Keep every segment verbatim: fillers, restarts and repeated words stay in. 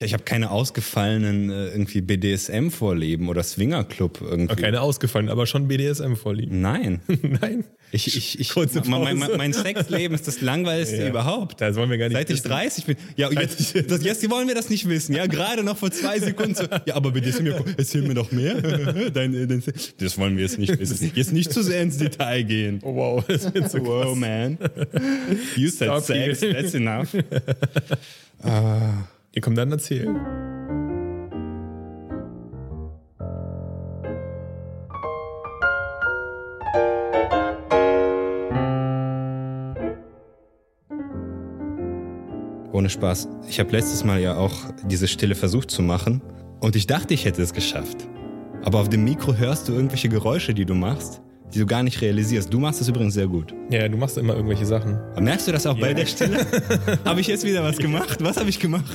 Ich habe keine ausgefallenen äh, irgendwie B D S M-Vorlieben oder Swingerclub irgendwie. Keine ausgefallenen, aber schon B D S M-Vorlieben. Nein. Nein. Ich, ich, ich, Kurze mein, mein, mein Sexleben ist das langweiligste Ja. überhaupt. Das wollen wir gar nicht Seit ich wissen. dreißig bin. Ja, und jetzt, das, jetzt wollen wir das nicht wissen. Ja, gerade noch vor zwei Sekunden so. Ja, aber B D S M, erzähl mir doch mehr. Dein, dein, das wollen wir jetzt nicht wissen. Jetzt nicht zu sehr ins Detail gehen. Oh, wow, das wird so krass. Wow, man. You said Stop sex, you. that's enough. Ihr kommt dann erzählen. Ohne Spaß. Ich habe letztes Mal ja auch diese Stille versucht zu machen und ich dachte, ich hätte es geschafft. Aber auf dem Mikro hörst du irgendwelche Geräusche, die du machst, die du gar nicht realisierst. Du machst es übrigens sehr gut. Ja, du machst immer irgendwelche Sachen. Aber merkst du das auch Ja. bei der Stille? Habe ich jetzt wieder was gemacht? Was habe ich gemacht?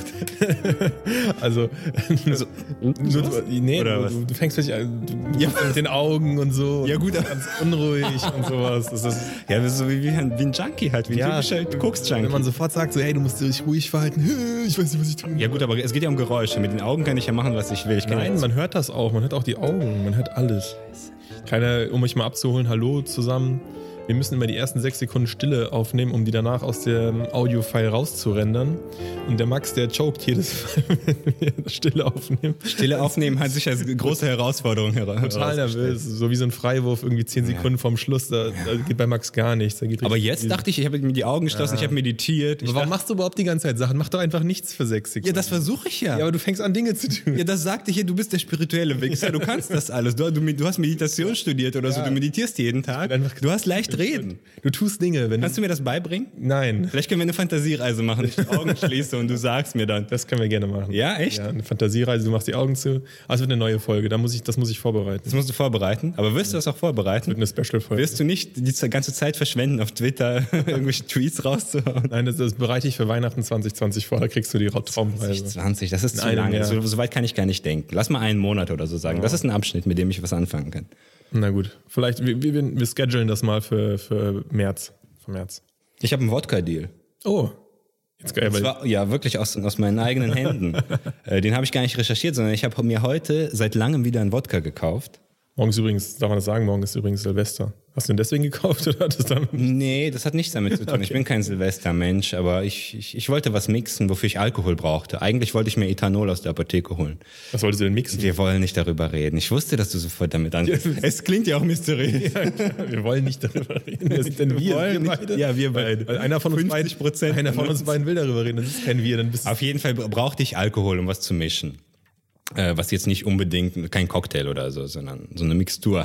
Also, Also, nur, was? nee, Oder du, was? du, du fängst plötzlich an, du, Ja. mit den Augen und so. Ja, gut, aber- ganz unruhig und sowas. Das ist, Ja, das ist so wie, wie, ein, wie ein Junkie halt, wie ein typischer Koks-Junkie. wenn man sofort sagt, so, hey, du musst dich ruhig verhalten, ich weiß nicht, was ich tun. Ja gut, aber es geht ja um Geräusche. Mit den Augen kann ich ja machen, was ich will. Ich kann Nein, ja man hört das auch. Man hört auch die Augen. Man hört alles. Keiner, um euch mal abzuholen, hallo zusammen. Wir müssen immer die ersten sechs Sekunden Stille aufnehmen, um die danach aus dem Audio-File rauszurendern. Und der Max, der choked jedes Mal, wenn wir Stille aufnehmen. Stille aufnehmen hat sich als große Herausforderung heraus. Total nervös. So wie so ein Freiwurf, irgendwie zehn Sekunden vorm Schluss. Da, da geht bei Max gar nichts. Da geht Aber richtig jetzt viel. dachte ich, ich habe mir die Augen geschlossen, ich habe meditiert. Ich Aber warum dachte, machst du überhaupt die ganze Zeit Sachen? Mach doch einfach nichts für sechs Sekunden. ja, das versuche ich ja. Ja, aber du fängst an, Dinge zu tun. Ja, das sagte ich hier, du bist der spirituelle Wichser, du kannst das alles. Du, du, du hast Meditation studiert oder so, Ja. du meditierst jeden Tag. bin einfach- Du hast leicht reden. Du tust Dinge, wenn Kannst du mir das beibringen? Nein, Vielleicht können wir eine Fantasiereise machen, ich die Augen schließe und du sagst mir dann. das können wir gerne machen. Ja, echt? Ja, eine Fantasiereise, du machst die Augen zu. Ah, es wird eine neue Folge, da muss ich, das muss ich vorbereiten. Das musst du vorbereiten. Aber wirst du das auch vorbereiten? Wird eine Special-Folge. Wirst du nicht die ganze Zeit verschwenden, auf Twitter irgendwelche Tweets rauszuhauen? Nein, das, das bereite ich für Weihnachten zwanzig zwanzig vor, da kriegst du die Traumreise. zwanzig, das ist zu einem lange. Jahr. So, so weit kann ich gar nicht denken. Lass mal einen Monat oder so sagen. Das ist ein Abschnitt, mit dem ich was anfangen kann. Na gut, vielleicht, wir, wir, wir schedulen das mal für, für März. Für März. Ich habe einen Wodka-Deal. Oh, jetzt geil, Das weil war, ja, wirklich aus, aus meinen eigenen Händen. äh, den habe ich gar nicht recherchiert, sondern ich habe mir heute seit langem wieder einen Wodka gekauft. morgen ist übrigens, darf man das sagen, morgen ist übrigens Silvester. Hast du den deswegen gekauft oder hat das damit? Nee, das hat nichts damit zu tun. Ich bin kein Silvestermensch, aber ich, ich, ich wollte was mixen, wofür ich Alkohol brauchte. Eigentlich wollte ich mir Ethanol aus der Apotheke holen. Was wolltest du denn mixen? Wir wollen nicht darüber reden. Ich wusste, dass du sofort damit anfängst. Es klingt ja auch mysteriös. Wir wollen nicht darüber reden. Wer sind denn wir? wollen wir nicht- beide? ja, wir beide. Weil, weil einer von uns fünfzig beiden, Prozent einer von von uns uns. beiden will darüber reden. Das ist kein wir, dann bist du. Auf jeden Fall brauchte ich Alkohol, um was zu mischen. Äh, was jetzt nicht unbedingt, kein Cocktail oder so, sondern so eine Mixtur.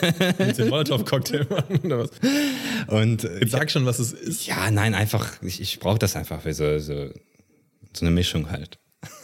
den Molotow-Cocktail machen oder was? Und äh, Jetzt sag schon, was es ist. ja, nein, einfach, ich, ich brauche das einfach für so, so, so eine Mischung halt.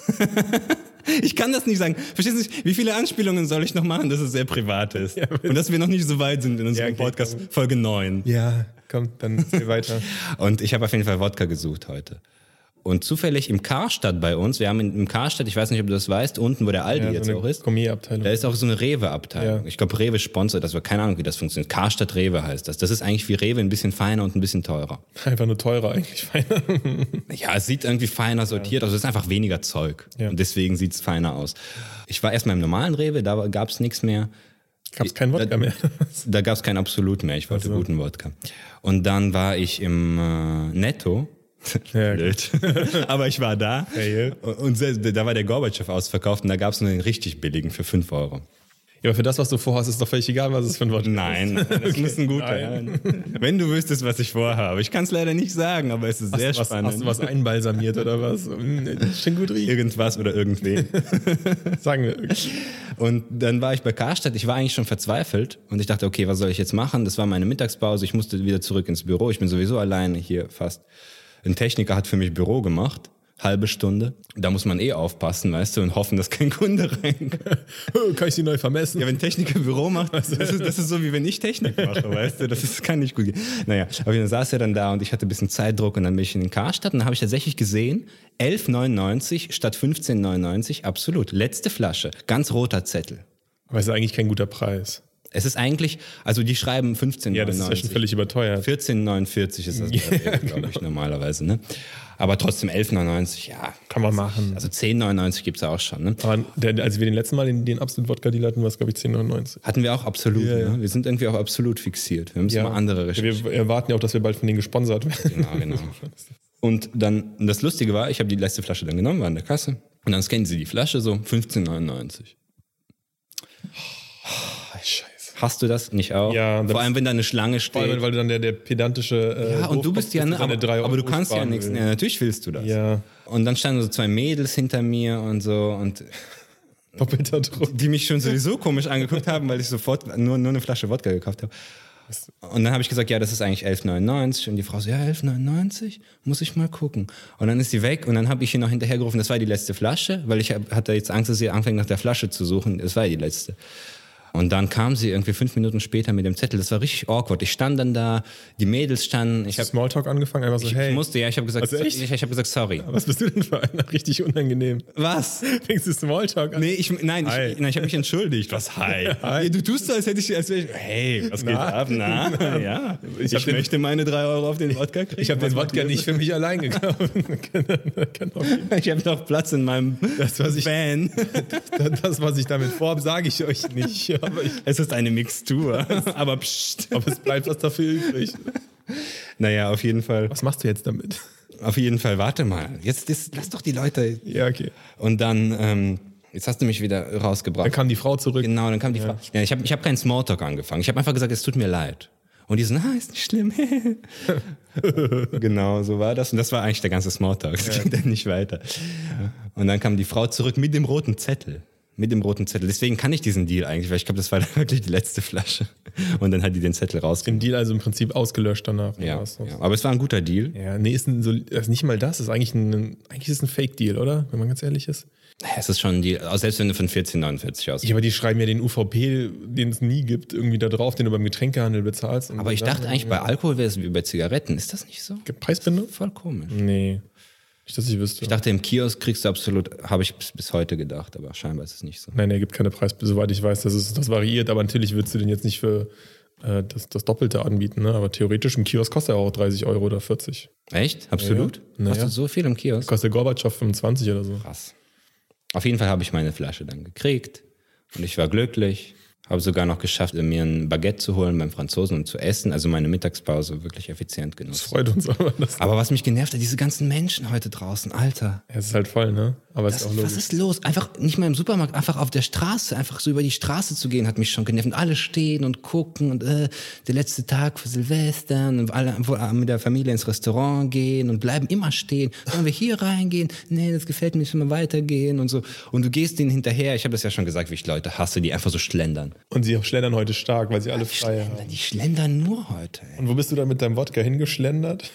Ich kann das nicht sagen. Verstehst du nicht, wie viele Anspielungen soll ich noch machen, dass es sehr privat ist? Ja, Und dass wir noch nicht so weit sind in unserem Ja, okay, Podcast, Folge neun. Ja, komm, dann erzähl weiter. Und ich habe auf jeden Fall Wodka gesucht heute. Und zufällig im Karstadt bei uns, wir haben in, im Karstadt, ich weiß nicht, ob du das weißt, unten, wo der Aldi Ja, jetzt so eine auch ist, Gourmet-Abteilung. da ist auch so eine Rewe-Abteilung. Ja. Ich glaube, Rewe sponsert das, aber keine Ahnung, wie das funktioniert. Karstadt Rewe heißt das. Das ist eigentlich wie Rewe, ein bisschen feiner und ein bisschen teurer. Einfach nur teurer eigentlich. feiner. Ja, es sieht irgendwie feiner sortiert aus. Es ist einfach weniger Zeug. Ja. Und deswegen sieht es feiner aus. Ich war erstmal im normalen Rewe, da gab es nichts mehr. Gab's keinen Wodka da, mehr. Da gab es keinen Absolut mehr. Ich wollte Ach so. guten Wodka. Und dann war ich im äh, Netto. Ja, Blöd. Aber ich war da. Ja, ja. Und se- da war der Gorbatschow ausverkauft und da gab es nur den richtig billigen für fünf Euro. Ja, aber für das, was du vorhast, ist doch völlig egal, was es für ein Wodka Nein, ist. das muss ein guter nein. sein. Wenn du wüsstest, was ich vorhabe. Ich kann es leider nicht sagen, aber es ist Hast, sehr du was, spannend. hast du was einbalsamiert oder was? Hm, das ist schon gut riecht. Irgendwas oder irgendwen. Sagen wir. Und dann war ich bei Karstadt, ich war eigentlich schon verzweifelt und ich dachte, okay, was soll ich jetzt machen? Das war meine Mittagspause, ich musste wieder zurück ins Büro, ich bin sowieso alleine hier fast. Ein Techniker hat für mich Büro gemacht, halbe Stunde. Da muss man eh aufpassen, weißt du, und hoffen, dass kein Kunde reinkommt. Kann ich sie neu vermessen? Ja, wenn Techniker Büro macht, das ist, das ist so, wie wenn ich Technik mache, weißt du, das ist, kann nicht gut gehen. Naja, aber dann saß er dann da und ich hatte ein bisschen Zeitdruck und dann bin ich in den Karstadt und dann habe ich tatsächlich gesehen, elf neunundneunzig statt fünfzehn neunundneunzig, absolut. Letzte Flasche, ganz roter Zettel. Aber es ist eigentlich kein guter Preis. Es ist eigentlich, also die schreiben fünfzehn neunundneunzig. Ja, das ist ja schon völlig überteuert. vierzehn neunundvierzig ist das, Ja, glaube genau. ich, normalerweise. Ne? Aber trotzdem elf neunundneunzig, ja. Kann man machen. Also zehn neunundneunzig gibt es auch schon. Ne? Aber der, als wir den letzten Mal den, den Absolut-Wodka-Deal hatten, war es, glaube ich, zehn neunundneunzig. Hatten wir auch absolut. Ja, ja. Ne? Wir sind irgendwie auch absolut fixiert. Wir müssen mal andere recherchieren. Wir erwarten ja auch, dass wir bald von denen gesponsert werden. Genau, genau. Und dann, das Lustige war, ich habe die letzte Flasche dann genommen, war in der Kasse. Und dann scannen sie die Flasche so, fünfzehn neunundneunzig. Oh, Scheiße. Hast du das nicht auch? Ja, Vor allem, wenn da eine Schlange steht. Vor allem, weil du dann der, der pedantische. Äh, Ja, und du bist ja, ne, aber, aber du kannst ja nichts. Will. Ja, natürlich willst du das. Ja. Und dann standen so zwei Mädels hinter mir und so und Doppelter Druck. die mich schon sowieso komisch angeguckt haben, weil ich sofort nur, nur eine Flasche Wodka gekauft habe. Und dann habe ich gesagt, ja, das ist eigentlich elf neunundneunzig. Und die Frau so, ja, elf neunundneunzig? Muss ich mal gucken. Und dann ist sie weg und dann habe ich ihr noch hinterhergerufen, das war die letzte Flasche, weil ich hatte jetzt Angst, dass sie anfängt nach der Flasche zu suchen. Das war die letzte. Und dann kam sie irgendwie fünf Minuten später mit dem Zettel. Das war richtig awkward. Ich stand dann da, die Mädels standen. Ich habe Smalltalk angefangen, einfach so, ich hey. musste, ja, ich habe gesagt, Also echt? ich, ich habe gesagt, sorry. Was bist du denn für einer? Richtig unangenehm. Was? Fängst du Smalltalk an? Nee, ich, nein, Hi. ich, nein, ich habe mich entschuldigt. Was, hi? Hi. Du tust so, als hätte ich, als wäre ich, hey, was geht Na? ab? Na, ja. Ich, Ich hab den- möchte meine drei Euro auf den Wodka kriegen. Ich habe den Wodka nicht für mich allein gekauft. Ich habe noch Platz in meinem Das, was ich, Van. das, was ich damit vorhabe, sage ich euch nicht. Aber, ich, Es ist eine Mixtur. Aber pst. aber es bleibt was dafür übrig. Naja, auf jeden Fall. Was machst du jetzt damit? Auf jeden Fall, warte mal. Jetzt, jetzt lass doch die Leute. Ja, okay. Und dann, ähm, jetzt hast du mich wieder rausgebracht. Dann kam die Frau zurück. Genau, dann kam die Frau. Ja, ich habe ich hab keinen Smalltalk angefangen. Ich habe einfach gesagt, es tut mir leid. Und die so, na, ist nicht schlimm. Genau, so war das. Und das war eigentlich der ganze Smalltalk. Es ging dann nicht weiter. Und dann kam die Frau zurück mit dem roten Zettel. Mit dem roten Zettel. Deswegen kann ich diesen Deal eigentlich, weil ich glaube, das war wirklich die letzte Flasche. Und dann hat die den Zettel Den rausgegeben. Deal also im Prinzip ausgelöscht danach. Ja, Was? ja, aber es war ein guter Deal. Ja, nee, ist ein, so, ist nicht mal das. Ist eigentlich ein, eigentlich ist es ein Fake-Deal, oder? Wenn man ganz ehrlich ist. Es ist schon ein Deal, auch selbst wenn du von vierzehn neunundvierzig aus. Ja, aber die schreiben ja den U V P, den es nie gibt, irgendwie da drauf, den du beim Getränkehandel bezahlst. Und Aber ich dann- dachte eigentlich, bei Alkohol wäre es wie bei Zigaretten. Ist das nicht so? Preisbindung? Voll komisch. Nee. Nicht, dass ich wüsste. Ich dachte, im Kiosk kriegst du absolut, habe ich bis, bis heute gedacht, aber scheinbar ist es nicht so. Nein, er gibt keine Preisbindung. Soweit ich weiß, das, ist, das variiert, aber natürlich würdest du den jetzt nicht für äh, das, das Doppelte anbieten. Ne? Aber theoretisch im Kiosk kostet er auch dreißig Euro oder vierzig. Echt? Absolut? Ja. Hast Naja. du so viel im Kiosk? Kostet Gorbatschow fünfundzwanzig oder so. Krass. Auf jeden Fall habe ich meine Flasche dann gekriegt und ich war glücklich. Habe sogar noch geschafft, mir ein Baguette zu holen beim Franzosen und zu essen. Also meine Mittagspause wirklich effizient Das genutzt. freut uns aber. Das, Aber was mich genervt hat, diese ganzen Menschen heute draußen, Alter. ja, es ist halt voll, ne? Aber es Das, ist auch logisch. was ist los? Einfach nicht mal im Supermarkt, einfach auf der Straße, einfach so über die Straße zu gehen, hat mich schon genervt. Und alle stehen und gucken und äh, der letzte Tag für Silvester und alle wo, äh, mit der Familie ins Restaurant gehen und bleiben immer stehen. Sollen wir hier reingehen? Nee, das gefällt mir nicht, mal weitergehen und so. Und du gehst denen hinterher. Ich habe das ja schon gesagt, wie ich Leute hasse, die einfach so schlendern. Und sie schlendern heute stark, weil sie alle Die frei schlendern, haben. die schlendern nur heute. Ey. Und wo bist du dann mit deinem Wodka hingeschlendert?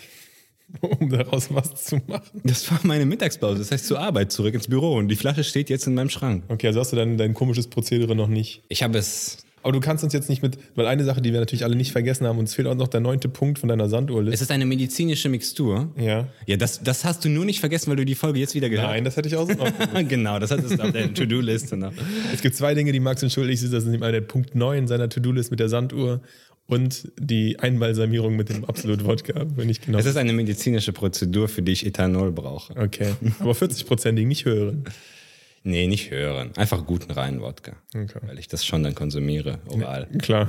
Um daraus was zu machen. Das war meine Mittagspause, das heißt zur Arbeit, zurück ins Büro und die Flasche steht jetzt in meinem Schrank. Okay, also hast du dann dein komisches Prozedere noch nicht. Ich habe es... Aber du kannst uns jetzt nicht mit, weil eine Sache, die wir natürlich alle nicht vergessen haben, uns fehlt auch noch der neunte Punkt von deiner Es Sanduhrliste. ist eine medizinische Mixtur. Ja. Ja, das, das hast du nur nicht vergessen, weil du die Folge jetzt wieder gehört hast. Nein, das hätte ich auch so noch. Genau, das hat es auf der To-Do-Liste noch. Es gibt zwei Dinge, die Max und schuldig sind. Das sind einmal der Punkt neun seiner To-Do-List mit der Sanduhr und die Einbalsamierung mit dem Absolut-Wodka, wenn ich genau. Es ist eine medizinische Prozedur, für die ich Ethanol brauche. Okay, aber vierzig-prozentig nicht hören. Nee, nicht hören. Einfach guten reinen Wodka. Okay. Weil ich das schon dann konsumiere, oral. Klar.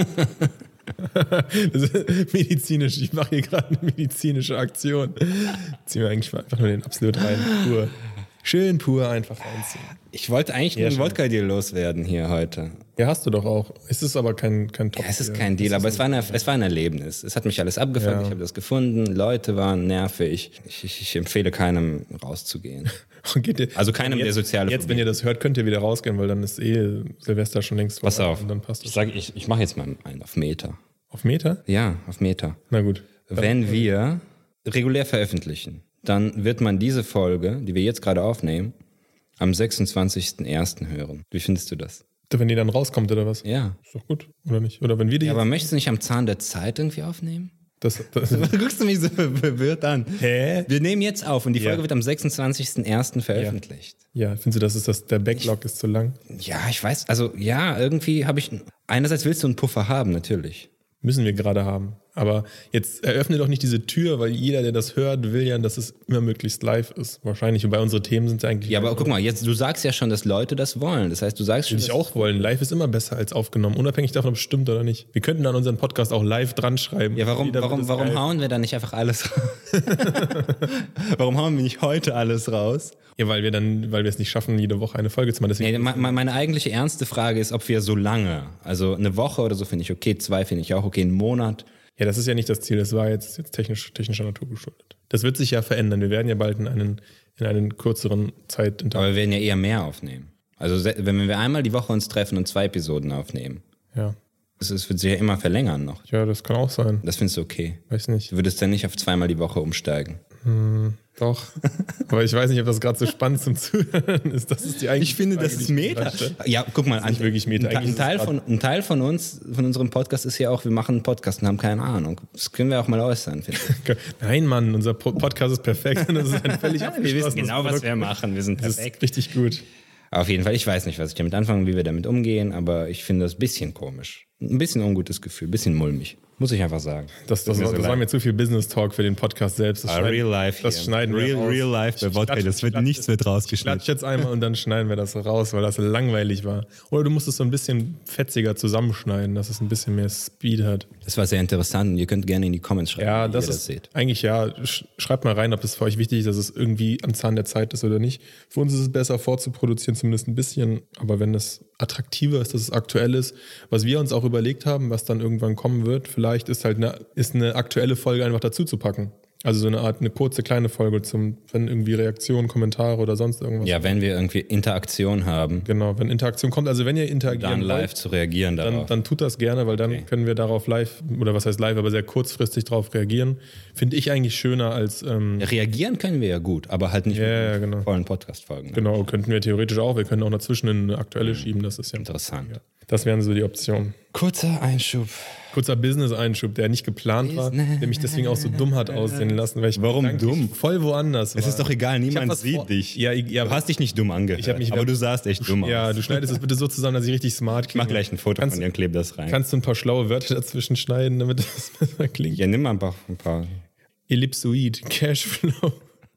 Das ist medizinisch. Ich mache hier gerade eine medizinische Aktion. Ziehen wir eigentlich einfach nur den Absolut rein. Pur. Schön pur einfach reinziehen. Ich wollte eigentlich nur Ja, einen schon. Wodka-Deal loswerden hier heute. Ja, hast du doch auch. Es ist aber kein, kein Top. Ja, es ist kein Deal, aber es war, eine, es war ein Erlebnis. Es hat mich alles abgefangen, Ja. ich habe das gefunden, Leute waren nervig. Ich, ich, ich empfehle keinem rauszugehen. Geht ihr, Also keinem, jetzt, der soziale Jetzt, wenn ihr das hört, könnt ihr wieder rausgehen, weil dann ist eh Silvester schon längst Pass vorbei auf, und dann passt ich, es. sag, ich, ich mache jetzt mal einen auf Meter. Auf Meter? Ja, auf Meter. Na gut. Wenn wir regulär veröffentlichen, dann wird man diese Folge, die wir jetzt gerade aufnehmen, am sechsundzwanzigsten ersten hören. Wie findest du das? Wenn die dann rauskommt oder was? Ja. Ist doch gut, oder nicht? Oder wenn wir die Ja, jetzt, aber möchtest du nicht am Zahn der Zeit irgendwie aufnehmen? Das, das Was guckst du mich so verwirrt an? Hä? Wir nehmen jetzt auf und die Folge Ja. wird am sechsundzwanzigsten ersten veröffentlicht. Ja, findest du, das ist das, der Backlog ist zu lang? Ja, ich weiß, also ja, irgendwie habe ich, einerseits willst du einen Puffer haben, natürlich. Müssen wir gerade haben. Aber jetzt eröffne doch nicht diese Tür, weil jeder, der das hört, will ja, dass es immer möglichst live ist. Wahrscheinlich. Wobei unsere Themen sind ja eigentlich... Ja, aber guck mal, jetzt, du sagst ja schon, dass Leute das wollen. Das heißt, du sagst schon, Würde ich dass- auch wollen. Live ist immer besser als aufgenommen. Unabhängig davon, ob es stimmt oder nicht. Wir könnten an unseren Podcast auch live dran schreiben. Ja, warum, Jeder wird warum, es warum geil. hauen wir da nicht einfach alles raus? Warum hauen wir nicht heute alles raus? Ja, weil wir dann, weil wir es nicht schaffen, jede Woche eine Folge zu machen. Deswegen Nee, me- me- meine eigentliche ernste Frage ist, ob wir so lange, also eine Woche oder so finde ich okay, zwei finde ich auch okay, einen Monat. Ja, das ist ja nicht das Ziel. Das war jetzt, jetzt technisch, technischer Natur geschuldet. Das wird sich ja verändern. Wir werden ja bald in einen, in einen kürzeren Zeitintervall. Aber wir werden ja eher mehr aufnehmen. Also se- wenn wir einmal die Woche uns treffen und zwei Episoden aufnehmen, Ja. das, ist, wird sich ja immer verlängern noch. Ja, das kann auch sein. Das findest du okay. Weiß nicht. Du würdest dann nicht auf zweimal die Woche umsteigen. Doch. Aber ich weiß nicht, ob das gerade so spannend zum Zuhören ist. Das ist die eigentliche Frage, die ich mir gerade stelle. Ja, guck mal, nicht wirklich Meta. Ein, Eigentlich ein, ist es Teil grad- von, ein Teil von uns, von unserem Podcast ist ja auch, wir machen einen Podcast und haben keine Ahnung. Das können wir auch mal äußern, finde ich. Nein, Mann, unser Po- Podcast ist perfekt. Das ist ein völlig Wir abgeschlossenes wissen genau, was Produkt. wir machen. Wir sind Das perfekt. ist richtig gut. Auf jeden Fall, ich weiß nicht, was ich damit anfange, wie wir damit umgehen, aber ich finde das ein bisschen komisch. Ein bisschen ungutes Gefühl, ein bisschen mulmig. Muss ich einfach sagen. Das, das, Tut mir das, so war leid. mir zu viel Business Talk für den Podcast selbst. Das Ah, schneiden- real life Das hier. schneiden real, wir raus. real life bei Wodka, klatsch- das wird klatsch- nichts wird Klatsch rausgeschnitten. jetzt einmal und dann schneiden wir das raus, weil das langweilig war. Oder du musst es so ein bisschen fetziger zusammenschneiden, dass es ein bisschen mehr Speed hat. Das war sehr interessant und ihr könnt gerne in die Comments schreiben, Ja, wie das ihr ist das seht. eigentlich ja. sch- Schreibt mal rein, ob das für euch wichtig ist, dass es irgendwie am Zahn der Zeit ist oder nicht. Für uns ist es besser vorzuproduzieren, zumindest ein bisschen. Aber wenn es attraktiver ist, dass es aktuell ist, was wir uns auch überlegt haben, was dann irgendwann kommen wird, vielleicht ist halt eine, ist eine aktuelle Folge einfach dazu zu packen. Also so eine Art, eine kurze, kleine Folge zum, wenn irgendwie Reaktionen, Kommentare oder sonst irgendwas. Ja, wenn wir irgendwie Interaktion haben, Genau, wenn Interaktion kommt. Also wenn ihr interagieren dann live wollt, zu reagieren dann, darauf. dann tut das gerne, weil dann können wir darauf live, oder was heißt live, aber sehr kurzfristig darauf reagieren. Finde ich eigentlich schöner als, ähm, Reagieren können wir ja gut, aber halt nicht Ja, ja, mit genau. vollen Podcast-Folgen. genau, könnten wir theoretisch auch. Wir können auch dazwischen eine aktuelle schieben, das ist ja, Interessant. ja. Das wären so die Optionen. Kurzer Einschub. Kurzer Business-Einschub, der nicht geplant war, der mich deswegen auch so dumm hat aussehen lassen. Weil ich Warum gedanklich dumm? Voll woanders war. Es ist doch egal, niemand was sieht vor- dich. Ja, ich- ja, du hast dich nicht dumm angehört, Ich hab mich- aber du sahst echt dumm Ja, aus. du schneidest es bitte so zusammen, dass ich richtig smart Ich mach klinge. gleich ein Foto Kannst- von dir und klebe das rein. Kannst du ein paar schlaue Wörter dazwischen schneiden, damit das besser klingt? Ja, nimm mal ein paar. Ein paar. Ellipsoid, Cashflow,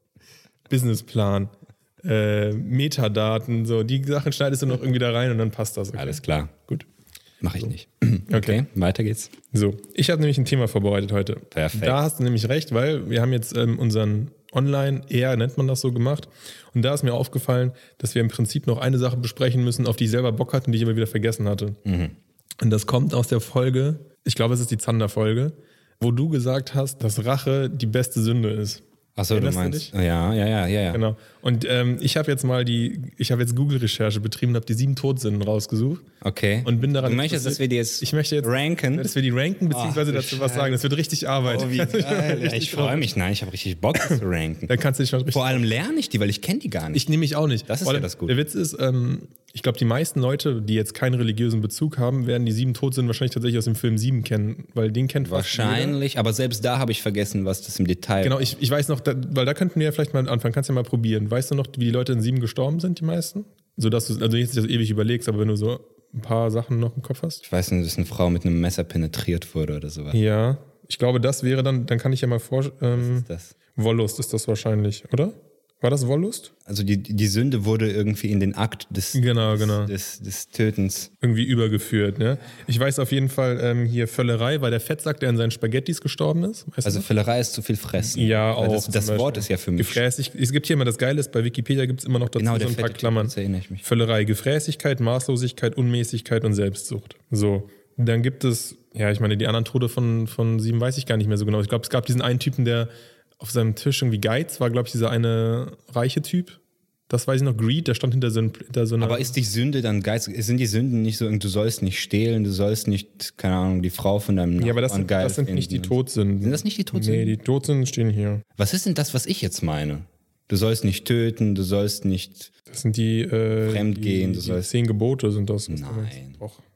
Businessplan, äh, Metadaten, so die Sachen schneidest du noch irgendwie da rein und dann passt das. Okay. Alles klar. Gut. Mach ich nicht. Okay. Okay, weiter geht's. So, ich habe nämlich ein Thema vorbereitet heute. Perfekt. Da hast du nämlich recht, weil wir haben jetzt ähm, unseren Online-Air, nennt man das so, gemacht. Und da ist mir aufgefallen, dass wir im Prinzip noch eine Sache besprechen müssen, auf die ich selber Bock hatte und die ich immer wieder vergessen hatte. Mhm. Und das kommt aus der Folge, ich glaube, es ist die Zander-Folge, wo du gesagt hast, dass Rache die beste Sünde ist. Achso, du Erinnerst du meinst. dich? Ja, ja, ja, ja, ja. Genau. Und ähm, ich habe jetzt mal die, ich habe jetzt Google-Recherche betrieben und habe die sieben Todsünden rausgesucht. Okay. Und bin daran Du möchtest, interessiert- dass wir die jetzt Ich möchte jetzt ranken? dass wir die ranken, beziehungsweise Ach, du dazu was sagen. Das wird richtig Arbeit. Oh, wie Kannst du dich mal geil. Ja, richtig ich drauf- freue mich. Nein, ich habe richtig Bock, das zu ranken. Da kannst du dich schon richtig. Vor allem lerne ich die, weil ich kenne die gar nicht. Ich nehme mich auch nicht. Das ist Vor ja allem, das Gute. Der Witz ist, ähm, ich glaube, die meisten Leute, die jetzt keinen religiösen Bezug haben, werden die sieben Todsünden wahrscheinlich tatsächlich aus dem Film Sieben kennen, weil den kennt fast jeder. Wahrscheinlich, aber selbst da habe ich vergessen, was das im Detail Genau, ich, ich weiß noch, da, weil da könnten wir ja vielleicht mal anfangen, kannst ja mal probieren. Weißt du noch, wie die Leute in Sieben gestorben sind, die meisten? So dass du, also nicht, dass du das ewig überlegst, aber wenn du so ein paar Sachen noch im Kopf hast. Ich weiß nicht, dass eine Frau mit einem Messer penetriert wurde oder sowas. Ja, ich glaube, das wäre dann, dann kann ich ja mal vor. Ähm, Das. Wollust ist das wahrscheinlich, oder? War das Wollust? Also die, die Sünde wurde irgendwie in den Akt des, Genau, genau. des, des Tötens. Irgendwie übergeführt, ne? Ich weiß auf jeden Fall, ähm, hier Völlerei war der Fettsack, der in seinen Spaghettis gestorben ist. Weißt Also du? Völlerei ist zu viel fressen. Ja, Weil auch. Das, das zum Wort Beispiel. ist ja für mich. Gefräßig. Es gibt hier immer das Geile ist, bei Wikipedia gibt es immer noch dazu Genau, so der ein paar fette Typ, Klammern. das erinnere ich mich. Völlerei, Gefräßigkeit, Maßlosigkeit, Unmäßigkeit und Selbstsucht. So. Dann gibt es, ja, ich meine, die anderen Tode von, von Sieben weiß ich gar nicht mehr so genau. Ich glaube, es gab diesen einen Typen, der auf seinem Tisch irgendwie Geiz war, glaube ich, dieser eine reiche Typ. Das weiß ich noch, Greed, der stand hinter so, ein, hinter so einer... Aber ist die Sünde dann Geiz? Sind die Sünden nicht so, du sollst nicht stehlen, du sollst nicht, keine Ahnung, die Frau von deinem Nachbarn ja, aber das sind, geil das sind nicht die finden? Todsünden. Sind das nicht die Todsünden? Nee, die Todsünden stehen hier. Was ist denn das, was ich jetzt meine? Du sollst nicht töten, du sollst nicht... Das sind die, äh, Fremdgehen, die, du die sollst- zehn Gebote sind das. was du Nein. meinst. Doch.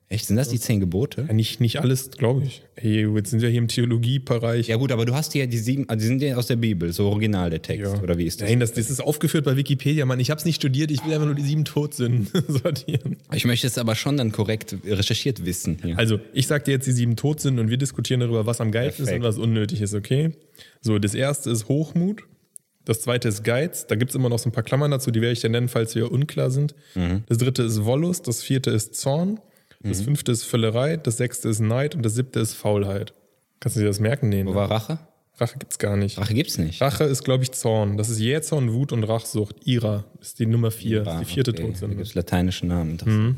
Echt? Sind das die zehn Gebote? Ja, nicht, nicht alles, glaube ich. Hey, jetzt sind wir hier im Theologiebereich. Ja gut, aber du hast ja die sieben, also die sind ja aus der Bibel, so original der Text, Ja. oder wie ist das? Nein, das, das ist aufgeführt bei Wikipedia, Mann. Ich habe es nicht studiert, ich will einfach nur die sieben Todsünden sortieren. Ich möchte es aber schon dann korrekt recherchiert wissen. Hier. Also, ich sag dir jetzt die sieben Todsünden und wir diskutieren darüber, was am geilsten ist Perfekt. und was unnötig ist, okay? So, das erste ist Hochmut. Das zweite ist Geiz. Da gibt es immer noch so ein paar Klammern dazu, die werde ich dir nennen, falls wir unklar sind. Mhm. Das dritte ist Wollust. Das vierte ist Zorn. Das mhm. fünfte ist Völlerei. Das sechste ist Neid. Und das siebte ist Faulheit. Kannst du dir das merken? Nee, Wo ne? war Rache? Rache gibt's gar nicht. Rache gibt's nicht. Rache ist, glaube ich, Zorn. Das ist Jähzorn, Wut und Rachsucht. Ira ist die Nummer vier. Ah, die vierte okay. Todsünde. Da gibt's lateinische Namen. Mhm.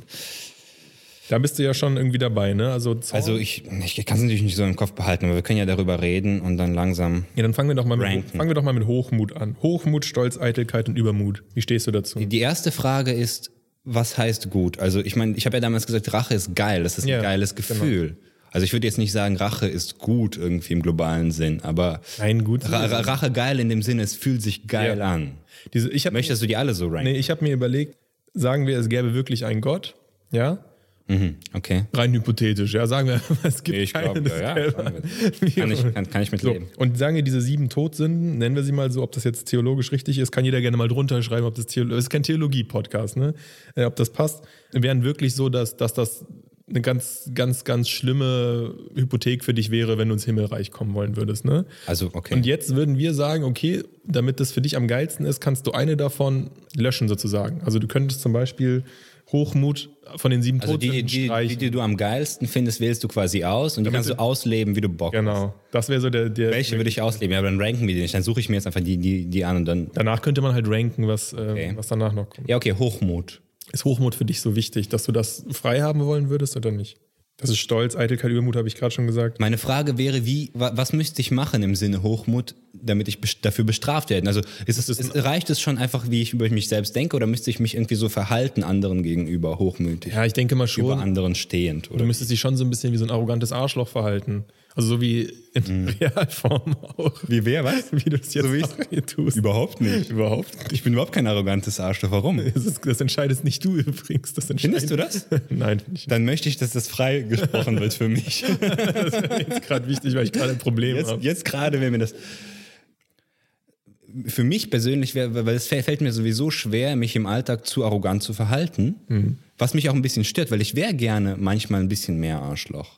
Da bist du ja schon irgendwie dabei, ne? Also, Zorn. Also ich, ich kann es natürlich nicht so im Kopf behalten, aber wir können ja darüber reden und dann langsam... Ja, dann fangen wir doch mal mit, ranken. fangen wir doch mal mit Hochmut an. Hochmut, Stolz, Eitelkeit und Übermut. Wie stehst du dazu? Die erste Frage ist, was heißt gut? Also ich meine, ich habe ja damals gesagt, Rache ist geil, das ist ein Ja, geiles Gefühl. Genau. Also ich würde jetzt nicht sagen, Rache ist gut irgendwie im globalen Sinn, aber Nein, gut. Ra- Ra- Rache geil in dem Sinne, es fühlt sich geil Ja. an. Diese, ich hab, Möchtest du die alle so ranken? nee, ich habe mir überlegt, sagen wir, es gäbe wirklich einen Gott, ja? Mhm, okay. Rein hypothetisch, ja, sagen wir, es gibt Nee, ich keinen. glaub, ja, ja, sagen Kann ich, kann, kann ich mit So, leben. und sagen wir, diese sieben Todsünden, nennen wir sie mal so, ob das jetzt theologisch richtig ist, kann jeder gerne mal drunter schreiben, ob das Theolo- das ist kein Theologie-Podcast, ne? Äh, ob das passt, wären wirklich so, dass, dass das eine ganz, ganz, ganz schlimme Hypothek für dich wäre, wenn du ins Himmelreich kommen wollen würdest, ne? Also, okay. Und jetzt würden wir sagen, okay, damit das für dich am geilsten ist, kannst du eine davon löschen sozusagen. Also du könntest zum Beispiel Hochmut von den sieben Also die, Todsünden die, die, streichen. die du am geilsten findest, wählst du quasi aus und die Damit kannst du du- ausleben, wie du Bock hast. Genau, das wäre so der... der Welche würde ich ausleben? Ja, aber dann ranken wir die nicht. Dann suche ich mir jetzt einfach die, die, die an und dann... Danach könnte man halt ranken, was, äh, Okay. was danach noch kommt. Ja, okay, Hochmut. Ist Hochmut für dich so wichtig, dass du das frei haben wollen würdest oder nicht? Das ist Stolz, Eitelkeit, Übermut, habe ich gerade schon gesagt. Meine Frage wäre, wie, wa- was müsste ich machen im Sinne Hochmut, damit ich best- dafür bestraft werde? Also ist es, ist, reicht es schon einfach, wie ich über mich selbst denke, oder müsste ich mich irgendwie so verhalten anderen gegenüber, hochmütig, Ja, ich denke mal schon. über anderen stehend? Du Oder? müsstest dich schon so ein bisschen wie so ein arrogantes Arschloch verhalten. Also so wie in Realform auch. Wie wer, was? Wie du es jetzt So wie auch hier tust. Überhaupt nicht. Überhaupt nicht. Ich bin überhaupt kein arrogantes Arschloch. Warum? Das, ist, das entscheidest nicht du übrigens. Das Findest du das? Nein, finde ich Dann möchte ich, dass das frei gesprochen wird für mich. nicht. Das wäre jetzt gerade wichtig, weil ich gerade ein Problem Jetzt, habe. jetzt gerade wäre mir das... Für mich persönlich, wär, weil es fällt fällt mir sowieso schwer, mich im Alltag zu arrogant zu verhalten, Mhm. was mich auch ein bisschen stört, weil ich wäre gerne manchmal ein bisschen mehr Arschloch.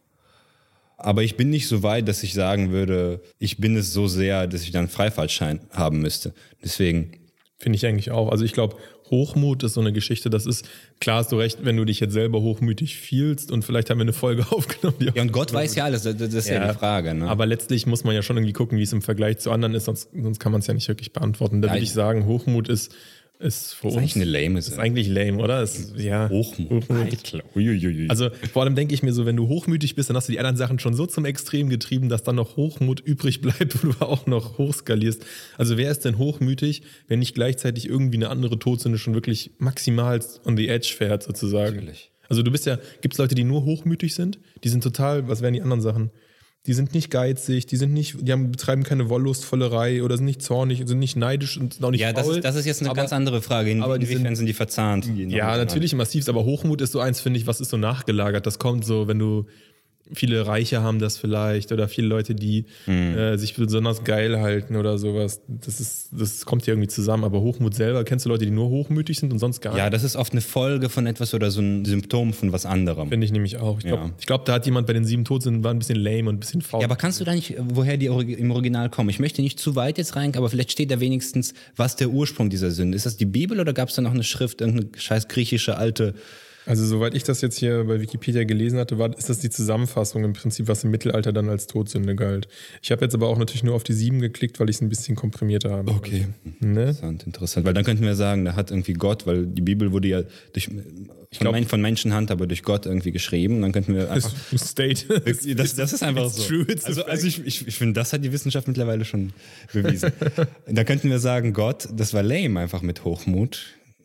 Aber ich bin nicht so weit, dass ich sagen würde, ich bin es so sehr, dass ich dann einen Freifahrtschein haben müsste. Deswegen, Finde ich eigentlich auch. Also ich glaube, Hochmut ist so eine Geschichte, das ist, klar hast du recht, wenn du dich jetzt selber hochmütig fühlst und vielleicht haben wir eine Folge aufgenommen. Die ja, und Gott weiß ja alles, das, das ist ja, die Frage. Ne? Aber letztlich muss man ja schon irgendwie gucken, wie es im Vergleich zu anderen ist, sonst, sonst kann man es ja nicht wirklich beantworten. Da Ja, würde ich sagen, Hochmut ist, ist für das ist uns... eigentlich eine lame ist Sache. eigentlich lame, oder? Ist, ja, Hochmut. Alter. Uiuiui. Also vor allem denke ich mir so, wenn du hochmütig bist, dann hast du die anderen Sachen schon so zum Extrem getrieben, dass dann noch Hochmut übrig bleibt, wo du auch noch hochskalierst. Also wer ist denn hochmütig, wenn nicht gleichzeitig irgendwie eine andere Todsünde schon wirklich maximal on the edge fährt sozusagen? Natürlich. Also du bist ja, gibt es Leute, die nur hochmütig sind? Die sind total, was wären die anderen Sachen? Die sind nicht geizig, die sind nicht, die haben, betreiben keine Wollust, Vollerei oder sind nicht zornig, sind nicht neidisch und sind auch nicht ja, das faul. ist, das ist jetzt eine aber, ganz andere Frage. In, aber die inwiefern sind, die verzahnt? Die Ja, natürlich massivst, aber Hochmut ist so eins, finde ich, was ist so nachgelagert. Das kommt so, wenn du, viele Reiche haben das vielleicht oder viele Leute, die Mhm. äh, sich besonders geil halten oder sowas. Das ist, das kommt hier irgendwie zusammen. Aber Hochmut selber, kennst du Leute, die nur hochmütig sind und sonst gar Ja, nicht? das ist oft eine Folge von etwas oder so ein Symptom von was anderem. Finde ich nämlich auch. Ich glaube, Ja. glaub, da hat jemand bei den sieben Todsünden, war ein bisschen lame und ein bisschen faul. Ja, aber kannst du da nicht, woher die Orig- im Original kommen? Ich möchte nicht zu weit jetzt rein, aber vielleicht steht da wenigstens, was der Ursprung dieser Sünde ist. Ist das die Bibel oder gab es da noch eine Schrift, irgendeine scheiß griechische alte? Also soweit ich das jetzt hier bei Wikipedia gelesen hatte, war, ist das die Zusammenfassung im Prinzip, was im Mittelalter dann als Todsünde galt. Ich habe jetzt aber auch natürlich nur auf die sieben geklickt, weil ich es ein bisschen komprimiert habe. Okay. Ne? Interessant, interessant. Weil dann könnten wir sagen, da hat irgendwie Gott, weil die Bibel wurde ja durch, ich glaub- von, von Menschenhand, aber durch Gott irgendwie geschrieben. Und dann könnten wir einfach... State. Das, das ist einfach It's so. true, it's a also fact. also ich, ich, ich finde, das hat die Wissenschaft mittlerweile schon bewiesen. Da könnten wir sagen, Gott, das war lame einfach mit Hochmut.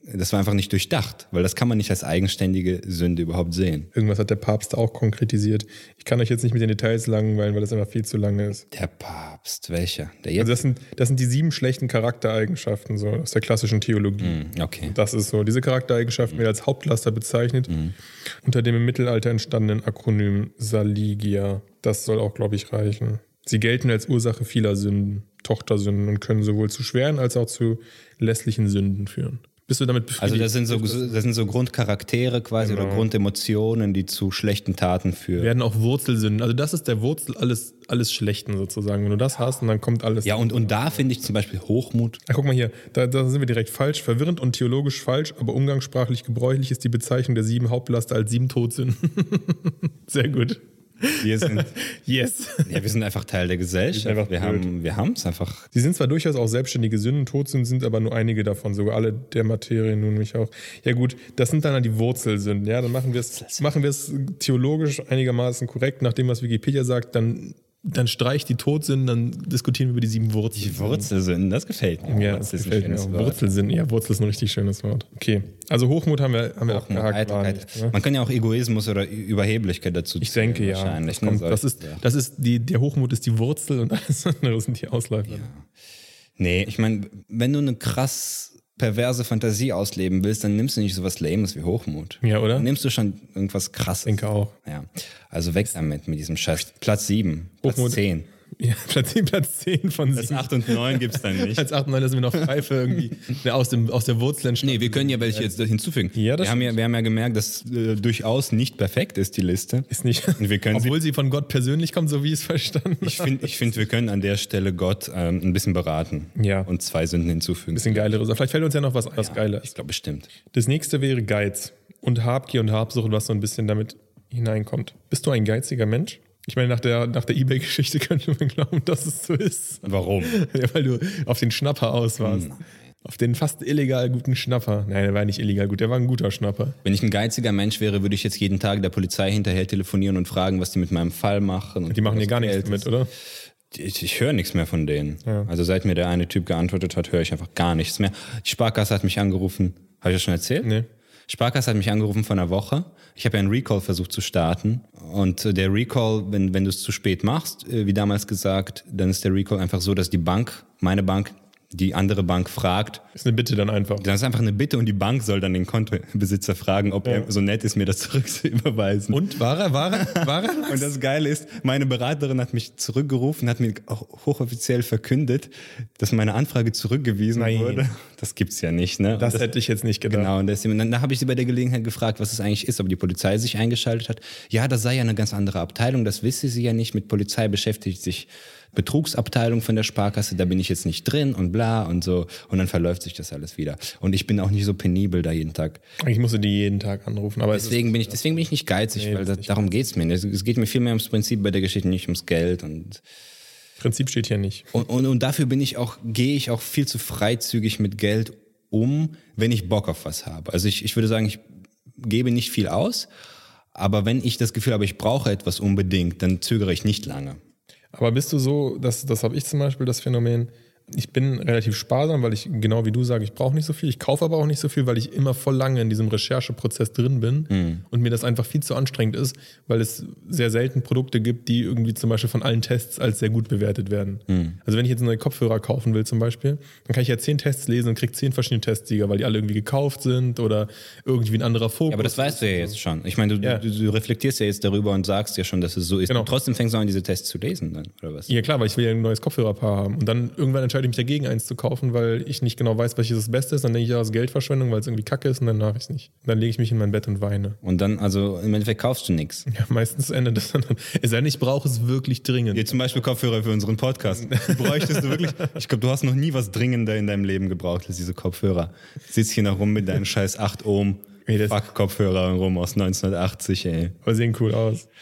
das war einfach nicht durchdacht, weil das kann man nicht als eigenständige Sünde überhaupt sehen. Irgendwas hat der Papst auch konkretisiert. Ich kann euch jetzt nicht mit den Details langweilen, weil das einfach viel zu lange ist. Der Papst, welcher? Der jetzt? Also das sind, das sind die sieben schlechten Charaktereigenschaften so aus der klassischen Theologie. Mm, okay. Das ist so. Diese Charaktereigenschaften werden als Hauptlaster bezeichnet Mm. unter dem im Mittelalter entstandenen Akronym Saligia. Das soll auch, glaube ich, reichen. Sie gelten als Ursache vieler Sünden, Tochtersünden und können sowohl zu schweren als auch zu lässlichen Sünden führen. Bist du damit befriedigt? Also das sind so, das sind so Grundcharaktere quasi Genau. oder Grundemotionen, die zu schlechten Taten führen. Werden auch Wurzelsünden. Also das ist der Wurzel alles, alles Schlechten sozusagen. Wenn du das hast, und dann kommt alles. Ja, und, und da finde ich zum Beispiel Hochmut. Ah, guck mal hier, da, da sind wir direkt falsch. Verwirrend und theologisch falsch, aber umgangssprachlich gebräuchlich ist die Bezeichnung der sieben Hauptlaster als sieben Todsünden. Sehr gut. Wir sind, Yes. ja, wir sind einfach Teil der Gesellschaft. einfach Wir blöd. haben, wir haben es einfach. Sie sind zwar durchaus auch selbstständige Sünden, Todsünden sind aber nur einige davon, sogar alle der Materie nun mich auch. Ja gut, das sind dann die Wurzelsünden. Ja, dann machen wir es machen wir es theologisch einigermaßen korrekt, nach dem, was Wikipedia sagt, dann, dann streich die Todsünden, dann diskutieren wir über die sieben Wurzeln. Die Wurzelsünden, das gefällt mir. Ja, das ist ein gefällt mir schönes auch. Wort. Wurzelsünden, ja, Wurzel ist ein richtig schönes Wort. Okay, also Hochmut haben wir, haben wir Hochmut, abgehakt. war Eitelkeit. nicht, ne? Man kann ja auch Egoismus oder Überheblichkeit dazu Ich denke ja. wahrscheinlich. Das, kommt, ne? das ist, das ist die, der Hochmut ist die Wurzel und alles andere sind die Ausläufer. Nee, ich meine, wenn du eine krass perverse Fantasie ausleben willst, dann nimmst du nicht sowas Lames wie Hochmut. Ja, oder? Dann nimmst du schon irgendwas krasses. Ich denke auch. Ja, also weg damit, mit diesem Scheiß. Platz sieben, Platz Hochmut. zehn. Ja, Platz zehn, Platz zehn von Platz sieben. acht und neun gibt's dann nicht. Als acht und neun sind wir noch frei für irgendwie der aus, dem, aus der Wurzel entstanden. Nee, wir können ja welche jetzt hinzufügen. Ja, das wir, haben ja, wir haben ja gemerkt, dass äh, durchaus nicht perfekt ist, die Liste. Ist nicht. Und wir können sie, Obwohl sie von Gott persönlich kommt, so wie ich es verstanden habe. ich finde, ich find, wir können an der Stelle Gott ähm, ein bisschen beraten Ja. und zwei Sünden hinzufügen. Bisschen geilere Sachen. Vielleicht fällt uns ja noch was, was ja, Geiles. Ich glaube bestimmt. Das nächste wäre Geiz und Habgier und Habsucht, was so ein bisschen damit hineinkommt. Bist du ein geiziger Mensch? Ich meine, nach der, nach der eBay-Geschichte könnte man glauben, dass es so ist. Warum? Ja, weil du auf den Schnapper aus warst. Nein. Auf den fast illegal guten Schnapper. Nein, der war nicht illegal gut, der war ein guter Schnapper. Wenn ich ein geiziger Mensch wäre, würde ich jetzt jeden Tag der Polizei hinterher telefonieren und fragen, was die mit meinem Fall machen. Und Die machen was hier gar nichts Geld damit, ist. oder? Ich, ich höre nichts mehr von denen. Ja. Also seit mir der eine Typ geantwortet hat, höre ich einfach gar nichts mehr. Die Sparkasse hat mich angerufen. Habe ich das schon erzählt? Nee. Sparkasse hat mich angerufen vor einer Woche. Ich habe ja einen Recall versucht zu starten. Und äh, der Recall, wenn, wenn du es zu spät machst, äh, wie damals gesagt, dann ist der Recall einfach so, dass die Bank, meine Bank, die andere Bank fragt. Ist eine Bitte dann einfach. Das ist einfach eine Bitte und die Bank soll dann den Kontobesitzer fragen, ob Ja. er so nett ist, mir das zurückzuüberweisen. Und war er, war er, war er? Und das Geile ist, meine Beraterin hat mich zurückgerufen, hat mir auch hochoffiziell verkündet, dass meine Anfrage zurückgewiesen Nein. wurde. Das gibt's ja nicht, ne? Das, Und hätte ich jetzt nicht gedacht. Genau, und deswegen, dann, dann habe ich sie bei der Gelegenheit gefragt, was es eigentlich ist, ob die Polizei sich eingeschaltet hat. Ja, das sei ja eine ganz andere Abteilung, das wisse sie ja nicht. Mit Polizei beschäftigt sich Betrugsabteilung von der Sparkasse, da bin ich jetzt nicht drin und bla und so. Und dann verläuft sich das alles wieder. Und ich bin auch nicht so penibel da jeden Tag. Eigentlich musst du die jeden Tag anrufen. Aber es Deswegen bin ich, deswegen bin ich nicht geizig, Nee, weil das das, nicht darum geht's mir nicht. Es geht mir viel mehr ums Prinzip bei der Geschichte, nicht ums Geld. Und, ist, Prinzip steht hier nicht. und, und, und dafür bin ich auch, gehe ich auch viel zu freizügig mit Geld um, wenn ich Bock auf was habe. Also ich, ich würde sagen, ich gebe nicht viel aus, aber wenn ich das Gefühl habe, ich brauche etwas unbedingt, dann zögere ich nicht lange. Aber bist du so, das, das habe ich zum Beispiel, das Phänomen, ich bin relativ sparsam, weil ich, genau wie du sage, ich brauche nicht so viel. Ich kaufe aber auch nicht so viel, weil ich immer voll lange in diesem Rechercheprozess drin bin Mhm. und mir das einfach viel zu anstrengend ist, weil es sehr selten Produkte gibt, die irgendwie zum Beispiel von allen Tests als sehr gut bewertet werden. Mhm. Also wenn ich jetzt neue Kopfhörer kaufen will zum Beispiel, dann kann ich ja zehn Tests lesen und kriege zehn verschiedene Testsieger, weil die alle irgendwie gekauft sind oder irgendwie ein anderer Fokus. Ja, aber das weißt du ja jetzt schon. Ich meine, du, Ja. du, du reflektierst ja jetzt darüber und sagst ja schon, dass es so ist. Genau. Und trotzdem fängst du an, diese Tests zu lesen dann, oder was? Ja klar, weil ich will ja ein neues Kopfhörerpaar haben. Und dann irgendwann entscheide ich mich dagegen, eins zu kaufen, weil ich nicht genau weiß, welches das Beste ist. Dann denke ich, ja, das ist Geldverschwendung, weil es irgendwie kacke ist und dann mache ich es nicht. Und dann lege ich mich in mein Bett und weine. Und dann, also im Endeffekt kaufst du nichts. Ja, meistens endet das dann. Es sei denn, ich brauche es wirklich dringend. Hier zum Beispiel Kopfhörer für unseren Podcast. Bräuchtest du wirklich, ich glaube, du hast noch nie was dringender in deinem Leben gebraucht als diese Kopfhörer. Sitzt hier noch rum mit deinen scheiß acht Ohm Ey, das- Fuck-Kopfhörern rum aus neunzehnhundertachtzig, ey. Aber sehen cool aus.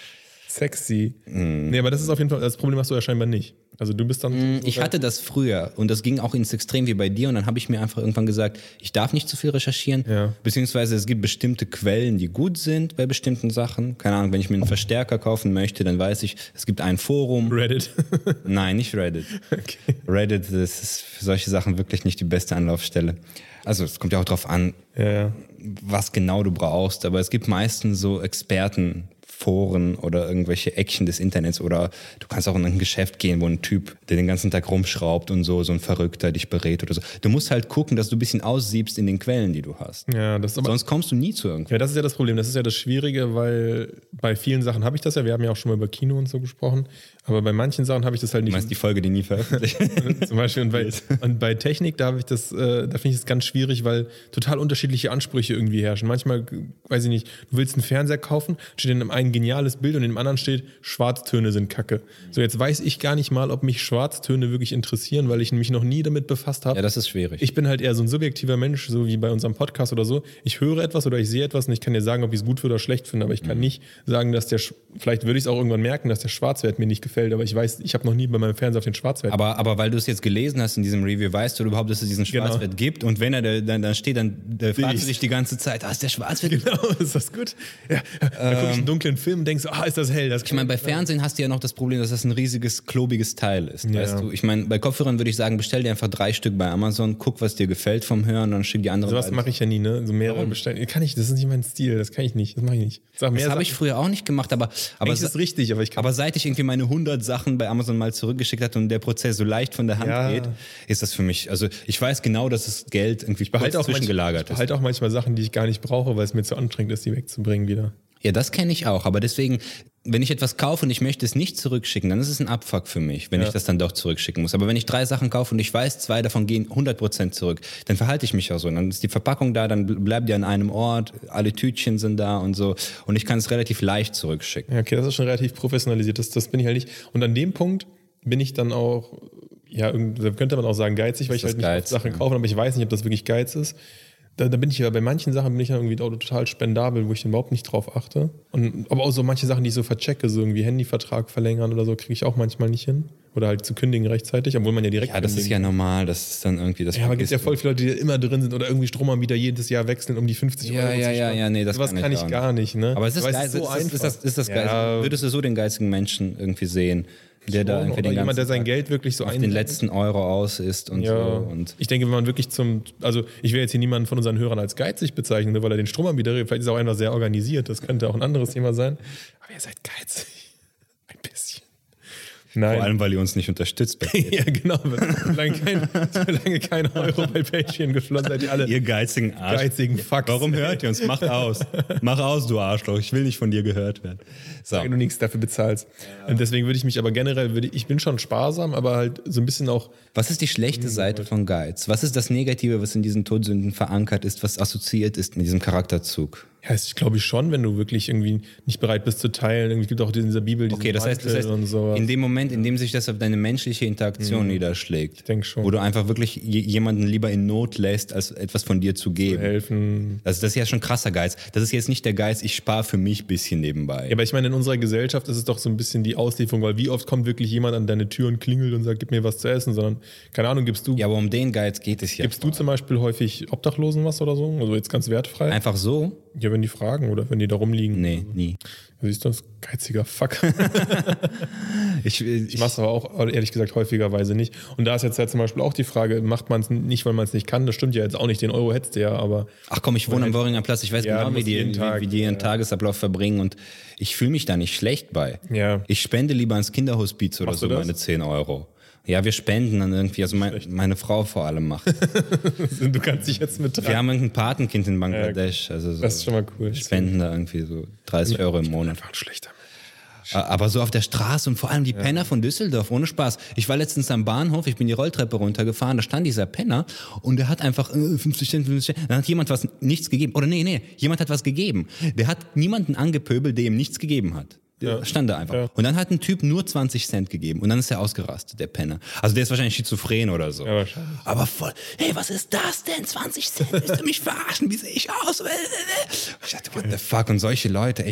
Sexy. Mm. Nee, aber das ist auf jeden Fall, das Problem hast du ja scheinbar nicht. Also du bist dann... Mm, ich hatte das früher und das ging auch ins Extrem wie bei dir und dann habe ich mir einfach irgendwann gesagt, ich darf nicht zu viel recherchieren, ja. beziehungsweise es gibt bestimmte Quellen, die gut sind bei bestimmten Sachen. Keine Ahnung, wenn ich mir einen Verstärker kaufen möchte, dann weiß ich, es gibt ein Forum. Reddit? Nein, nicht Reddit. Okay. Reddit, das ist für solche Sachen wirklich nicht die beste Anlaufstelle. Also es kommt ja auch drauf an, ja, ja. was genau du brauchst, aber es gibt meistens so Experten, Foren oder irgendwelche Ecken des Internets oder du kannst auch in ein Geschäft gehen, wo ein Typ, der den ganzen Tag rumschraubt und so, so ein Verrückter dich berät oder so. Du musst halt gucken, dass du ein bisschen aussiebst in den Quellen, die du hast. Ja, das ist aber, sonst kommst du nie zu irgendwas. Ja, das ist ja das Problem. Das ist ja das Schwierige, weil bei vielen Sachen habe ich das ja. Wir haben ja auch schon mal über Kino und so gesprochen. Aber bei manchen Sachen habe ich das halt nicht. Du meinst die Folge, die nie veröffentlicht. Zum Beispiel. Und bei, und bei Technik, da habe ich das, äh, da finde ich es ganz schwierig, weil total unterschiedliche Ansprüche irgendwie herrschen. Manchmal, weiß ich nicht, du willst einen Fernseher kaufen, steht in einem ein geniales Bild und in dem anderen steht, Schwarztöne sind Kacke. So, jetzt weiß ich gar nicht mal, ob mich Schwarztöne wirklich interessieren, weil ich mich noch nie damit befasst habe. Ja, das ist schwierig. Ich bin halt eher so ein subjektiver Mensch, so wie bei unserem Podcast oder so. Ich höre etwas oder ich sehe etwas und ich kann dir sagen, ob ich es gut oder schlecht finde, aber ich kann mhm. nicht sagen, dass der, vielleicht würde ich es auch irgendwann merken, dass der Schwarzwert mir nicht gefällt, aber ich weiß, ich habe noch nie bei meinem Fernseher auf den Schwarzwert. Aber, aber weil du es jetzt gelesen hast in diesem Review, weißt du überhaupt, dass es diesen Schwarzwert genau. gibt und wenn er dann, dann steht, dann da fragst du dich die ganze Zeit, ah, ist der Schwarzwert? Genau, ist das gut? Ja, dann ähm, gucke ich einen dunklen Film und denkst, ah, ist das hell? Das ich meine, bei Fernsehen hast du ja noch das Problem, dass das ein riesiges, klobiges Teil ist, ja. weißt du? Ich meine, bei Kopfhörern würde ich sagen, bestell dir einfach drei Stück bei Amazon, guck, was dir gefällt vom Hören und dann schick die anderen. So was mache ich ja nie, ne? So mehrere bestellen. Kann ich, das ist nicht mein Stil, das kann ich nicht, das mache ich nicht. Sag, das habe ich früher auch nicht gemacht, aber, aber ist richtig, aber ich kann aber seit ich irgendwie meine hundert Sachen bei Amazon mal zurückgeschickt hatte und der Prozess so leicht von der Hand ja. geht, ist das für mich, also ich weiß genau, dass das Geld irgendwie zwischengelagert ist. Ich behalte auch manchmal Sachen, die ich gar nicht brauche, weil es mir zu anstrengend ist, die wegzubringen wieder. Ja, das kenne ich auch, aber deswegen, wenn ich etwas kaufe und ich möchte es nicht zurückschicken, dann ist es ein Abfuck für mich, wenn ja. ich das dann doch zurückschicken muss. Aber wenn ich drei Sachen kaufe und ich weiß, zwei davon gehen hundert Prozent zurück, dann verhalte ich mich auch so. Und dann ist die Verpackung da, dann bleibt die an einem Ort, alle Tütchen sind da und so. Und ich kann es relativ leicht zurückschicken. Ja, okay, das ist schon relativ professionalisiert, das, das bin ich halt nicht. Und an dem Punkt bin ich dann auch, ja, da könnte man auch sagen geizig, weil ich halt nicht Geiz, Sachen ja. kaufe, aber ich weiß nicht, ob das wirklich Geiz ist. Da, da bin ich ja, bei manchen Sachen bin ich dann irgendwie auch total spendabel, wo ich überhaupt nicht drauf achte. Und, aber auch so manche Sachen, die ich so verchecke, so irgendwie Handyvertrag verlängern oder so, kriege ich auch manchmal nicht hin. Oder halt zu kündigen rechtzeitig, obwohl man ja direkt Ja, das ist ja normal, das ist dann irgendwie das. Ja, aber es gibt ja voll viele Leute, die immer drin sind oder irgendwie Stromanbieter jedes Jahr wechseln, um die fünfzig ja, Euro ja, zu ja, ja, nee, das was kann ich, kann ich gar nicht, ne? Aber es ist, geil, ist so ist, einfach. Ist das, ist das geil? Ja. Würdest du so den geizigen Menschen irgendwie sehen? Der Schon, da irgendwie den jemand, der sein Geld wirklich so auf den letzten Euro aus ist und ja. so. Und ich denke, wenn man wirklich zum, also ich will jetzt hier niemanden von unseren Hörern als geizig bezeichnen, nur weil er den Stromanbieter redet. Vielleicht ist er auch einfach sehr organisiert. Das könnte auch ein anderes Thema sein. Aber ihr seid geizig. Ein bisschen. Nein. Vor allem, weil ihr uns nicht unterstützt. Ja, genau. Solange kein, solange kein Euro bei Patreon geflossen seid, ihr alle. Ihr geizigen Arsch. Geizigen Fucks. Warum hört ihr uns? Macht aus. Mach aus, du Arschloch. Ich will nicht von dir gehört werden. So. Weil du nichts dafür bezahlst. Ja. Und deswegen würde ich mich aber generell, würde ich, ich bin schon sparsam, aber halt so ein bisschen auch. Was ist die schlechte Seite von Geiz? Was ist das Negative, was in diesen Todsünden verankert ist, was assoziiert ist mit diesem Charakterzug? Ja, ich glaube ich schon, wenn du wirklich irgendwie nicht bereit bist zu teilen. Irgendwie gibt es auch in dieser Bibel diesen Okay, das heißt, das heißt und sowas. In dem Moment, in dem sich das auf deine menschliche Interaktion mhm. niederschlägt, ich denke schon. Wo du einfach wirklich jemanden lieber in Not lässt, als etwas von dir zu geben. Zu helfen. Also das ist ja schon krasser Geiz. Das ist jetzt nicht der Geiz, ich spare für mich ein bisschen nebenbei. Ja, aber ich meine, in unserer Gesellschaft ist es doch so ein bisschen die Auslieferung, weil wie oft kommt wirklich jemand an deine Tür und klingelt und sagt, gib mir was zu essen, sondern, keine Ahnung, gibst du... Ja, aber um den Geiz geht es ja. Gibst du zum Beispiel häufig Obdachlosen was oder so? Also jetzt ganz wertfrei? Einfach so? Ja, wenn die fragen oder wenn die da rumliegen. Nee, nie. Ja, siehst du, das geiziger Fuck. ich ich, ich mache es aber auch ehrlich gesagt häufigerweise nicht. Und da ist jetzt ja zum Beispiel auch die Frage, macht man es nicht, weil man es nicht kann? Das stimmt ja jetzt auch nicht, den Euro hättest du ja, aber... Ach komm, ich wohne am Worringer Platz, ich weiß ja, genau, wie die, Tag, wie, wie die ihren ja. Tagesablauf verbringen und ich fühle mich da nicht schlecht bei. Ja. Ich spende lieber ans Kinderhospiz oder Machst so meine zehn Euro. Ja, wir spenden dann irgendwie, also mein, meine Frau vor allem macht. Du kannst dich jetzt mit dran. Wir haben irgendein Patenkind in Bangladesch. Also so das ist schon mal cool. Spenden da irgendwie so dreißig Euro im Monat. Einfach ein schlechter Mensch. Aber so auf der Straße und vor allem die ja. Penner von Düsseldorf, ohne Spaß. Ich war letztens am Bahnhof, ich bin die Rolltreppe runtergefahren, da stand dieser Penner und der hat einfach äh, fünfzig Cent, fünfzig Cent. Dann hat jemand was, nichts gegeben. Oder nee, nee, jemand hat was gegeben. Der hat niemanden angepöbelt, der ihm nichts gegeben hat. Der ja. stand da einfach. Ja. Und dann hat ein Typ nur zwanzig Cent gegeben. Und dann ist er ausgerastet, der Penner. Also der ist wahrscheinlich schizophren oder so. Ja, wahrscheinlich. Aber voll, hey, was ist das denn? zwanzig Cent? Willst du mich verarschen? Wie sehe ich aus? Ich dachte, what the fuck? Und solche Leute, echt.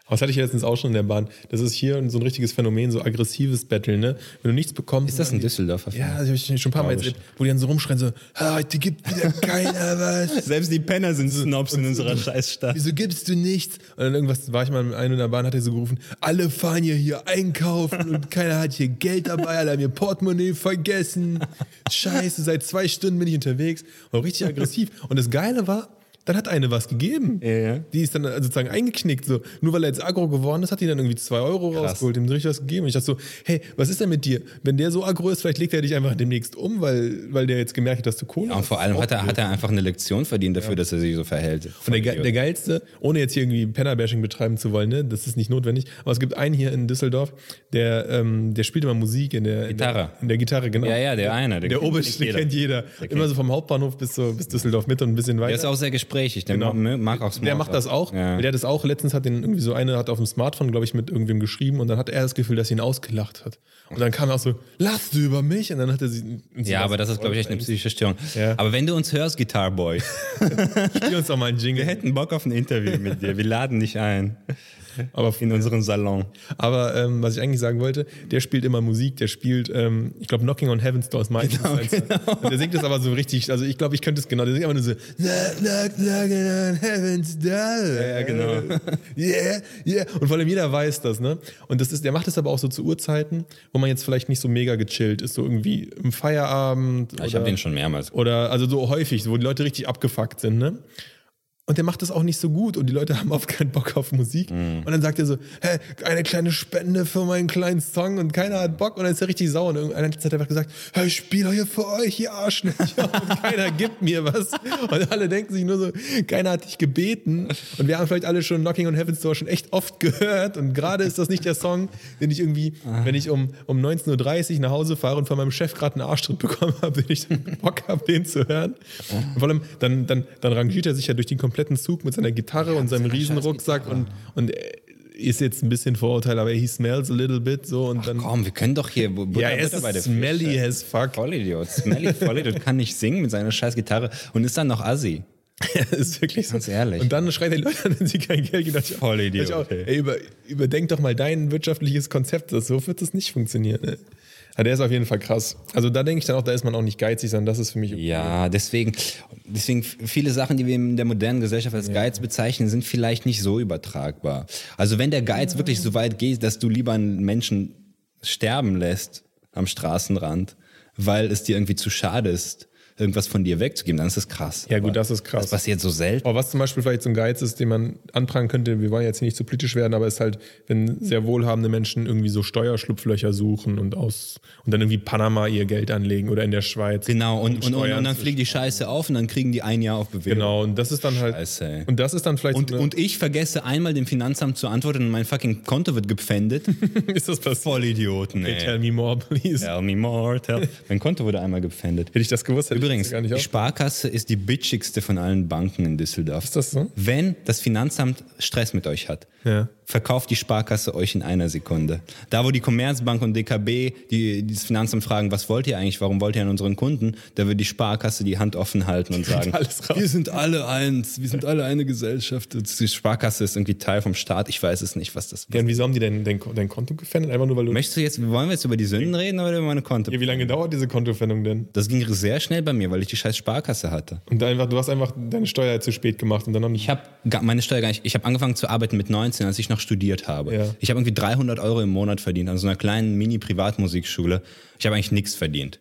Aber das hatte ich letztens auch schon in der Bahn. Das ist hier so ein richtiges Phänomen, so aggressives Battle, ne? Wenn du nichts bekommst. Ist das ein Düsseldorfer Film? Ja, das habe ich schon ein paar Mal Glaub ich. erzählt, wo die dann so rumschreien, so, "Ah, heute gibt wieder keiner was. Selbst die Penner sind Snobs in unserer Scheißstadt. Wieso gibst du nichts? Und dann irgendwas war ich mal mit einem in der Bahn, hat er so gerufen, alle fahren hier, hier einkaufen und keiner hat hier Geld dabei, alle haben ihr Portemonnaie vergessen. Scheiße, seit zwei Stunden bin ich unterwegs. War richtig aggressiv. Und das Geile war, dann hat eine was gegeben. Ja, ja. Die ist dann sozusagen eingeknickt. So. Nur weil er jetzt aggro geworden ist, hat die dann irgendwie zwei Euro Krass. rausgeholt, dem richtig was gegeben. Und ich dachte so, hey, was ist denn mit dir? Wenn der so aggro ist, vielleicht legt er dich einfach demnächst um, weil, weil der jetzt gemerkt hat, dass du Kohle Ja, hast. und vor allem hat er, hat er einfach eine Lektion verdient dafür, dass er sich so verhält. Und der, Ge- der geilste, ohne jetzt hier irgendwie Penner-Bashing betreiben zu wollen, ne, das ist nicht notwendig, aber es gibt einen hier in Düsseldorf, der, ähm, der spielt immer Musik in der Gitarre. In der, in der Gitarre, genau. Ja, ja, der eine. Der kennt Oberste, den jeder. kennt jeder. kennt Immer so vom Hauptbahnhof bis, so, bis Düsseldorf Mitte und ein bisschen weiter. Der ist auch sehr gesprächig. Der Genau. mag, mag auch Der macht das auch. Ja. Der hat das auch. Letztens hat den irgendwie so eine hat auf dem Smartphone, glaube ich, mit irgendwem geschrieben und dann hat er das Gefühl, dass sie ihn ausgelacht hat. Und dann kam er auch so, lachst du über mich? Und dann hat er sie. und sie Ja, war aber so, das ist, glaube ich, echt eine psychische Störung. Ja. Aber wenn du uns hörst, Guitar Boy, Spiel uns doch mal einen Jingle. wir hätten Bock auf ein Interview mit dir. Wir laden dich ein. Aber In unseren Salon. Aber ähm, was ich eigentlich sagen wollte, der spielt immer Musik, der spielt, ähm, ich glaube, Knocking on Heaven's Door ist mein Genau, genau. Und der singt das aber so richtig, also ich glaube, ich könnte es genau, der singt aber nur so Knock, knock, knocking on Heaven's Door. Ja, ja, genau. Yeah, yeah. Und vor allem jeder weiß das, ne? Und das ist, der macht das aber auch so zu Uhrzeiten, wo man jetzt vielleicht nicht so mega gechillt ist, so irgendwie im Feierabend. Ja, ich oder, habe den schon mehrmals. Oder, also so häufig, wo die Leute richtig abgefuckt sind, ne? Und der macht das auch nicht so gut und die Leute haben oft keinen Bock auf Musik. Mm. Und dann sagt er so, hä, eine kleine Spende für meinen kleinen Song und keiner hat Bock und dann ist er richtig sauer. Und irgendeiner hat einfach gesagt, hey, ich spiele hier für euch, ihr Arschlöcher und keiner gibt mir was. Und alle denken sich nur so, keiner hat dich gebeten. Und wir haben vielleicht alle schon Knocking on Heaven's Door schon echt oft gehört und gerade ist das nicht der Song, den ich irgendwie, ah. wenn ich um, um neunzehn Uhr dreißig nach Hause fahre und von meinem Chef gerade einen Arschtritt bekommen habe, den ich dann Bock habe, den zu hören. Und vor allem, dann, dann, dann rangiert er sich ja durch den kompletten Zug mit seiner Gitarre ja, und seinem Riesenrucksack und, und ist jetzt ein bisschen Vorurteil, aber he smells a little bit so und Ach dann. Komm, wir können doch hier. Butter, ja, er ist bei der smelly Fische. as fuck. Vollidiot. Smelly, Vollidiot kann nicht singen mit seiner scheiß Gitarre und ist dann noch assi. Ja, ist wirklich Ganz so. ehrlich. Und dann schreit er die Leute an, wenn sie kein Geld geben. Vollidiot. Auch, ey, über, überdenk doch mal dein wirtschaftliches Konzept. Das, so wird das nicht funktionieren. Ne? Ja, der ist auf jeden Fall krass. Also da denke ich dann auch, da ist man auch nicht geizig, sondern das ist für mich okay. Ja, deswegen, deswegen viele Sachen, die wir in der modernen Gesellschaft als Geiz bezeichnen, sind vielleicht nicht so übertragbar. Also wenn der Geiz ja. wirklich so weit geht, dass du lieber einen Menschen sterben lässt am Straßenrand, weil es dir irgendwie zu schade ist, irgendwas von dir wegzugeben, dann ist das krass. Ja gut, aber das ist krass. Das passiert so selten. Aber was zum Beispiel vielleicht so ein Geiz ist, den man anprangern könnte, wir wollen jetzt hier nicht zu politisch werden, aber es ist halt, wenn sehr wohlhabende Menschen irgendwie so Steuerschlupflöcher suchen und aus und dann irgendwie Panama ihr Geld anlegen oder in der Schweiz. Genau, und, und, und, und dann fliegt die Scheiße auf und dann kriegen die ein Jahr auf Bewährung. Genau, und das ist dann halt. Scheiße, ey. Und das ist dann vielleicht. Und, so eine, und ich vergesse einmal dem Finanzamt zu antworten und mein fucking Konto wird gepfändet. Ist das passiert? Vollidioten, ey. Okay, tell me more, please. Tell me more, tell. Mein Konto wurde einmal gepfändet. Hätte ich das gewusst, hätte Übrigens, ich das gar nicht die auf. Sparkasse ist die bitchigste von allen Banken in Düsseldorf. Ist das so? Wenn das Finanzamt Stress mit euch hat, Ja. verkauft die Sparkasse euch in einer Sekunde. Da, wo die Commerzbank und D K B die, die das Finanzamt fragen, was wollt ihr eigentlich, warum wollt ihr an unseren Kunden, da wird die Sparkasse die Hand offen halten und sagen, alles raus. wir sind alle eins, wir sind alle eine Gesellschaft. Die Sparkasse ist irgendwie Teil vom Staat, ich weiß es nicht, was das ist. Ja, und wieso haben die denn dein, dein Konto gefändet? Einfach nur, weil du... Möchtest du jetzt, wollen wir jetzt über die Sünden reden oder über meine Konto? Ja, wie lange dauert diese Kontofendung denn? Das ging sehr schnell bei mir, weil ich die scheiß Sparkasse hatte. Und einfach, du hast einfach deine Steuer zu spät gemacht und dann haben die... Ich habe meine Steuer gar nicht, ich habe angefangen zu arbeiten mit neunzehn, als ich noch studiert habe. Ja. Ich habe irgendwie dreihundert Euro im Monat verdient an so einer kleinen Mini-Privatmusikschule. Ich habe eigentlich nichts verdient.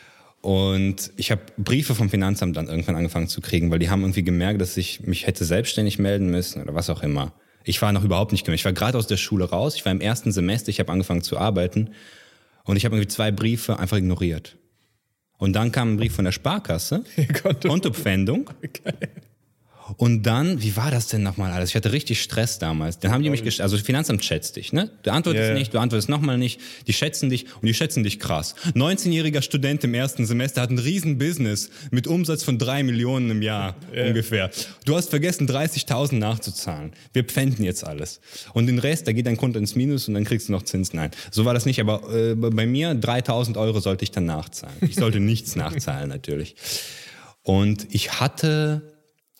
Und ich habe Briefe vom Finanzamt dann irgendwann angefangen zu kriegen, weil die haben irgendwie gemerkt, dass ich mich hätte selbstständig melden müssen oder was auch immer. Ich war noch überhaupt nicht gemeldet. Ich war gerade aus der Schule raus, ich war im ersten Semester, ich habe angefangen zu arbeiten und ich habe irgendwie zwei Briefe einfach ignoriert. Und dann kam ein Brief von der Sparkasse, Konto. Kontopfändung. Okay. Und dann, wie war das denn nochmal alles? Ich hatte richtig Stress damals. Dann haben die mich, gesch- also das Finanzamt schätzt dich, ne? Du antwortest Ja, ja. nicht, du antwortest nochmal nicht. Die schätzen dich und die schätzen dich krass. neunzehnjähriger Student im ersten Semester hat ein riesen Business mit Umsatz von drei Millionen im Jahr Ja. ungefähr. Du hast vergessen, dreißigtausend nachzuzahlen. Wir pfänden jetzt alles. Und den Rest, da geht dein Konto ins Minus und dann kriegst du noch Zins. Nein, so war das nicht. Aber äh, bei mir, dreitausend Euro sollte ich dann nachzahlen. Ich sollte nichts nachzahlen natürlich. Und ich hatte...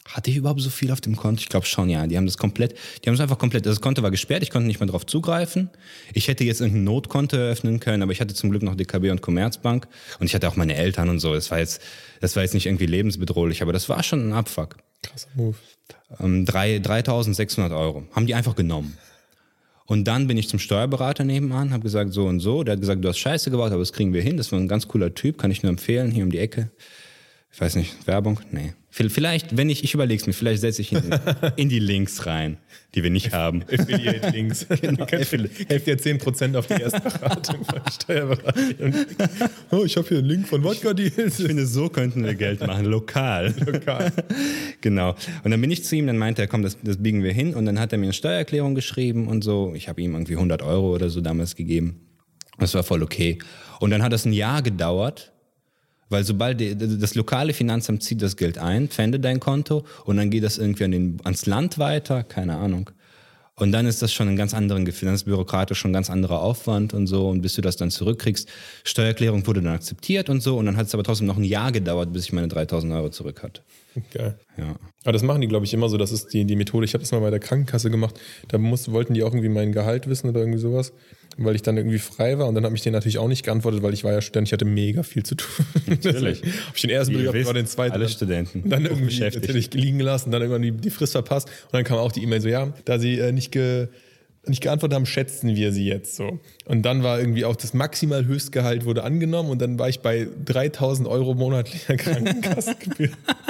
Hatte ich überhaupt so viel auf dem Konto? Ich glaube schon, ja. Die haben das komplett, die haben es einfach komplett, das Konto war gesperrt, ich konnte nicht mehr drauf zugreifen. Ich hätte jetzt irgendein Notkonto eröffnen können, aber ich hatte zum Glück noch D K B und Commerzbank und ich hatte auch meine Eltern und so. Das war jetzt, das war jetzt nicht irgendwie lebensbedrohlich, aber das war schon ein Abfuck. Krasser Move. Ähm, drei, dreitausendsechshundert Euro. Haben die einfach genommen. Und dann bin ich zum Steuerberater nebenan, habe gesagt so und so. Der hat gesagt, du hast Scheiße gebaut, aber das kriegen wir hin. Das war ein ganz cooler Typ, kann ich nur empfehlen, hier um die Ecke. Ich weiß nicht, Werbung? Nee. Vielleicht, wenn ich, ich überleg's mir, vielleicht setze ich ihn in die Links rein, die wir nicht haben. Affiliate-Links. Genau. Helft dir zehn Prozent auf die erste Beratung von Steuerberatung. Oh, ich habe hier einen Link von Wodka-Deals. Ich finde, so könnten wir Geld machen, lokal. Lokal. Genau. Und dann bin ich zu ihm, dann meinte er, komm, das, das biegen wir hin. Und dann hat er mir eine Steuererklärung geschrieben und so. Ich habe ihm irgendwie hundert Euro oder so damals gegeben. Das war voll okay. Und dann hat das ein Jahr gedauert. Weil sobald die, das lokale Finanzamt zieht das Geld ein, pfändet dein Konto und dann geht das irgendwie an den, ans Land weiter, keine Ahnung. Und dann ist das schon ein ganz anderen Gefühl, dann ist bürokratisch schon ein ganz anderer Aufwand und so. Und bis du das dann zurückkriegst, Steuererklärung wurde dann akzeptiert und so. Und dann hat es aber trotzdem noch ein Jahr gedauert, bis ich meine dreitausend Euro zurück hatte. Geil. Ja. Aber das machen die, glaube ich, immer so. Das ist die, die Methode. Ich habe das mal bei der Krankenkasse gemacht. Da muss, wollten die auch irgendwie mein Gehalt wissen oder irgendwie sowas, weil ich dann irgendwie frei war. Und dann habe ich denen natürlich auch nicht geantwortet, weil ich war ja Student. Ich hatte mega viel zu tun. Natürlich. habe ich den ersten Brief gehabt, war den zweiten. Alle Studenten. Dann irgendwie natürlich liegen gelassen, dann irgendwann die, die Frist verpasst. Und dann kam auch die E-Mail so, ja, da sie äh, nicht ge... nicht geantwortet haben, schätzen wir sie jetzt so. Und dann war irgendwie auch das maximal Höchstgehalt wurde angenommen und dann war ich bei dreitausend Euro monatlicher Krankenkassengebühr.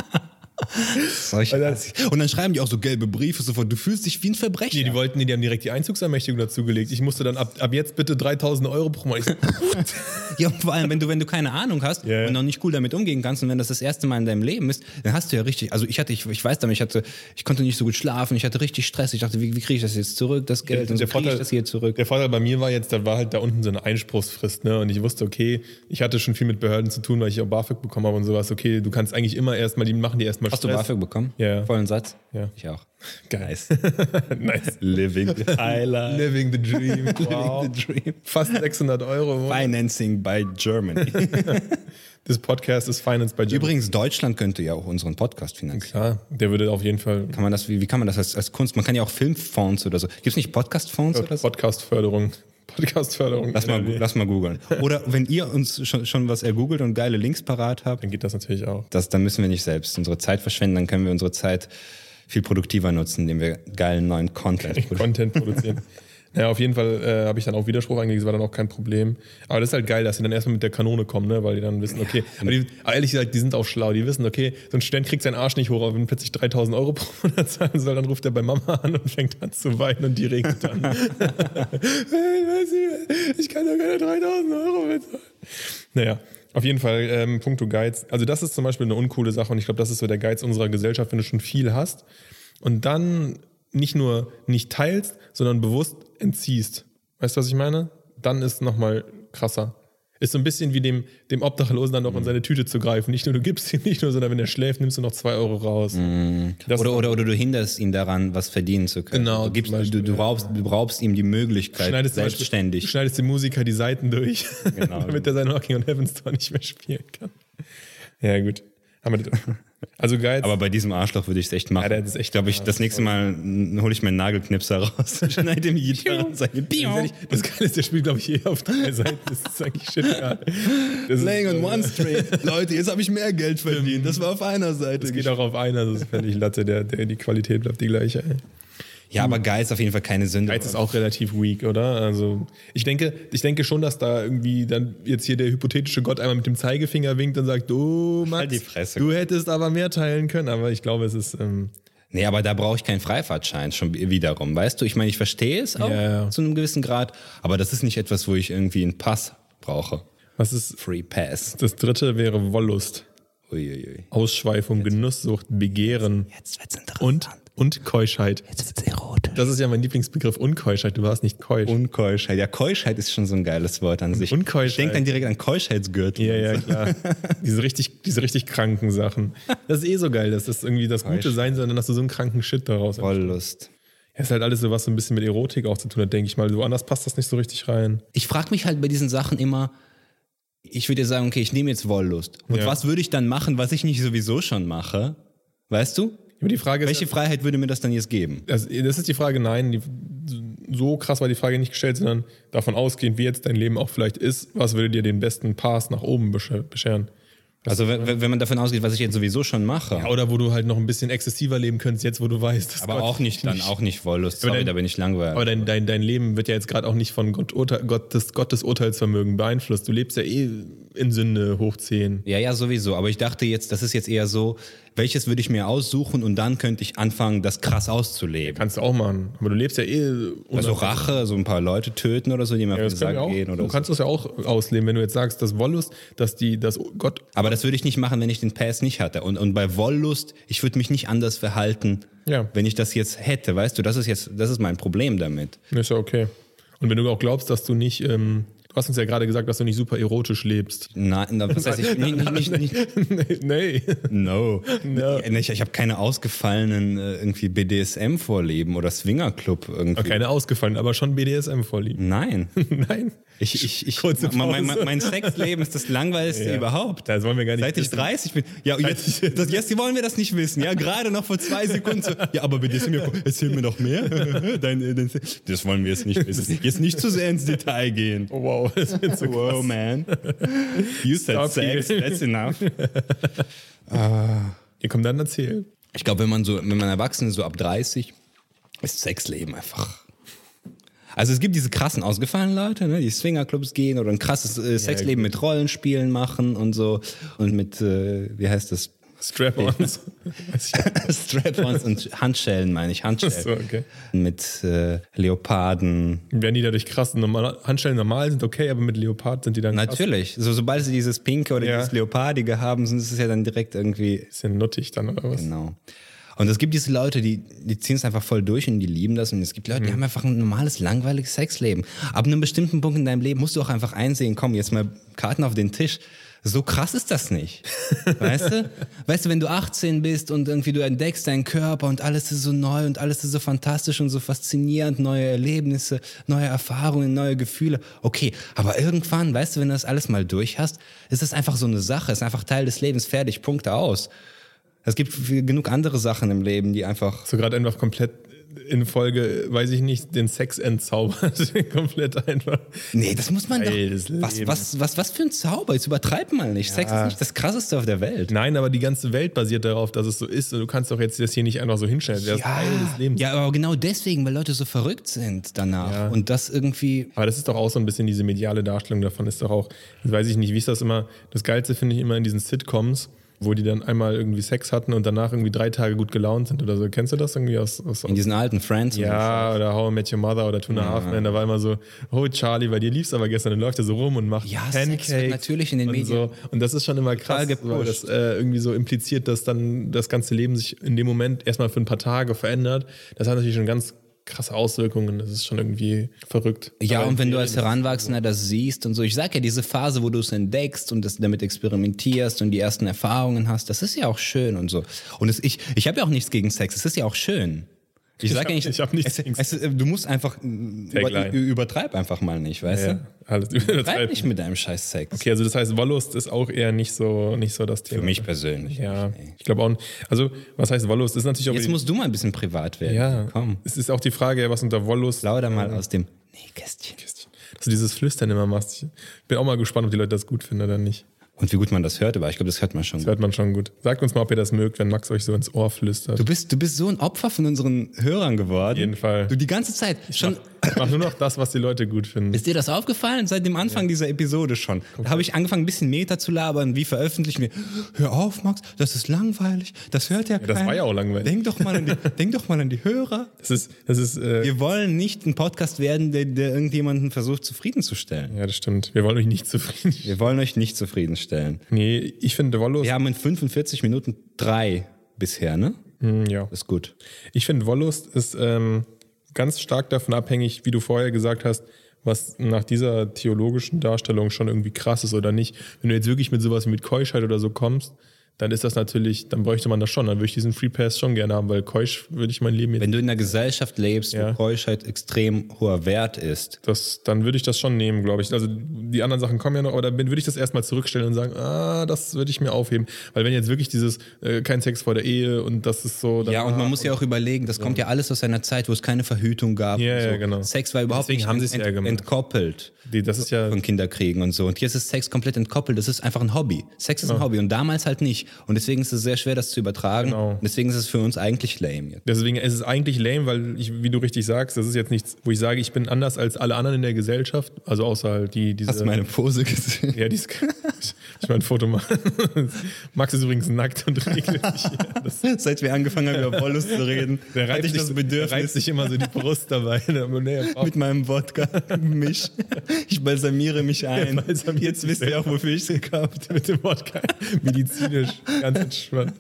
Und dann schreiben die auch so gelbe Briefe sofort, du fühlst dich wie ein Verbrecher. Nee, die wollten, nee, die haben direkt die Einzugsermächtigung dazugelegt. Ich musste dann ab, ab jetzt bitte dreitausend Euro pro Monat. Ja, vor allem, wenn du, wenn du keine Ahnung hast yeah. und noch nicht cool damit umgehen kannst und wenn das das erste Mal in deinem Leben ist, dann hast du ja richtig, also ich hatte, ich, ich weiß damit, ich hatte, ich konnte nicht so gut schlafen, ich hatte richtig Stress, ich dachte, wie, wie kriege ich das jetzt zurück, das Geld, der, und so kriege ich das hier zurück. Der Vorteil bei mir war jetzt, da war halt da unten so eine Einspruchsfrist, ne, und ich wusste, okay, ich hatte schon viel mit Behörden zu tun, weil ich auch BAföG bekommen habe und sowas, okay, du kannst eigentlich immer erstmal, die machen die erstmal Stress. Hast du BAföG bekommen? Ja. Yeah. Vollen Satz? Ja. Ich auch. Geil. Nice. Nice. Living the highlight. Living the dream. Wow. Living the dream. Fast sechshundert Euro. Financing by Germany. Das Podcast ist financed by Germany. Übrigens, Deutschland könnte ja auch unseren Podcast finanzieren. Klar, der würde auf jeden Fall... Kann man das, wie, wie kann man das als, als Kunst... Man kann ja auch Filmfonds oder so. Gibt es nicht Podcastfonds oder so? Podcastförderung. Podcastförderung. Lass mal, lass mal googeln. Oder wenn ihr uns schon, schon was ergoogelt und geile Links parat habt. Dann geht das natürlich auch. Das, dann müssen wir nicht selbst unsere Zeit verschwenden. Dann können wir unsere Zeit viel produktiver nutzen, indem wir geilen neuen Content produzieren. Content produzieren. Naja, auf jeden Fall äh, habe ich dann auch Widerspruch eingelegt, das war dann auch kein Problem. Aber das ist halt geil, dass sie dann erstmal mit der Kanone kommen, ne? Weil die dann wissen, okay, aber die, ehrlich gesagt, die sind auch schlau, die wissen, okay, so ein Student kriegt seinen Arsch nicht hoch, aber wenn plötzlich dreitausend Euro pro Monat zahlen soll, dann ruft er bei Mama an und fängt an zu weinen und die regnet dann. Hey, weiß ich, ich kann doch keine dreitausend Euro bezahlen. Naja. Auf jeden Fall, ähm, puncto Geiz. Also das ist zum Beispiel eine uncoole Sache und ich glaube, das ist so der Geiz unserer Gesellschaft, wenn du schon viel hast und dann nicht nur nicht teilst, sondern bewusst entziehst. Weißt du, was ich meine? Dann ist nochmal krasser. Ist so ein bisschen wie dem, dem Obdachlosen dann noch mhm. in seine Tüte zu greifen. Nicht nur du gibst ihm nicht nur, sondern wenn er schläft, nimmst du noch zwei Euro raus. Mhm. Oder, oder, oder du hinderst ihn daran, was verdienen zu können. Genau. Du, gibst, Beispiel, du, du, raubst, du raubst ihm die Möglichkeit, schneidest selbstständig. Du schneidest dem Musiker die Seiten durch, genau. damit er sein Knocking on Heaven's Door nicht mehr spielen kann. Ja, gut. Haben wir das. Also Geiz. Aber bei diesem Arschloch würde ich es echt machen. Ja, das ist echt ich glaube, ich, das nächste Mal hole ich meinen Nagelknipser raus, schneide ihm die Gitarre und sage, das Geile ist, der spielt, glaube ich, eh auf drei Seiten. Das ist eigentlich shit. Laying on one string. Leute, jetzt habe ich mehr Geld verdient. Das war auf einer Seite. Das geht auch auf einer, das ist völlig Latte. Der, der, die Qualität bleibt die gleiche. Ey. Ja, aber Geiz ist auf jeden Fall keine Sünde. Geiz ist auch relativ weak, oder? Also ich denke, ich denke schon, dass da irgendwie dann jetzt hier der hypothetische Gott einmal mit dem Zeigefinger winkt und sagt, du Max, halt die Fresse. Du hättest aber mehr teilen können. Aber ich glaube, es ist... Ähm nee, aber da brauche ich keinen Freifahrtschein schon wiederum, weißt du? Ich meine, ich verstehe es auch ja, ja. zu einem gewissen Grad, aber das ist nicht etwas, wo ich irgendwie einen Pass brauche. Was ist... Free Pass. Das dritte wäre Wollust. Uiuiui. Ausschweifung, jetzt, Genusssucht, Begehren. Jetzt wird's interessant. Und, und Keuschheit. Jetzt wird's erotisch. Das ist ja mein Lieblingsbegriff, Unkeuschheit. Du warst nicht keusch. Unkeuschheit. Ja, Keuschheit ist schon so ein geiles Wort an sich. Unkeuschheit. Ich denke dann direkt an Keuschheitsgürtel. Ja, ja, klar. diese, richtig, diese richtig kranken Sachen. Das ist eh so geil, dass das irgendwie das Gute sein soll, dann hast du so einen kranken Shit daraus. Wollust. Ja, ist halt alles so, was so ein bisschen mit Erotik auch zu tun hat, denke ich mal. Woanders passt das nicht so richtig rein. Ich frage mich halt bei diesen Sachen immer, ich würde ja sagen, okay, ich nehme jetzt Wollust. Und ja. was würde ich dann machen, was ich nicht sowieso schon mache? Weißt du? Aber die Frage ist, Welche Freiheit würde mir das dann jetzt geben? also, das ist die Frage, nein, die, so krass war die Frage nicht gestellt, sondern davon ausgehend, wie jetzt dein Leben auch vielleicht ist, was würde dir den besten Pass nach oben bescheren? Also wenn, wenn man davon ausgeht, was ich jetzt sowieso schon mache. Ja, oder wo du halt noch ein bisschen exzessiver leben könntest, jetzt wo du weißt. Dass aber Gott auch nicht, dann auch nicht Wollust. Sorry, dein, da bin ich langweilig. Aber dein, dein, dein Leben wird ja jetzt gerade auch nicht von Gott, Urteil, Gottes, Gottes Urteilsvermögen beeinflusst. Du lebst ja eh in Sünde hoch zehn. Ja, ja, sowieso. Aber ich dachte jetzt, das ist jetzt eher so, welches würde ich mir aussuchen und dann könnte ich anfangen, das krass auszuleben. Kannst du auch machen. Aber du lebst ja eh... Also Rache, so ein paar Leute töten oder so, die mir ja, auf den Sack auch, gehen. Oder du so. kannst das ja auch ausleben, wenn du jetzt sagst, dass Wollust, dass die, dass Gott... Aber das würde ich nicht machen, wenn ich den Pass nicht hatte. Und, und bei Wollust, ich würde mich nicht anders verhalten, Ja. wenn ich das jetzt hätte. Weißt du, das ist jetzt, das ist mein Problem damit. Ist ja okay. Und wenn du auch glaubst, dass du nicht... Ähm, du hast uns ja gerade gesagt, dass du nicht super erotisch lebst. Nein, das heißt, ich nicht, nicht, nicht, nicht nee. No. No. Ich, ich habe keine ausgefallenen äh, irgendwie B D S M-Vorlieben oder Swingerclub irgendwie. Keine ausgefallen, aber schon B D S M-Vorlieben. Nein. Nein. Ich, ich, ich, Kurze Pause. mein, mein, mein Sexleben ist das langweiligste Ja. überhaupt. Das wollen wir gar nicht Seit ich wissen. dreißig bin. Ja, jetzt, das, jetzt wollen wir das nicht wissen. Ja, gerade noch vor zwei Sekunden so. Ja, aber B D S M, erzähl mir noch mehr. Dein, dein, das wollen wir jetzt nicht wissen. Jetzt nicht zu sehr ins Detail gehen. Oh, wow, das wird so krass. Wow, man. You said Stop sex, here. that's enough. Ja, komm, dann erzähl. Ich glaube, wenn man so, wenn man erwachsen ist, so ab dreißig, ist Sexleben einfach. Also es gibt diese krassen ausgefallenen Leute, ne, die Swingerclubs gehen oder ein krasses äh, Sexleben mit Rollenspielen machen und so und mit, äh, wie heißt das? Strap-ons. Strap-ons und Handschellen, meine ich, Handschellen. So, okay. Mit äh, Leoparden. Werden die dadurch krass? Normal, Handschellen normal sind okay, aber mit Leopard sind die dann krass. Natürlich. So, sobald sie dieses Pinke oder Ja. dieses Leopardige haben, sind es ja dann direkt irgendwie. Bisschen nuttig dann, oder was? Genau. Und es gibt diese Leute, die, die ziehen es einfach voll durch und die lieben das. Und es gibt Leute, die haben einfach ein normales, langweiliges Sexleben. Ab einem bestimmten Punkt in deinem Leben musst du auch einfach einsehen, komm, jetzt mal Karten auf den Tisch. So krass ist das nicht. Weißt du? Weißt du, wenn du achtzehn bist und irgendwie du entdeckst deinen Körper und alles ist so neu und alles ist so fantastisch und so faszinierend, neue Erlebnisse, neue Erfahrungen, neue Gefühle. Okay, aber irgendwann, weißt du, wenn du das alles mal durch hast, ist das einfach so eine Sache, ist einfach Teil des Lebens, fertig, Punkte aus. Es gibt viel- genug andere Sachen im Leben, die einfach... So gerade einfach komplett in Folge, weiß ich nicht, den Sex entzaubert. komplett einfach. Nee, das muss man Teil des doch... Was, Lebens. was, was, was für ein Zauber, jetzt übertreib mal nicht. Sex ist nicht das Krasseste auf der Welt. Nein, aber die ganze Welt basiert darauf, dass es so ist. Und du kannst doch jetzt das hier nicht einfach so hinstellen. Das ist Teil des Lebens. ja, aber genau deswegen, weil Leute so verrückt sind danach. Ja. Und das irgendwie... Aber das ist doch auch so ein bisschen diese mediale Darstellung davon. Ist doch auch, das weiß ich nicht, wie ist das immer? Das Geilste finde ich immer in diesen Sitcoms, wo die dann einmal irgendwie Sex hatten und danach irgendwie drei Tage gut gelaunt sind oder so. Kennst du das irgendwie aus? aus In diesen alten Friends. ja, oder How I Met Your Mother oder Two and a Half Men, da war immer so, oh Charlie, bei dir lief's aber gestern, dann läuft er so rum und macht Ja, Sex wird natürlich in den und Medien so. Und das ist schon immer krass, gepusht. weil das äh, irgendwie so impliziert, dass dann das ganze Leben sich in dem Moment erstmal für ein paar Tage verändert. Das hat natürlich schon ganz krasse Auswirkungen, das ist schon irgendwie verrückt. Ja, Aber und wenn in du als Serien- Heranwachsender das siehst und so, ich sag ja, diese Phase, wo du es entdeckst und das damit experimentierst und die ersten Erfahrungen hast, das ist ja auch schön und so. Und es, ich, ich habe ja auch nichts gegen Sex, es ist ja auch schön. Ich sag hab- ja nicht, ich hab nichts es, gegen es, du musst einfach, über, Tagline. übertreib einfach mal nicht, weißt ja, du? alles Übertreib übertreiben. nicht mit deinem scheiß Sex. Okay, also das heißt, Wollust ist auch eher nicht so, nicht so das Thema. Für mich persönlich. Ja, nicht, ey. ich glaube auch. nicht. Also, was heißt Wollust? Das ist natürlich auch Jetzt die- musst du mal ein bisschen privat werden. ja, Komm, es ist auch die Frage, was unter Wollust. lauter mal aus dem Nähkästchen. Dass du dieses Flüstern immer machst. Ich bin auch mal gespannt, ob die Leute das gut finden oder nicht. Und wie gut man das hört, aber ich glaube, das hört man schon. Das hört man schon gut. Sagt uns mal, ob ihr das mögt, wenn Max euch so ins Ohr flüstert. Du bist, du bist so ein Opfer von unseren Hörern geworden. Auf jeden Fall. Du die ganze Zeit schon. Ich mach nur noch das, was die Leute gut finden. Ist dir das aufgefallen? Seit dem Anfang dieser Episode schon. Da habe ich angefangen, ein bisschen Meta zu labern. Wie veröffentlichen wir? Hör auf, Max, das ist langweilig. Das hört ja keiner. das war ja auch langweilig. Denk doch mal an die, denk doch mal an die Hörer. Das ist, das ist, äh, Wir wollen nicht ein Podcast werden, der, der irgendjemanden versucht zufriedenzustellen. ja, das stimmt. Wir wollen euch nicht zufrieden. Wir wollen euch nicht zufriedenstellen. Nee, ich finde Wollust, Wir haben in fünfundvierzig Minuten drei bisher, ne? Hm, ja. Ist gut. Ich finde, Wollust ist ähm, ganz stark davon abhängig, wie du vorher gesagt hast, was nach dieser theologischen Darstellung schon irgendwie krass ist oder nicht. Wenn du jetzt wirklich mit sowas wie mit Keuschheit oder so kommst, dann ist das natürlich, dann bräuchte man das schon. Dann würde ich diesen Free Pass schon gerne haben, weil Keusch würde ich mein Leben jetzt... Wenn du in einer Gesellschaft lebst, Ja. wo Keuschheit extrem hoher Wert ist. Das, dann würde ich das schon nehmen, glaube ich. Also die anderen Sachen kommen ja noch, aber dann würde ich das erstmal zurückstellen und sagen, ah, das würde ich mir aufheben. Weil wenn jetzt wirklich dieses, äh, kein Sex vor der Ehe und das ist so... Ja, und man muss ja auch überlegen, das kommt ja alles aus einer Zeit, wo es keine Verhütung gab. Ja, und so. ja, genau. Sex war überhaupt Deswegen nicht haben sie es ent, ja gemacht. entkoppelt Die, das ist ja... von Kinderkriegen und so. Und jetzt ist Sex komplett entkoppelt. Das ist einfach ein Hobby. Sex ist ein Hobby und damals halt nicht. Und deswegen ist es sehr schwer, das zu übertragen. Genau. Und deswegen ist es für uns eigentlich lame jetzt. Deswegen ist es eigentlich lame, weil, ich, wie du richtig sagst, das ist jetzt nichts, wo ich sage, ich bin anders als alle anderen in der Gesellschaft. Also außer halt die, diese... Hast du meine Pose gesehen? Ja, die ist, ich mal ein Foto machen. Max ist übrigens nackt und regelt sich hier. Das, Seit wir angefangen haben, über Wollust zu reden, der hatte reibt ich sich, das der Bedürfnis reibt sich immer so die Brust dabei. Nee, er braucht- mit meinem Wodka mich. Ich balsamiere mich ein. Er balsamiert Jetzt sich wisst ihr auch, wofür ich es gekauft habe. mit dem Wodka. Medizinisch, ganz entspannt.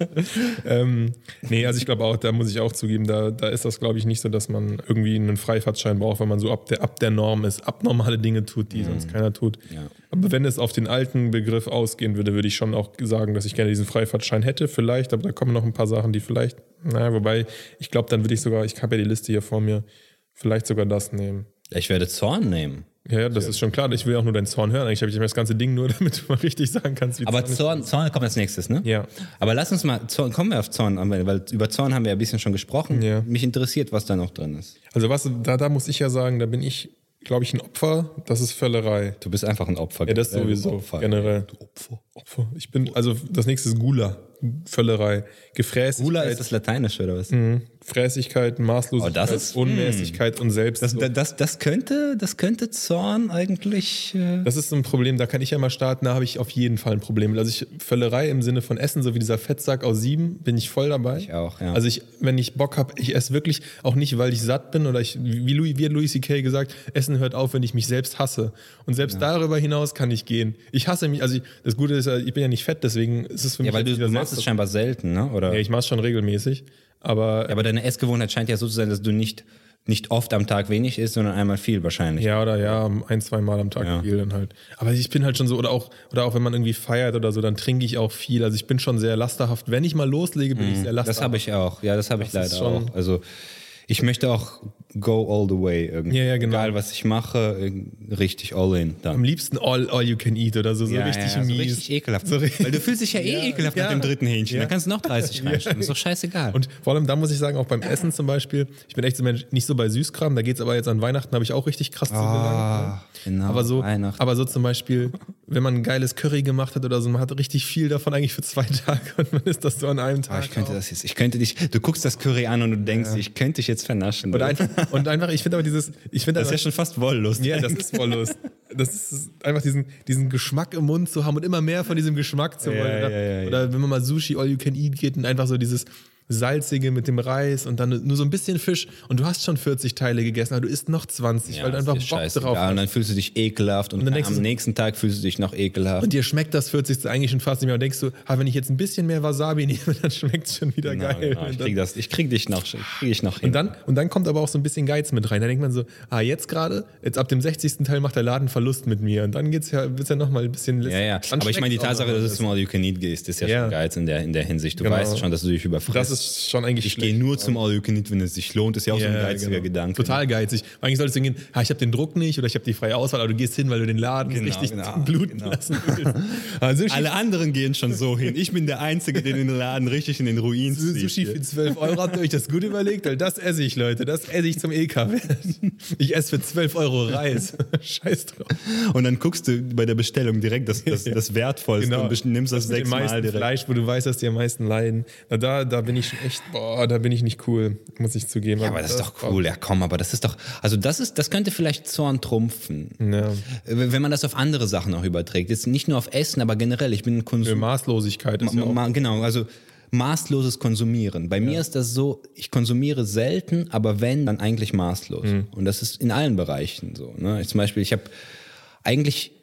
Ähm, nee, also ich glaube auch, da muss ich auch zugeben, da, da ist das, glaube ich, nicht so, dass man irgendwie einen Freifahrtschein braucht, wenn man so ab der, ab der Norm ist, abnormale Dinge tut, die sonst keiner tut. Ja. Aber wenn es auf den alten Begriff ausgehen würde, würde ich schon auch sagen, dass ich gerne diesen Freifahrtschein hätte, vielleicht, aber da kommen noch ein paar Sachen, die vielleicht, naja, wobei, ich glaube, dann würde ich sogar, ich habe ja die Liste hier vor mir, vielleicht sogar das nehmen. Ich werde Zorn nehmen. Ja, ja, das ist schon klar. Ich will auch nur deinen Zorn hören. Eigentlich habe ich mir das ganze Ding nur, damit du mal richtig sagen kannst, wie Aber Zorn ist. Zorn, Zorn kommt als nächstes, ne? Ja. Aber lass uns mal, Zorn, kommen wir auf Zorn, weil über Zorn haben wir ja ein bisschen schon gesprochen. Ja. Mich interessiert, was da noch drin ist. Also was, da, da muss ich ja sagen, da bin ich, glaube ich, ein Opfer. Das ist Völlerei. Du bist einfach ein Opfer. Ja, das sowieso, Opfer. generell. Du Opfer. Opfer. Ich bin, also das nächste ist Gula. Völlerei. Gefräßigkeit. Gula ist das Lateinische, oder was? Mhm. Fräßigkeit, Maßlosigkeit, Oh, das ist- Unmäßigkeit und Selbst. Das, das, das, könnte, das könnte Zorn eigentlich... Äh Das ist so ein Problem, da kann ich ja mal starten, da habe ich auf jeden Fall ein Problem. Also ich, Völlerei im Sinne von Essen, so wie dieser Fettsack aus sieben, bin ich voll dabei. Ich auch, ja. Also ich, wenn ich Bock habe, ich esse wirklich auch nicht, weil ich satt bin oder ich, wie Louis, wie hat Louis C K gesagt, Essen hört auf, wenn ich mich selbst hasse. Und selbst darüber hinaus kann ich gehen. Ich hasse mich, also ich, das Gute ist ja, ich bin ja nicht fett, deswegen ist es für mich ja, weil du, jetzt du wieder machst es selbst- scheinbar selten, ne? Oder? Ja, ich mache es schon regelmäßig, aber Ja, aber deine Essgewohnheit scheint ja so zu sein, dass du nicht, nicht oft am Tag wenig isst, sondern einmal viel wahrscheinlich. ja, oder ja, ein, zwei Mal am Tag Ja. viel dann halt. Aber ich bin halt schon so, oder auch, oder auch wenn man irgendwie feiert oder so, dann trinke ich auch viel. Also ich bin schon sehr lasterhaft. Wenn ich mal loslege, bin ich sehr lasterhaft. Das habe ich auch. Ja, das habe ich Das ist leider schon- auch. Also ich möchte auch go all the way irgendwie. Ja, ja, genau. Egal, was ich mache, äh, richtig all in. Dann. Am liebsten all, all you can eat oder so, so ja, richtig ja, mies. So richtig ekelhaft. So ri- Weil du fühlst dich ja eh Ja, ekelhaft ja. nach dem dritten Hähnchen. Ja. Da kannst du noch dreißig reinschieben. Ist doch scheißegal. Und vor allem, da muss ich sagen, auch beim Essen zum Beispiel, ich bin echt so ein Mensch, nicht so bei Süßkram, da geht's aber jetzt an Weihnachten, habe ich auch richtig krass zugelangt. Ah, genau, aber so, Weihnachten. aber so zum Beispiel, wenn man ein geiles Curry gemacht hat oder so, man hat richtig viel davon eigentlich für zwei Tage und man isst das so an einem Ah, Tag. ich könnte auf. das jetzt, ich könnte dich, du guckst das Curry an und du denkst, ich könnte dich jetzt vernaschen. Und einfach, und einfach, ich finde aber dieses, ich finde das ist ja schon fast Wollust. ja, das ist voll Lust. Das ist einfach diesen, diesen Geschmack im Mund zu haben und immer mehr von diesem Geschmack zu wollen. Ja, oder, ja, ja, ja. oder wenn man mal Sushi All You Can Eat geht und einfach so dieses Salzige mit dem Reis und dann nur so ein bisschen Fisch und du hast schon vierzig Teile gegessen, aber du isst noch zwanzig, Ja, weil du das einfach ist Bock scheißegal. drauf hast. Und dann fühlst du dich ekelhaft und, dann denkst am du- nächsten Tag fühlst du dich noch ekelhaft. Und dir schmeckt das vierzigste eigentlich schon fast nicht mehr. Und denkst du, ah, wenn ich jetzt ein bisschen mehr Wasabi nehme, dann schmeckt es schon wieder Genau, geil. genau. Ich Und dann- krieg das, ich krieg dich noch, ich krieg dich noch hin. Und dann, und dann kommt aber auch so ein bisschen Geiz mit rein. Da denkt man so, ah, jetzt gerade, jetzt ab dem sechzigsten Teil macht der Laden Verlust mit mir. Und dann geht's ja, wird's ja nochmal ein bisschen... Ja, ja. dann Aber ich meine, die schmeckt's auch Tatsache, noch dass es zum All You Can Eat gehst, ist ja, Ja. schon Geiz in der, in der Hinsicht. Du Genau. weißt schon, dass du dich überfrisst. Das ist schon eigentlich ich schlecht. gehe nur zum All You Can Eat, wenn es sich lohnt. Ist ja auch so ein Ja, geiziger genau. Gedanke. Total geizig. Eigentlich solltest du gehen, ah, ich habe den Druck nicht oder ich habe die freie Auswahl, aber du gehst hin, weil du den Laden Genau, richtig genau, bluten genau. lassen willst. Also Sushi, Alle anderen gehen schon so hin. Ich bin der Einzige, der den Laden richtig in den Ruin zieht. Sushi für zwölf Euro, habt ihr euch das gut überlegt? Weil das esse ich, Leute. Das esse ich zum E K-Wert. Ich esse für zwölf Euro Reis. Scheiß drauf. Und dann guckst du bei der Bestellung direkt das, das, das Wertvollste und best- nimmst das, mit dem sechsmal meisten direkt. Fleisch, wo du weißt, dass die am meisten leiden. Na, da, da bin ich schon echt, boah, da bin ich nicht cool, muss ich zugeben. Ja, aber das ist doch cool. Ja, komm, aber das ist doch, also das ist, das könnte vielleicht Zorn trumpfen. Ja. Wenn man das auf andere Sachen auch überträgt. Jetzt nicht nur auf Essen, aber generell. Ich bin ein Für Konsum. Maßlosigkeit ist ja Ma, auch, ma, genau, also maßloses Konsumieren. Bei mir ist das so, ich konsumiere selten, aber wenn, dann eigentlich maßlos. Mhm. Und das ist in allen Bereichen so. Ne? Ich, zum Beispiel, ich habe eigentlich,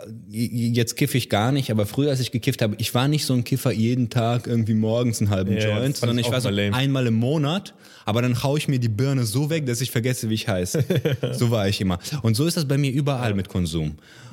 jetzt kiffe ich gar nicht, aber früher, als ich gekifft habe, ich war nicht so ein Kiffer jeden Tag irgendwie morgens einen halben Ja, das Joint, fand sondern ich ich auch war so mal lame. einmal im Monat, aber dann haue ich mir die Birne so weg, dass ich vergesse, wie ich heiße. So war ich immer. Und so ist das bei mir überall mit Konsum.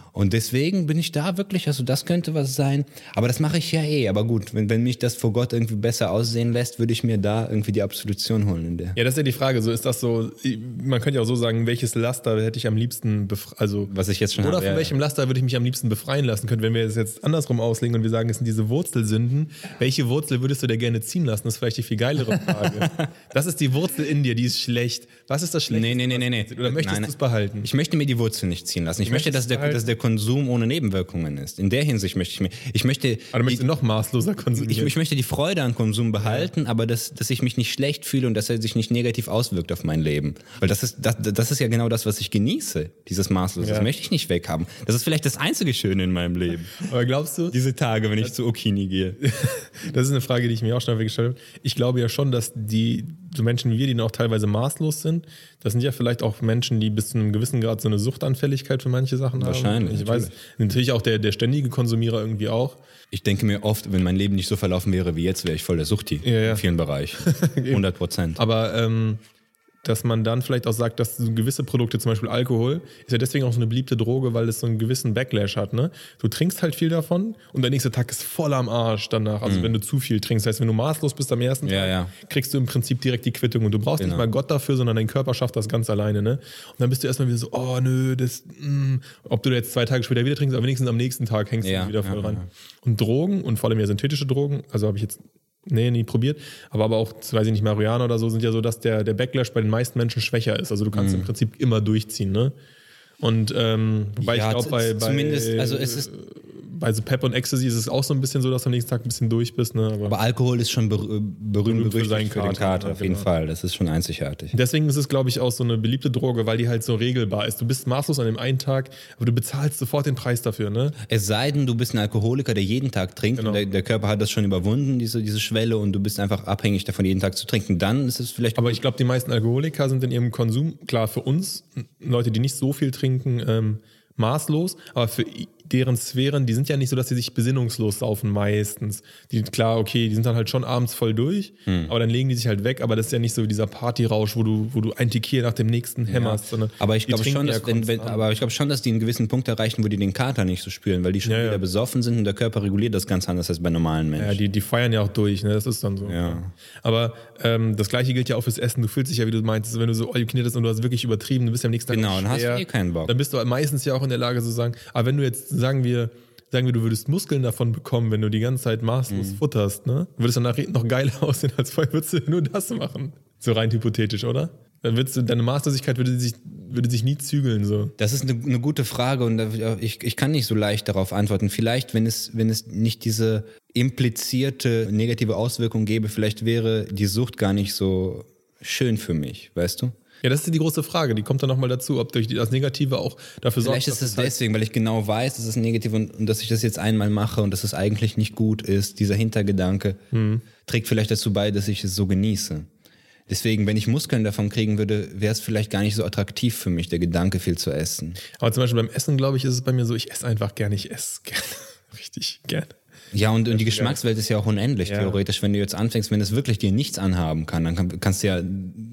Und deswegen bin ich da wirklich, also das könnte was sein. Aber das mache ich ja eh. Aber gut, wenn, wenn mich das vor Gott irgendwie besser aussehen lässt, würde ich mir da irgendwie die Absolution holen. In der. Ja, das ist ja die Frage. So ist das so, man könnte ja auch so sagen, welches Laster hätte ich am liebsten, befre- also was ich jetzt schon oder habe, von ja, welchem Laster würde ich mich am liebsten befreien lassen können, wenn wir es jetzt andersrum auslegen und wir sagen, es sind diese Wurzelsünden. Welche Wurzel würdest du dir gerne ziehen lassen? Das ist vielleicht die viel geilere Frage. Das ist die Wurzel in dir, die ist schlecht. Was ist das Schlechteste? Nee, nee, nee, nee. Oder möchtest du es behalten? Ich möchte mir die Wurzel nicht ziehen lassen. Ich möchte, dass der, dass der Konsum ohne Nebenwirkungen ist. In der Hinsicht möchte ich mir, ich möchte, Aber du möchtest noch maßloser konsumieren. ich, ich möchte die Freude an Konsum behalten, ja. aber dass, dass ich mich nicht schlecht fühle und dass er sich nicht negativ auswirkt auf mein Leben. Weil das ist, das, das ist ja genau das, was ich genieße. Dieses Maßlose. Ja. Das möchte ich nicht weghaben. Das ist vielleicht das einzige Schöne in meinem Leben. Aber glaubst du? Diese Tage, wenn ich zu Okini gehe. Das ist eine Frage, die ich mir auch schon gestellt habe. Ich glaube ja schon, dass die, so Menschen wie wir, die noch teilweise maßlos sind, das sind ja vielleicht auch Menschen, die bis zu einem gewissen Grad so eine Suchtanfälligkeit für manche Sachen Wahrscheinlich, haben. Ich natürlich. weiß, natürlich auch der, der ständige Konsumierer irgendwie auch. Ich denke mir oft, wenn mein Leben nicht so verlaufen wäre wie jetzt, wäre ich voll der Suchti ja, ja. in vielen Bereichen. hundert Prozent. Aber ähm, dass man dann vielleicht auch sagt, dass so gewisse Produkte, zum Beispiel Alkohol, ist ja deswegen auch so eine beliebte Droge, weil es so einen gewissen Backlash hat. Ne? Du trinkst halt viel davon und der nächste Tag ist voll am Arsch danach. Also mhm. wenn du zu viel trinkst. Das heißt, wenn du maßlos bist am ersten ja, Tag, ja. kriegst du im Prinzip direkt die Quittung. Und du brauchst genau. nicht mal Gott dafür, sondern dein Körper schafft das ganz alleine. Ne? Und dann bist du erstmal wieder so, oh nö, das, mh. ob du jetzt zwei Tage später wieder trinkst, aber wenigstens am nächsten Tag hängst ja, du wieder voll ja, ran. Ja. Und Drogen und vor allem ja synthetische Drogen, also habe ich jetzt Nee, nie probiert. Aber, aber auch, weiß ich nicht, Marihuana oder so, sind ja so, dass der, der Backlash bei den meisten Menschen schwächer ist. Also du kannst mm. im Prinzip immer durchziehen, ne? Und ähm, wobei ja, ich glaube, bei, bei, zumindest, also es ist bei so Pep und Ecstasy ist es auch so ein bisschen so, dass du am nächsten Tag ein bisschen durch bist. Ne? Aber, aber Alkohol ist schon ber berühmt, berühmt für, seinen für den Kater, ja, auf jeden genau. Fall. Das ist schon einzigartig. Deswegen ist es, glaube ich, auch so eine beliebte Droge, weil die halt so regelbar ist. Du bist maßlos an dem einen Tag, aber du bezahlst sofort den Preis dafür. Ne? Es sei denn, du bist ein Alkoholiker, der jeden Tag trinkt genau. und der, der Körper hat das schon überwunden, diese, diese Schwelle, und du bist einfach abhängig davon, jeden Tag zu trinken. Dann ist es vielleicht... Aber ich glaube, die meisten Alkoholiker sind in ihrem Konsum, klar für uns, Leute, die nicht so viel trinken, ähm, maßlos, aber für deren Sphären, die sind ja nicht so, dass sie sich besinnungslos saufen meistens. Die, klar, okay, die sind dann halt schon abends voll durch, hm. aber dann legen die sich halt weg, aber das ist ja nicht so wie dieser Partyrausch, wo du, wo du ein Tequila nach dem nächsten hämmerst. Ja. Sondern aber ich glaube schon, dass, wenn, wenn, aber ich glaube schon, dass die einen gewissen Punkt erreichen, wo die den Kater nicht so spüren, weil die schon ja, wieder ja. besoffen sind und der Körper reguliert das ganz anders als bei normalen Menschen. Ja, die, die feiern ja auch durch, ne? Das ist dann so. Ja. Aber ähm, das Gleiche gilt ja auch fürs Essen. Du fühlst dich ja, wie du meinst, wenn du so all you can eat und du hast wirklich übertrieben, du bist ja am nächsten Tag genau, dann hast du eh keinen Bock. Dann bist du meistens ja auch in der Lage zu sagen, aber wenn du jetzt, sagen wir, Sagen wir, du würdest Muskeln davon bekommen, wenn du die ganze Zeit maßlos mhm. futterst, ne? Würdest du danach noch geiler aussehen, als vorher würdest du nur das machen. So rein hypothetisch, oder? Dann würdest du, deine Maßlosigkeit würde sich, würde sich nie zügeln, so. Das ist eine, eine gute Frage und ich, ich kann nicht so leicht darauf antworten. Vielleicht, wenn es, wenn es nicht diese implizierte negative Auswirkung gäbe, vielleicht wäre die Sucht gar nicht so schön für mich, weißt du? Ja, das ist die große Frage, die kommt dann nochmal dazu, ob durch das Negative auch dafür sorgt. Vielleicht ist es deswegen, weil ich genau weiß, dass es negativ und, und dass ich das jetzt einmal mache und dass es eigentlich nicht gut ist. Dieser Hintergedanke hm. trägt vielleicht dazu bei, dass ich es so genieße. Deswegen, wenn ich Muskeln davon kriegen würde, wäre es vielleicht gar nicht so attraktiv für mich, der Gedanke, viel zu essen. Aber zum Beispiel beim Essen, glaube ich, ist es bei mir so, ich esse einfach gerne, ich esse gerne, richtig gerne. Ja, und, und die Geschmackswelt ist ja auch unendlich, ja. theoretisch. Wenn du jetzt anfängst, wenn es wirklich dir nichts anhaben kann, dann kann, kannst du ja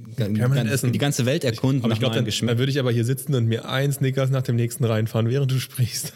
ganz, die ganze Welt erkunden. Aber ich glaube, dann, dann würde ich aber hier sitzen und mir ein Snickers nach dem nächsten reinfahren, während du sprichst.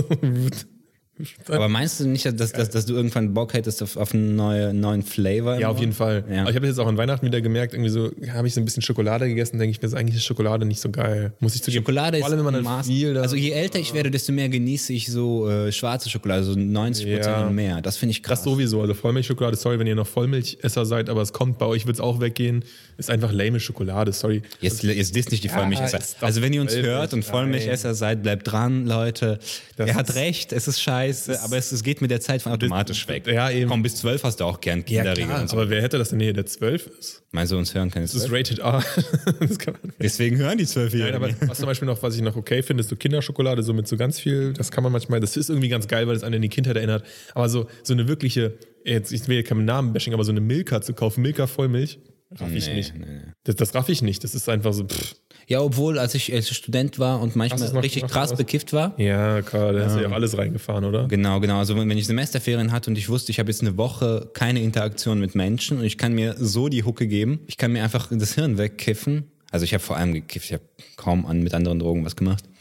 Aber meinst du nicht, dass, dass, dass du irgendwann Bock hättest auf, auf einen neue, neuen Flavor? Ja, auf jeden Fall. Ja. Aber ich habe jetzt auch an Weihnachten wieder gemerkt, irgendwie so, habe ich so ein bisschen Schokolade gegessen, denke ich mir, eigentlich ist Schokolade nicht so geil. Muss ich zugeben. Schokolade Vor allem, wenn man ist dann viel, also je älter ich werde, desto mehr genieße ich so äh, schwarze Schokolade, so neunzig Prozent ja. und mehr. Das finde ich krass. Das sowieso. Also Vollmilchschokolade, sorry, wenn ihr noch Vollmilchesser seid, aber es kommt, bei euch wird es auch weggehen. Ist einfach lame Schokolade, sorry. Jetzt, jetzt disst nicht die Vollmilchesser. Ja, also wenn ihr uns hört und Vollmilchesser seid, bleibt dran, Leute. Das er hat recht, es ist scheiße, aber es, es geht mit der Zeit von automatisch weg. Ja, eben. Komm, bis zwölf hast du auch gern Kinderriegel. Ja, und so. Aber wer hätte das denn hier, der zwölf ist? Meinst du, uns hören kann? Das ist Rated R. Das kann man Deswegen hören die Zwölfjährigen. Nein, aber was zum Beispiel noch, was ich noch okay finde, ist so Kinderschokolade, so mit so ganz viel, das kann man manchmal, das ist irgendwie ganz geil, weil das einen an die Kindheit erinnert. Aber so, so eine wirkliche, jetzt, ich will keinen Namen bashing, aber so eine Milka zu kaufen, Milka Vollmilch, raff ich nee, nicht. Nee, nee. Das, das raff ich nicht. Das ist einfach so, pff. Ja, obwohl, als ich, als ich Student war und manchmal richtig gemacht, krass bekifft war. Ja, klar, da ja. hast du ja auch alles reingefahren, oder? Genau, genau. Also wenn ich Semesterferien hatte und ich wusste, ich habe jetzt eine Woche keine Interaktion mit Menschen und ich kann mir so die Hucke geben, ich kann mir einfach das Hirn wegkiffen. Also ich habe vor allem gekifft, ich habe kaum an, mit anderen Drogen was gemacht.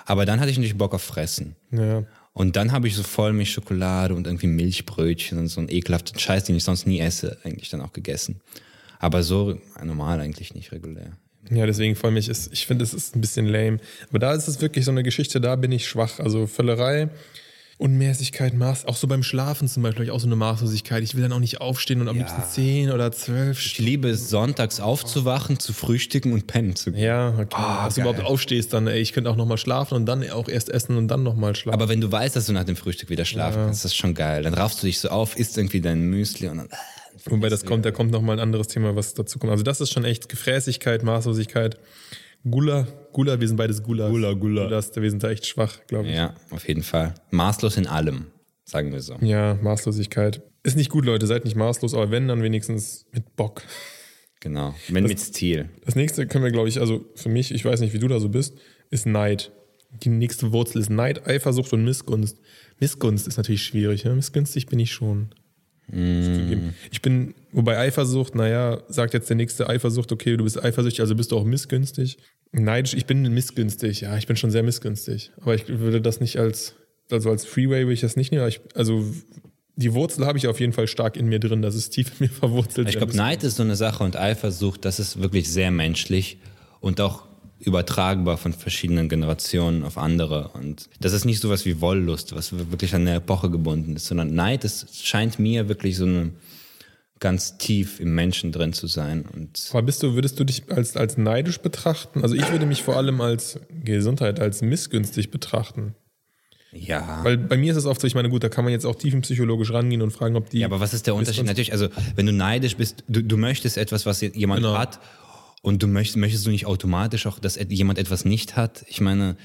Aber dann hatte ich natürlich Bock auf Fressen. Ja. Und dann habe ich so Vollmilchschokolade und irgendwie Milchbrötchen und so einen ekelhaften Scheiß, den ich sonst nie esse, eigentlich dann auch gegessen. Aber so normal eigentlich nicht regulär. Ja, deswegen Vollmilch ist, ich finde, es ist ein bisschen lame. Aber da ist es wirklich so eine Geschichte, da bin ich schwach. Also Völlerei, Unmäßigkeit, Maß, auch so beim Schlafen zum Beispiel, auch so eine Maßlosigkeit. Ich will dann auch nicht aufstehen und am Ja. liebsten zehn oder zwölf. Ich liebe es, sonntags aufzuwachen, zu frühstücken und pennen zu gehen. Ja, okay. Ah, Dass du geil. überhaupt aufstehst, dann, ey, ich könnte auch nochmal schlafen und dann auch erst essen und dann nochmal schlafen. Aber wenn du weißt, dass du nach dem Frühstück wieder schlafen Ja. kannst, ist das schon geil. Dann raufst du dich so auf, isst irgendwie dein Müsli und dann... Wobei das kommt, da kommt nochmal ein anderes Thema, was dazu kommt. Also das ist schon echt Gefräßigkeit, Maßlosigkeit. Gula, Gula, wir sind beides Gulas. Gula, Gula. Gulas, wir sind da echt schwach, glaube ich. Ja, auf jeden Fall. Maßlos in allem, sagen wir so. Ja, Maßlosigkeit. Ist nicht gut, Leute, seid nicht maßlos, aber wenn, dann wenigstens mit Bock. Genau, wenn mit Stil. Das nächste können wir, glaube ich, also für mich, ich weiß nicht, wie du da so bist, ist Neid. Die nächste Wurzel ist Neid, Eifersucht und Missgunst. Missgunst ist natürlich schwierig, ne? Missgünstig bin ich schon. Mm. Ich bin, wobei Eifersucht, naja, sagt jetzt der nächste Eifersucht, okay, du bist eifersüchtig, also bist du auch missgünstig. Neidisch, ich bin missgünstig, ja, ich bin schon sehr missgünstig. Aber ich würde das nicht als, also als Freeway würde ich das nicht nehmen. Ich, also die Wurzel habe ich auf jeden Fall stark in mir drin, das ist tief in mir verwurzelt. Ich glaube, Neid ist so eine Sache und Eifersucht, das ist wirklich sehr menschlich und auch übertragbar von verschiedenen Generationen auf andere. Und das ist nicht sowas wie Wollust, was wirklich an eine Epoche gebunden ist, sondern Neid, es scheint mir wirklich so eine ganz tief im Menschen drin zu sein. Und Aber bist du, würdest du dich als, als neidisch betrachten? Also ich würde mich vor allem als Gesundheit, als missgünstig betrachten. ja. Weil bei mir ist es oft so, ich meine, gut, da kann man jetzt auch tiefenpsychologisch rangehen und fragen, ob die... Ja, aber was ist der Unterschied? Missgunst- Natürlich, also wenn du neidisch bist, du, du möchtest etwas, was jemand Genau. hat und du möchtest, möchtest du nicht automatisch auch, dass jemand etwas nicht hat? Ich meine,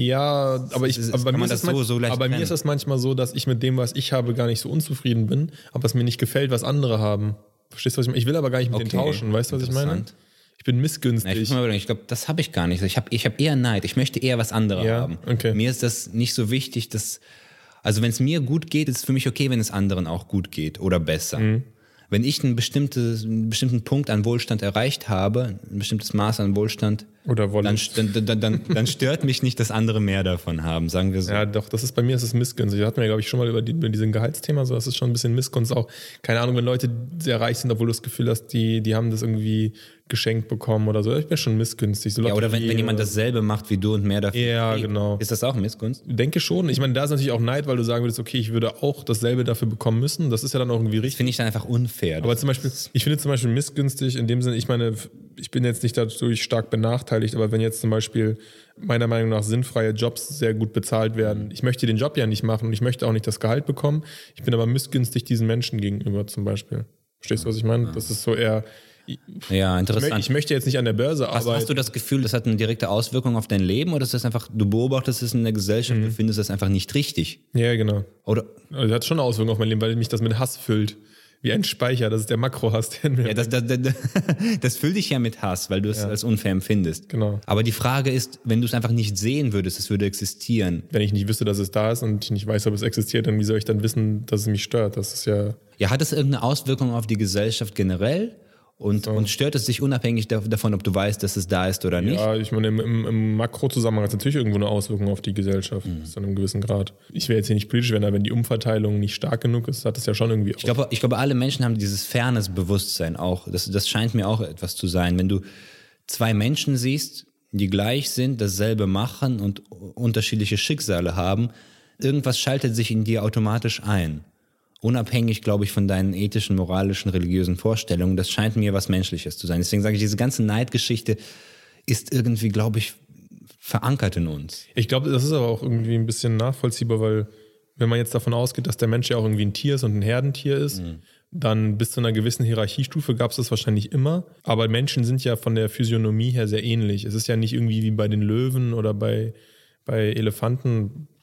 Ja, aber, ich, Ist- aber, bei, kann mir man ist das es manch- so- so leicht aber bei mir trennen? ist es manchmal so, dass ich mit dem, was ich habe, gar nicht so unzufrieden bin, aber es mir nicht gefällt, was andere haben. Verstehst du, was ich meine? Ich will aber gar nicht mit denen Okay, tauschen, weißt du, was ich meine? interessant. Ich bin na, ich, missgünstig. muss mal überlegen, ich glaube, das habe ich gar nicht. Ich habe ich hab eher Neid. Ich möchte eher was andere Ja, haben. okay. Mir ist das nicht so wichtig, dass, also wenn es mir gut geht, ist es für mich okay, wenn es anderen auch gut geht oder besser. Mhm. Wenn ich ein bestimmtes, einen bestimmten Punkt an Wohlstand erreicht habe, ein bestimmtes Maß an Wohlstand, Oder Wolle. dann, dann, dann, dann, dann stört mich nicht, dass andere mehr davon haben, sagen wir so. Ja, doch, das ist bei mir ist es missgünstig. Da hatten wir, glaube ich, schon mal über, die, über diesen Gehaltsthema, so das ist schon ein bisschen Missgunst auch. Keine Ahnung, wenn Leute sehr reich sind, obwohl du das Gefühl hast, die, die haben das irgendwie geschenkt bekommen oder so. Ich bin schon missgünstig. So Ja, oder wenn, Lotterie wenn jemand oder- dasselbe macht wie du und mehr dafür Ja, kriegt, genau. ist das auch Missgunst? Denke schon. Ich meine, da ist natürlich auch Neid, weil du sagen würdest, okay, ich würde auch dasselbe dafür bekommen müssen. Das ist ja dann auch irgendwie Das richtig. finde ich dann einfach unfair. Aber zum Beispiel, ich finde zum Beispiel missgünstig in dem Sinne, ich meine, ich bin jetzt nicht dadurch stark benachteiligt, aber wenn jetzt zum Beispiel meiner Meinung nach sinnfreie Jobs sehr gut bezahlt werden, ich möchte den Job ja nicht machen und ich möchte auch nicht das Gehalt bekommen, ich bin aber missgünstig diesen Menschen gegenüber zum Beispiel. Verstehst du, was ich meine? Das ist so eher, ich, ja, interessant. ich möchte jetzt nicht an der Börse Hast, arbeiten. hast du das Gefühl, das hat eine direkte Auswirkung auf dein Leben oder ist das einfach, du beobachtest es in der Gesellschaft Mhm. und findest das einfach nicht richtig? Ja, genau. Oder? Also, das hat schon eine Auswirkung auf mein Leben, weil mich das mit Hass füllt. Wie ein Speicher, das ist der Makrohass, der in mir. Ja, das, das, das, das füllt dich ja mit Hass, weil du es als unfair empfindest. Genau. Aber die Frage ist, wenn du es einfach nicht sehen würdest, es würde existieren. Wenn ich nicht wüsste, dass es da ist und ich nicht weiß, ob es existiert, dann wie soll ich dann wissen, dass es mich stört? Das ist ja. Ja, hat es irgendeine Auswirkung auf die Gesellschaft generell? Und, und stört es dich unabhängig da- davon, ob du weißt, dass es da ist oder nicht? Ja, ich meine, im, im, im Makrozusammenhang hat es natürlich irgendwo eine Auswirkung auf die Gesellschaft, Mhm. zu einem gewissen Grad. Ich wäre jetzt hier nicht politisch werden, aber wenn die Umverteilung nicht stark genug ist, hat es ja schon irgendwie. Ich glaube, ich glaube, alle Menschen haben dieses Fairness-Bewusstsein auch. Das, das scheint mir auch etwas zu sein. Wenn du zwei Menschen siehst, die gleich sind, dasselbe machen und unterschiedliche Schicksale haben, irgendwas schaltet sich in dir automatisch ein. Unabhängig, glaube ich, von deinen ethischen, moralischen, religiösen Vorstellungen. Das scheint mir was Menschliches zu sein. Deswegen sage ich, diese ganze Neidgeschichte ist irgendwie, glaube ich, verankert in uns. Ich glaube, das ist aber auch irgendwie ein bisschen nachvollziehbar, weil wenn man jetzt davon ausgeht, dass der Mensch ja auch irgendwie ein Tier ist und ein Herdentier ist, Mhm. dann bis zu einer gewissen Hierarchiestufe gab es das wahrscheinlich immer. Aber Menschen sind ja von der Physiognomie her sehr ähnlich. Es ist ja nicht irgendwie wie bei den Löwen oder bei, bei Elefanten.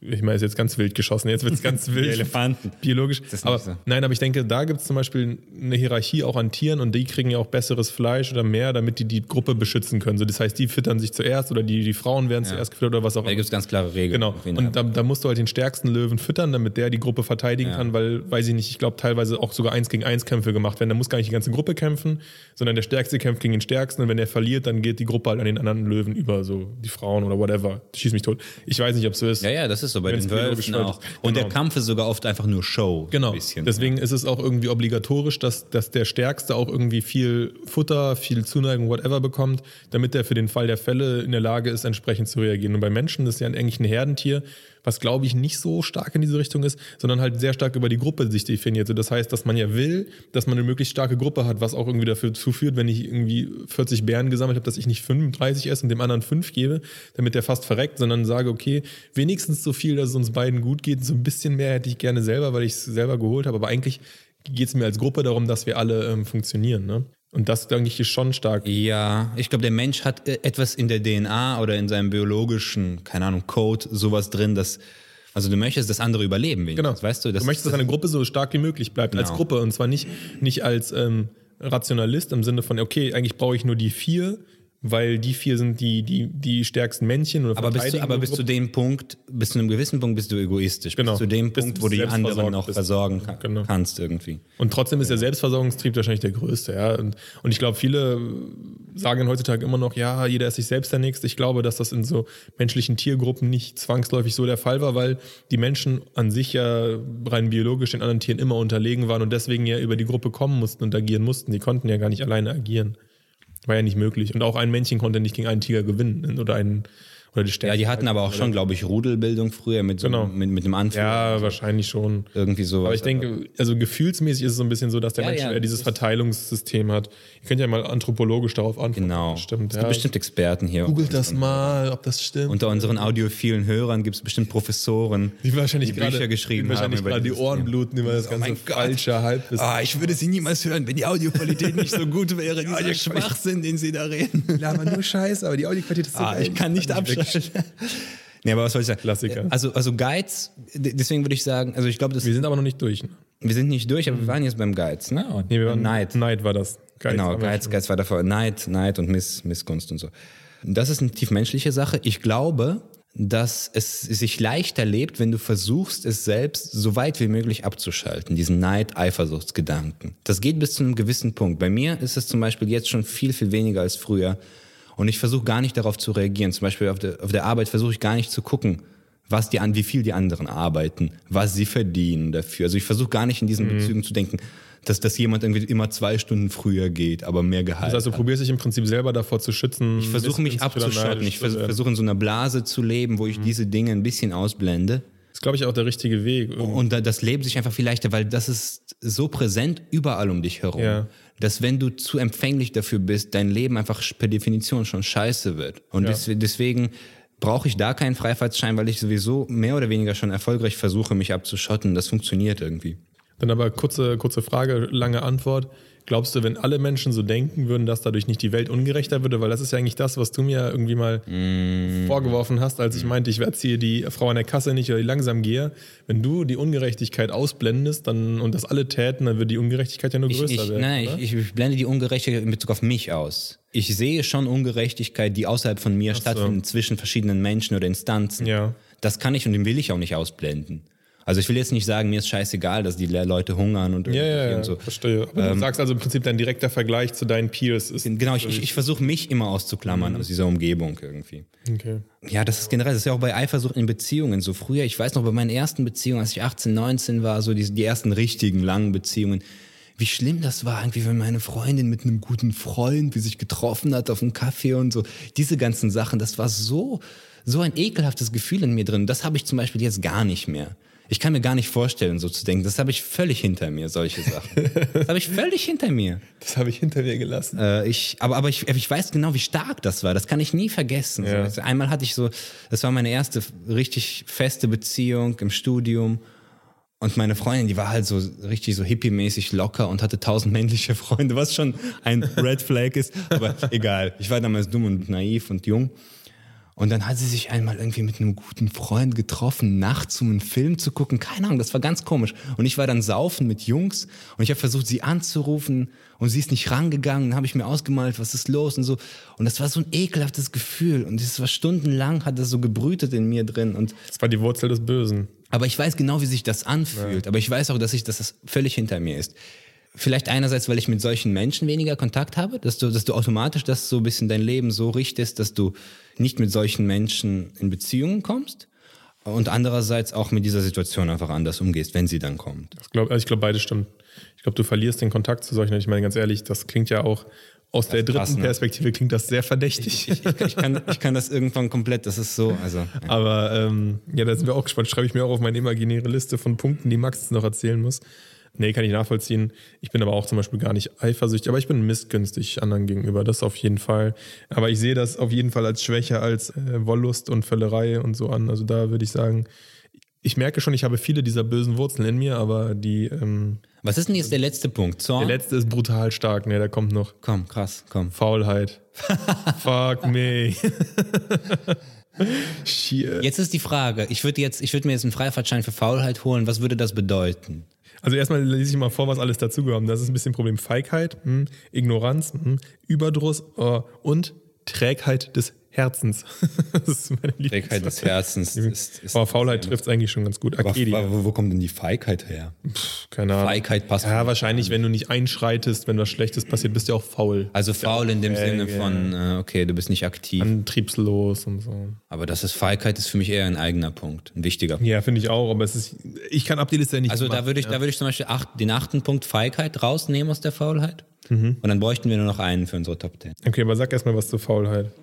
ich meine, ist jetzt ganz wild geschossen, jetzt wird es ganz wild. Die Elefanten. Biologisch. Das ist aber nicht so. nein, aber ich denke, da gibt es zum Beispiel eine Hierarchie auch an Tieren und die kriegen ja auch besseres Fleisch oder mehr, damit die die Gruppe beschützen können. So, das heißt, die füttern sich zuerst oder die, die Frauen werden Ja. zuerst gefüttert oder was auch Da immer. gibt es ganz klare Regeln. Genau. auf jeden Und Fall. da, da musst du halt den stärksten Löwen füttern, damit der die Gruppe verteidigen Ja. kann, weil, weiß ich nicht, ich glaube teilweise auch sogar eins gegen eins Kämpfe gemacht werden. Da muss gar nicht die ganze Gruppe kämpfen, sondern der Stärkste kämpft gegen den Stärksten und wenn der verliert, dann geht die Gruppe halt an den anderen Löwen über, so die Frauen oder whatever. Schieß mich tot. Ich weiß nicht, ob es so ist. Ja, ja, das ist so bei Wenn's den biologisch Wölfen auch. ist. Und Genau. der Kampf ist sogar oft einfach nur Show. Genau. Ein bisschen. Deswegen ist es auch irgendwie obligatorisch, dass, dass der Stärkste auch irgendwie viel Futter, viel Zuneigung, whatever bekommt, damit er für den Fall der Fälle in der Lage ist, entsprechend zu reagieren. Und bei Menschen ist ja eigentlich ein Herdentier, was glaube ich nicht so stark in diese Richtung ist, sondern halt sehr stark über die Gruppe sich definiert. So, das heißt, dass man ja will, dass man eine möglichst starke Gruppe hat, was auch irgendwie dafür zuführt, wenn ich irgendwie vierzig Bären gesammelt habe, dass ich nicht fünfunddreißig esse und dem anderen fünf gebe, damit der fast verreckt, sondern sage, okay, wenigstens so viel, dass es uns beiden gut geht. So ein bisschen mehr hätte ich gerne selber, weil ich es selber geholt habe. Aber eigentlich geht es mir als Gruppe darum, dass wir alle ähm, funktionieren. Ne? Und das, denke ich, ist schon stark. Ja, ich glaube, der Mensch hat äh, etwas in der D N A oder in seinem biologischen, keine Ahnung, Code, sowas drin, dass, also du möchtest, dass andere überleben wenigstens, Genau. weißt du? Das, du möchtest, dass eine Gruppe so stark wie möglich bleibt, als Genau. Gruppe. Und zwar nicht, nicht als ähm, Rationalist im Sinne von, okay, eigentlich brauche ich nur die vier, weil die vier sind die, die, die stärksten Männchen. Oder aber bis, zu, aber bis zu dem Punkt, bis zu einem gewissen Punkt bist du egoistisch. Genau. Bis zu dem Bis Punkt, du wo du die anderen selbstversorgt noch bist. versorgen kann, Genau. kannst irgendwie. Und trotzdem ist der Selbstversorgungstrieb wahrscheinlich der größte. Ja? Und, und ich glaube, viele sagen heutzutage immer noch, ja, jeder ist sich selbst der Nächste. Ich glaube, dass das in so menschlichen Tiergruppen nicht zwangsläufig so der Fall war, weil die Menschen an sich ja rein biologisch den anderen Tieren immer unterlegen waren und deswegen ja über die Gruppe kommen mussten und agieren mussten. Die konnten ja gar nicht alleine agieren. War ja nicht möglich. Und auch ein Männchen konnte nicht gegen einen Tiger gewinnen. Oder einen oder die Ja, die hatten aber auch schon, glaube ich, Rudelbildung früher mit, so, Genau. mit, mit einem Anführer. Ja, wahrscheinlich schon. Irgendwie so. Aber ich denke, also gefühlsmäßig ist es so ein bisschen so, dass der Ja, Mensch ja, eher dieses das- Verteilungssystem hat. Ihr könnt ja mal anthropologisch darauf antworten. Genau. Das stimmt, Es ja. gibt bestimmt Experten hier. Googelt das mal, ob das stimmt. Unter unseren audiophilen Hörern gibt es bestimmt Professoren, die wahrscheinlich die gerade, Bücher geschrieben die wahrscheinlich haben über gerade die dieses Ohren Thema. bluten über das Oh ganze mein Gott. falsche Halbwissen. Ah, ich würde sie niemals hören, wenn die Audioqualität nicht so gut wäre. Dieser die- Schwachsinn, den sie da reden. Ja, aber nur Scheiße, aber die Audioqualität ist so Ah, geil. ich kann nicht Kann ich abschalten. Nee, aber was soll ich sagen? Klassiker. Also, also Guides, d- deswegen würde ich sagen, also ich glaube, das- Wir sind aber noch nicht durch. Ne? wir sind nicht durch, aber wir waren jetzt beim Guides, ne? Und Nee, wir waren, Neid. Neid war das. Geiz Genau, haben wir Geiz, schon. Geiz war davor. Neid, Neid und Miss, Missgunst und so. Das ist eine tief menschliche Sache. Ich glaube, dass es sich leichter lebt, wenn du versuchst, es selbst so weit wie möglich abzuschalten, diesen Neid-Eifersuchtsgedanken. Das geht bis zu einem gewissen Punkt. Bei mir ist es zum Beispiel jetzt schon viel, viel weniger als früher. Und ich versuche gar nicht darauf zu reagieren. Zum Beispiel auf der, auf der Arbeit versuche ich gar nicht zu gucken, was die an, wie viel die anderen arbeiten, was sie verdienen dafür. Also ich versuche gar nicht in diesen Mhm. Bezügen zu denken, dass, dass jemand irgendwie immer zwei Stunden früher geht, aber mehr Gehalt. Das heißt, du hat. probierst dich im Prinzip selber davor zu schützen. Ich versuche mich abzuschotten. Ich vers- versuche in so einer Blase zu leben, wo ich Mhm. diese Dinge ein bisschen ausblende. Das ist, glaube ich, auch der richtige Weg. Und da, das Leben sich einfach viel leichter, weil das ist so präsent überall um dich herum, Ja. dass wenn du zu empfänglich dafür bist, dein Leben einfach per Definition schon scheiße wird. Und Ja. des, deswegen brauche ich da keinen Freifahrtschein, weil ich sowieso mehr oder weniger schon erfolgreich versuche, mich abzuschotten. Das funktioniert irgendwie. Dann aber kurze, kurze Frage, lange Antwort. Glaubst du, wenn alle Menschen so denken würden, dass dadurch nicht die Welt ungerechter würde? Weil das ist ja eigentlich das, was du mir irgendwie mal Mm. vorgeworfen hast, als ich meinte, ich erziehe die Frau an der Kasse nicht oder die langsam gehe. Wenn du die Ungerechtigkeit ausblendest dann, und das alle täten, dann würde die Ungerechtigkeit ja nur Ich, größer ich, werden. nein, oder? ich, ich blende die Ungerechtigkeit in Bezug auf mich aus. Ich sehe schon Ungerechtigkeit, die außerhalb von mir so. stattfindet, zwischen verschiedenen Menschen oder Instanzen. Ja. Das kann ich und den will ich auch nicht ausblenden. Also ich will jetzt nicht sagen, mir ist scheißegal, dass die Le- Leute hungern und, Ja, ja, irgendwie ja, und so. verstehe. Aber du sagst also im Prinzip, dein direkter Vergleich zu deinen Peers ist... Genau, ich, ich, ich versuche mich immer auszuklammern aus dieser Umgebung irgendwie. Okay. Ja, das ist generell, das ist ja auch bei Eifersucht in Beziehungen so. Früher, ich weiß noch, bei meinen ersten Beziehungen, als ich achtzehn, neunzehn war, so die, die ersten richtigen langen Beziehungen, wie schlimm das war, irgendwie, wenn meine Freundin mit einem guten Freund, wie sich getroffen hat auf einem Kaffee und so. Diese ganzen Sachen, das war so, so ein ekelhaftes Gefühl in mir drin. Das habe ich zum Beispiel jetzt gar nicht mehr. Ich kann mir gar nicht vorstellen, so zu denken. Das habe ich völlig hinter mir, solche Sachen. Das habe ich völlig hinter mir. Das habe ich hinter mir gelassen. Äh, ich, aber aber ich, ich weiß genau, wie stark das war. Das kann ich nie vergessen. Ja. So, also einmal hatte ich so, das war meine erste richtig feste Beziehung im Studium. Und meine Freundin, die war halt so richtig so hippie-mäßig locker und hatte tausend männliche Freunde, was schon ein Red Flag ist. Aber egal, ich war damals dumm und naiv und jung. Und dann hat sie sich einmal irgendwie mit einem guten Freund getroffen, nachts, um einen Film zu gucken. Keine Ahnung, das war ganz komisch. Und ich war dann saufen mit Jungs und ich habe versucht, sie anzurufen und sie ist nicht rangegangen. Dann habe ich mir ausgemalt, was ist los und so. Und das war so ein ekelhaftes Gefühl. Und das war stundenlang, hat das so gebrütet in mir drin. Und das war die Wurzel des Bösen. Aber ich weiß genau, wie sich das anfühlt. Ja. Aber ich weiß auch, dass ich, dass das völlig hinter mir ist. Vielleicht einerseits, weil ich mit solchen Menschen weniger Kontakt habe, dass du, dass du automatisch das so ein bisschen dein Leben so richtest, dass du nicht mit solchen Menschen in Beziehungen kommst und andererseits auch mit dieser Situation einfach anders umgehst, wenn sie dann kommt. Ich glaube, ich glaube, beides stimmt. Ich glaube, du verlierst den Kontakt zu solchen. Ich meine, ganz ehrlich, das klingt ja auch aus das der dritten krass, ne? Perspektive klingt das sehr verdächtig. Ich, ich, ich, kann, ich kann das irgendwann komplett, das ist so. Also, ja. Aber ähm, ja, da sind wir auch gespannt. Schreibe ich mir auch auf meine imaginäre Liste von Punkten, die Max noch erzählen muss. Nee, kann ich nachvollziehen. Ich bin aber auch zum Beispiel gar nicht eifersüchtig, aber ich bin missgünstig anderen gegenüber, das auf jeden Fall. Aber ich sehe das auf jeden Fall als Schwäche, als äh, Wollust und Völlerei und so an. Also da würde ich sagen, ich merke schon, ich habe viele dieser bösen Wurzeln in mir, aber die... Ähm, Was ist denn jetzt der letzte Punkt? Zorn? Der letzte ist brutal stark, ne, der kommt noch. Komm, krass, komm. Faulheit. Fuck me. Jetzt ist die Frage, ich würde jetzt, ich würde mir jetzt einen Freifahrtschein für Faulheit holen, was würde das bedeuten? Also erstmal lese ich mal vor, was alles dazugehört. Das ist ein bisschen Problem. Feigheit, mh, Ignoranz, mh, Überdruss äh, und Trägheit des Herzens. Das ist meine Lieblings- Trägheit des Herzens. Ist, ist Aber Faulheit trifft es eigentlich schon ganz gut. Aber wo, wo kommt denn die Feigheit her? Pff, keine Ahnung. Feigheit passt. Ja, wahrscheinlich, wenn du nicht einschreitest, wenn was Schlechtes passiert, bist du auch faul. Also faul in dem Sinne von, äh, okay, du bist nicht aktiv. Antriebslos und so. Aber das ist Feigheit ist für mich eher ein eigener Punkt, ein wichtiger Punkt. Ja, finde ich auch, aber es ist, ich kann ab die Liste ja nicht Also machen, da würde ich, ja. da würde ich zum Beispiel acht, den achten Punkt Feigheit rausnehmen aus der Faulheit. Mhm. Und dann bräuchten wir nur noch einen für unsere Top Ten. Okay, aber sag erstmal was zur Faulheit.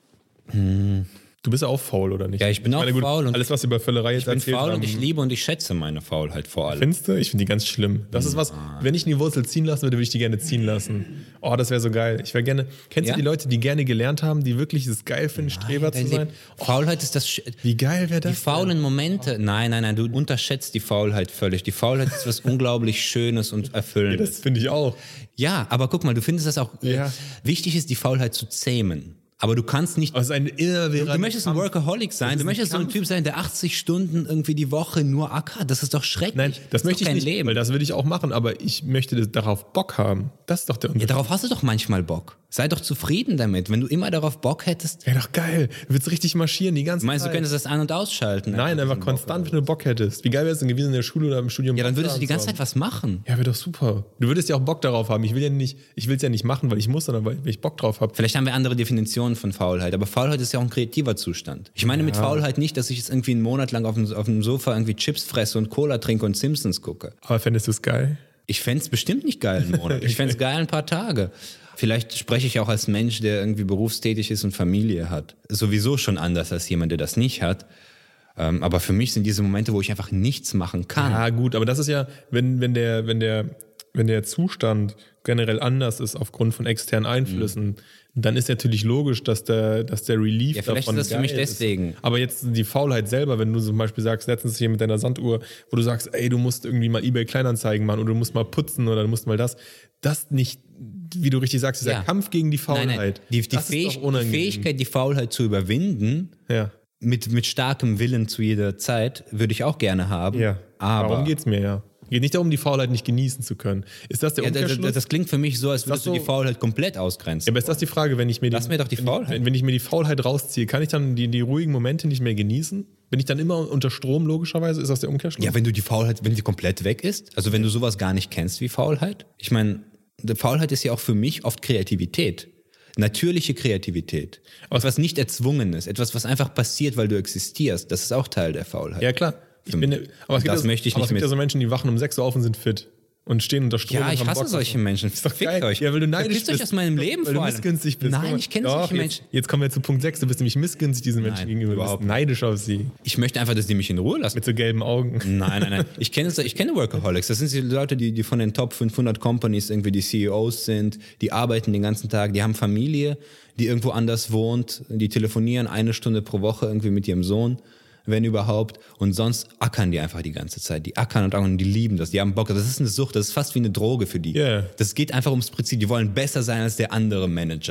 Hm. Du bist ja auch faul, oder nicht? Ja, ich bin auch meine, gut, faul. Und alles, was über Völlerei jetzt erzählt Ich bin faul haben, und ich liebe und ich schätze meine Faulheit vor allem. Findest du? Ich finde die ganz schlimm. Das ist was, wenn ich die Wurzel ziehen lassen würde, würde ich die gerne ziehen lassen. Oh, das wäre so geil. Ich wäre gerne, kennst Ja? du die Leute, die gerne gelernt haben, die wirklich es geil finden, Streber zu sein? Oh, Faulheit ist das... Sch- Wie geil wäre das? Die faulen Momente... Nein, nein, nein, du unterschätzt die Faulheit völlig. Die Faulheit ist was unglaublich Schönes und Ja, Erfüllendes. das finde ich auch. Ja, aber guck mal, du findest das auch... Ja. Wichtig ist, die Faulheit zu zähmen. Aber du kannst nicht... Also ein irre Du, du möchtest ein Workaholic sein, du möchtest so ein Typ sein, der achtzig Stunden irgendwie die Woche nur ackert. Das ist doch schrecklich. Nein, das, ist möchte doch ich kein nicht, Leben. weil das würde ich auch machen, aber ich möchte das, darauf Bock haben. Das ist doch der Ja, Unterschied. darauf hast du doch manchmal Bock. Sei doch zufrieden damit. Wenn du immer darauf Bock hättest... Ja, doch geil. Du willst richtig marschieren die ganze Du meinst, Zeit. du könntest das an- und ausschalten? Nein, einfach konstant, wenn du Bock hättest. Wie geil wäre es denn gewesen in der Schule oder im Studium? Ja, dann würdest du die ganze Bock Zeit was machen. Ja, wäre doch super. Du würdest ja auch Bock darauf haben. Ich will ja nicht, ich will es ja nicht machen, weil ich muss, sondern weil ich Bock drauf habe. Vielleicht haben wir andere Definitionen von Faulheit, aber Faulheit ist ja auch ein kreativer Zustand. Ich meine mit Faulheit nicht, dass ich jetzt irgendwie einen Monat lang auf dem, auf dem Sofa irgendwie Chips fresse und Cola trinke und Simpsons gucke. Aber fändest du es geil? Ich fände es bestimmt nicht geil einen Monat. Ich fände es geil ein paar Tage. Vielleicht spreche ich auch als Mensch, der irgendwie berufstätig ist und Familie hat. Sowieso schon anders als jemand, der das nicht hat. Ähm, aber für mich sind diese Momente, wo ich einfach nichts machen kann. Ja, gut, aber das ist ja, wenn, wenn der, wenn der, wenn der Zustand generell anders ist aufgrund von externen Einflüssen, mhm. dann ist natürlich logisch, dass der, dass der Relief Ja, vielleicht davon ist das für mich geil deswegen. Ist. Aber jetzt die Faulheit selber, wenn du zum Beispiel sagst, letztens hier mit deiner Sanduhr, wo du sagst, ey, du musst irgendwie mal eBay Kleinanzeigen machen oder du musst mal putzen oder du musst mal das, das nicht, wie du richtig sagst, dieser Ja. Kampf gegen die Faulheit. Nein, nein. Die, die, das Fähig, ist doch unangenehm. die Fähigkeit, die Faulheit zu überwinden, Ja. mit, mit starkem Willen zu jeder Zeit, würde ich auch gerne haben. Ja. Aber Darum geht's mir ja. Geht nicht darum, die Faulheit nicht genießen zu können. Ist das der ja, Umkehrschluss? das, das klingt für mich so, als würdest so- du die Faulheit komplett ausgrenzen. Ja, aber ist das die Frage, wenn ich mir die, Lass mir doch die wenn, Faulheit. Wenn, wenn ich mir die Faulheit rausziehe, kann ich dann die, die ruhigen Momente nicht mehr genießen? Bin ich dann immer unter Strom, logischerweise? Ist das der Umkehrschluss? Ja, wenn du die Faulheit, wenn die komplett weg ist, also wenn du sowas gar nicht kennst wie Faulheit. Ich meine, die Faulheit ist ja auch für mich oft Kreativität. Natürliche Kreativität. Etwas nicht Erzwungenes, etwas, was einfach passiert, weil du existierst. Das ist auch Teil der Faulheit. Ja, klar. Ich bin, aber es gibt, Das ja, möchte ich aber nicht es gibt mit. ja so Menschen, die wachen um sechs Uhr auf und sind fit. Und stehen unter Strom. Ja, und ich haben hasse Bock. solche Menschen. Ist doch Fickt geil. euch. Ja, weil du neidisch Verpisst bist. euch aus meinem Leben weil vor du allem. missgünstig bist. Nein, Guck mal. ich kenne Doch, solche jetzt, Menschen. Jetzt kommen wir zu Punkt sechs. Du bist nämlich missgünstig diesen Menschen Nein, gegenüber. Du überhaupt bist neidisch auf sie. Ich möchte einfach, dass die mich in Ruhe lassen. Mit so gelben Augen. Nein, nein, nein. Ich kenne, ich kenne Workaholics. Das sind die Leute, die, die von den Top fünfhundert Companies irgendwie die C E Os sind. Die arbeiten den ganzen Tag. Die haben Familie, die irgendwo anders wohnt. Die telefonieren eine Stunde pro Woche irgendwie mit ihrem Sohn, wenn überhaupt. Und sonst ackern die einfach die ganze Zeit. Die ackern und ackern und die lieben das. Die haben Bock. Das ist eine Sucht. Das ist fast wie eine Droge für die. Yeah. Das geht einfach ums Prinzip. Die wollen besser sein als der andere Manager.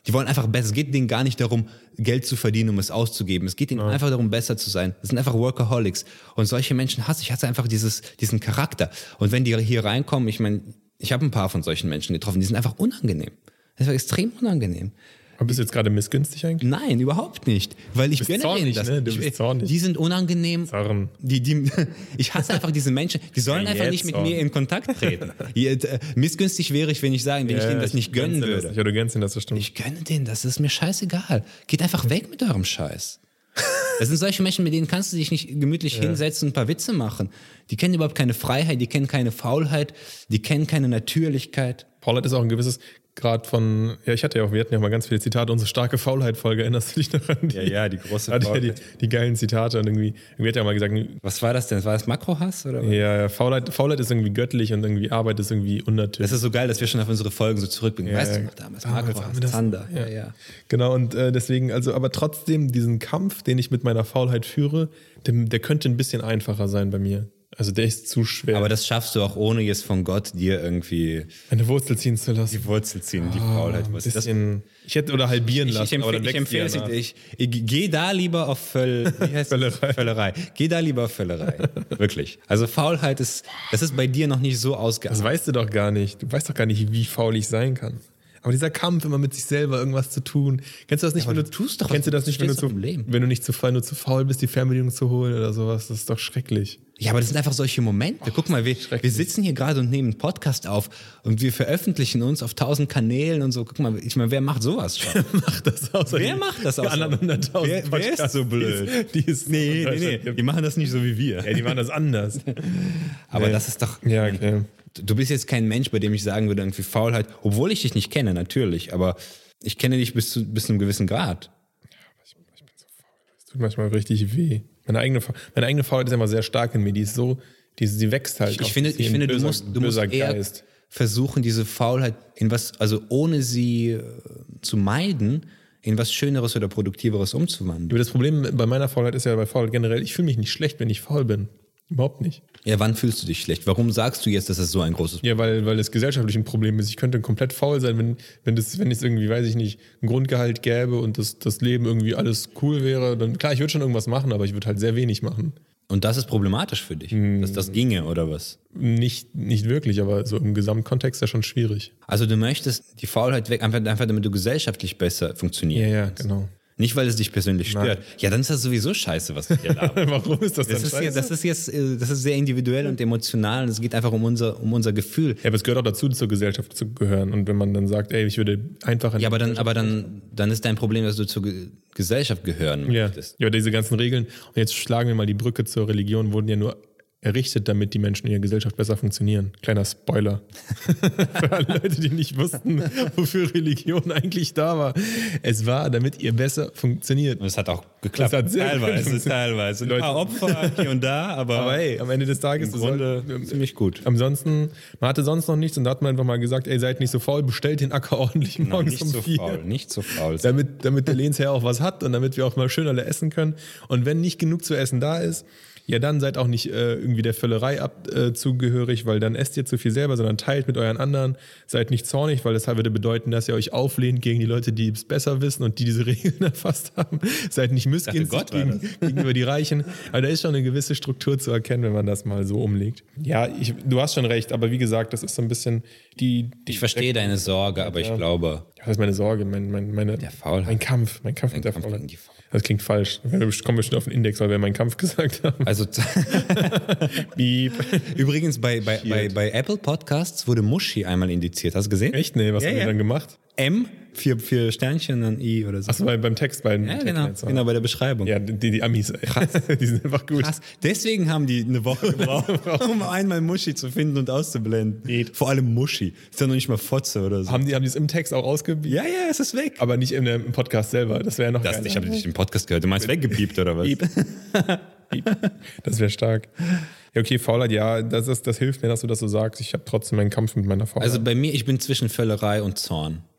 Die wollen einfach besser. Es geht denen gar nicht darum, Geld zu verdienen, um es auszugeben. Es geht ihnen ja. einfach darum, besser zu sein. Das sind einfach Workaholics. Und solche Menschen hasse ich. Ich hasse einfach dieses, diesen Charakter. Und wenn die hier reinkommen, ich meine, ich habe ein paar von solchen Menschen getroffen, die sind einfach unangenehm. Das war extrem unangenehm. Aber bist du jetzt gerade missgünstig eigentlich? Nein, überhaupt nicht. Weil ich gönne denen das. Ne? Du bist ich, zornig. Die sind unangenehm. Zorn. Die, die, ich hasse einfach diese Menschen. Die sollen Ja, einfach nicht mit Zorn. mir in Kontakt treten. Jetzt, äh, missgünstig wäre ich, wenn ich sagen, wenn ja, ich denen das nicht gönnen das würde. Nicht. Ja, du gönnst ihnen das, das stimmt. Ich gönne denen das. Das ist mir scheißegal. Geht einfach weg mit eurem Scheiß. Das sind solche Menschen, mit denen kannst du dich nicht gemütlich ja. hinsetzen und ein paar Witze machen. Die kennen überhaupt keine Freiheit, die kennen keine Faulheit, die kennen keine Natürlichkeit. Faulheit ist auch ein gewisses Grad von, ja, ich hatte ja auch, wir hatten ja auch mal ganz viele Zitate, unsere starke Faulheit-Folge, erinnerst du dich noch an die? Ja, ja, die große Faulheit. Faulheit. Ja, die, die geilen Zitate und irgendwie, irgendwie hat er ja mal gesagt, was war das denn? War das Makrohass oder was? Ja, ja, Faulheit, Faulheit ist irgendwie göttlich und irgendwie Arbeit ist irgendwie unnatürlich. Das ist so geil, dass wir schon auf unsere Folgen so zurückblicken. Ja, weißt ja. du noch damals? Makrohass, Zander. Ja, ja. Genau, und äh, deswegen, also, aber trotzdem, diesen Kampf, den ich mit meiner Faulheit führe, der, der könnte ein bisschen einfacher sein bei mir. Also der ist zu schwer. Aber das schaffst du auch ohne jetzt von Gott dir irgendwie eine Wurzel ziehen zu lassen. Die Wurzel ziehen, die oh, Faulheit. Was bisschen, das? Ich hätte oder halbieren ich, lassen. Ich, ich, aber dann ich empfehle es ich, ich, ich geh da lieber auf Völl, wie heißt Völlerei. Völlerei. Geh da lieber auf Völlerei. Wirklich. Also Faulheit ist, das ist bei dir noch nicht so ausgearbeitet. Das weißt du doch gar nicht. Du weißt doch gar nicht, wie faul ich sein kann. Aber dieser Kampf, immer mit sich selber irgendwas zu tun. Kennst du das nicht, ja, wenn du, du tust doch kennst du das nicht, wenn du, zu, Leben. wenn du nicht zu faul, nur zu faul bist, die Fernbedienung zu holen oder sowas? Das ist doch schrecklich. Ja, aber das sind einfach solche Momente. Oh, Guck mal, wir, wir sitzen hier gerade und nehmen einen Podcast auf und wir veröffentlichen uns auf tausend Kanälen und so. Guck mal, ich meine, wer macht sowas schon? Wer macht das außer Wer die, macht das die anderen hunderttausend wer, wer ist so blöd? Die ist, die ist nee, nee, nee, die machen das nicht so wie wir. Ja, die machen das anders. Aber nee. das ist doch... Ja, okay. Du bist jetzt kein Mensch, bei dem ich sagen würde, irgendwie Faulheit, obwohl ich dich nicht kenne, natürlich, aber ich kenne dich bis zu, bis zu einem gewissen Grad. Ja, aber ich, ich bin so faul. Es tut manchmal richtig weh. Meine eigene, meine eigene Faulheit ist immer sehr stark in mir. Die ist so, die, die wächst halt. Ich, ich finde, ich finde böser, du musst, du musst eher Geist. versuchen, diese Faulheit in was, also ohne sie äh, zu meiden, in was Schöneres oder Produktiveres umzuwandeln. Aber das Problem bei meiner Faulheit ist ja bei Faulheit generell, ich fühle mich nicht schlecht, wenn ich faul bin. Überhaupt nicht. Ja, wann fühlst du dich schlecht? Warum sagst du jetzt, dass das so ein großes Problem ist? Ja, weil, weil es gesellschaftlich ein Problem ist. Ich könnte komplett faul sein, wenn, wenn das, wenn es irgendwie, weiß ich nicht, ein Grundgehalt gäbe und das, das Leben irgendwie alles cool wäre. Dann klar, ich würde schon irgendwas machen, aber ich würde halt sehr wenig machen. Und das ist problematisch für dich, hm. dass das ginge, oder was? Nicht, nicht wirklich, aber so im Gesamtkontext ja schon schwierig. Also du möchtest die Faulheit weg, einfach, einfach damit du gesellschaftlich besser funktionierst. Ja, ja, genau. Nicht, weil es dich persönlich stört. Nein. Ja, dann ist das sowieso scheiße, was wir hier haben. Warum ist das, das dann ist scheiße? Ja, das ist jetzt, das ist sehr individuell und emotional und es geht einfach um unser, um unser Gefühl. Ja, aber es gehört auch dazu, zur Gesellschaft zu gehören. Und wenn man dann sagt, ey, ich würde einfach... In ja, aber dann, aber dann, dann ist dein Problem, dass du zur Ge- Gesellschaft gehören ja. möchtest. Ja, diese ganzen Regeln. Und jetzt schlagen wir mal die Brücke zur Religion, wurden ja nur errichtet, damit die Menschen in der Gesellschaft besser funktionieren. Kleiner Spoiler. Für alle Leute, die nicht wussten, wofür Religion eigentlich da war. Es war, damit ihr besser funktioniert. Und es hat auch geklappt. Es hat sehr teilweise, gut teilweise. Ein paar Opfer hier und da, aber, aber hey, am Ende des Tages im Grunde halt, ziemlich gut. Ansonsten, man hatte sonst noch nichts und da hat man einfach mal gesagt, ey, seid nicht so faul, bestellt den Acker ordentlich Genau, morgens nicht um so vier. faul, nicht so faul. Damit, damit der Lehnsherr auch was hat und damit wir auch mal schön alle essen können. Und wenn nicht genug zu essen da ist, ja, dann seid auch nicht äh, irgendwie der Völlerei ab, äh, zugehörig, weil dann esst ihr zu viel selber, sondern teilt mit euren anderen. Seid nicht zornig, weil das würde bedeuten, dass ihr euch auflehnt gegen die Leute, die es besser wissen und die diese Regeln erfasst haben. Seid nicht missgünstig gegen, gegenüber die Reichen. Aber da ist schon eine gewisse Struktur zu erkennen, wenn man das mal so umlegt. Ja, ich, du hast schon recht, aber wie gesagt, das ist so ein bisschen die... die ich verstehe deine Sorge, aber ich ja. glaube... Das ist meine Sorge, mein, mein, meine, der Faulheit. mein Kampf, mein Kampf mein mit der Kampf Faulheit. Das klingt falsch. Wir kommen bestimmt auf den Index, weil wir meinen Kampf gesagt haben. Also übrigens bei, bei, bei, bei Apple Podcasts wurde Muschi einmal indiziert. Hast du gesehen? Echt? Nee, was ja, haben ja. wir dann gemacht? M, vier, vier Sternchen, dann I oder so. Achso, bei, beim Text, bei den Ja, genau, genau, bei der Beschreibung. Ja, die, die Amis, ey. Krass. Die sind einfach gut. Krass. Deswegen haben die eine Woche gebraucht, um einmal Muschi zu finden und auszublenden. Geht. Vor allem Muschi. Ist ja noch nicht mal Fotze oder so. Haben die, haben die es im Text auch ausgepiept? Ja, ja, es ist weg. Aber nicht im, im Podcast selber. Das wäre ja noch Das, geiler. ich habe nicht den Podcast gehört. Du meinst weggepiept oder was? Piep. Piep. Das wäre stark. Ja, okay, Faulheit, ja, das, ist, das hilft mir, dass du das so sagst. Ich habe trotzdem meinen Kampf mit meiner Faulheit. Also bei mir, ich bin zwischen Völlerei und Zorn.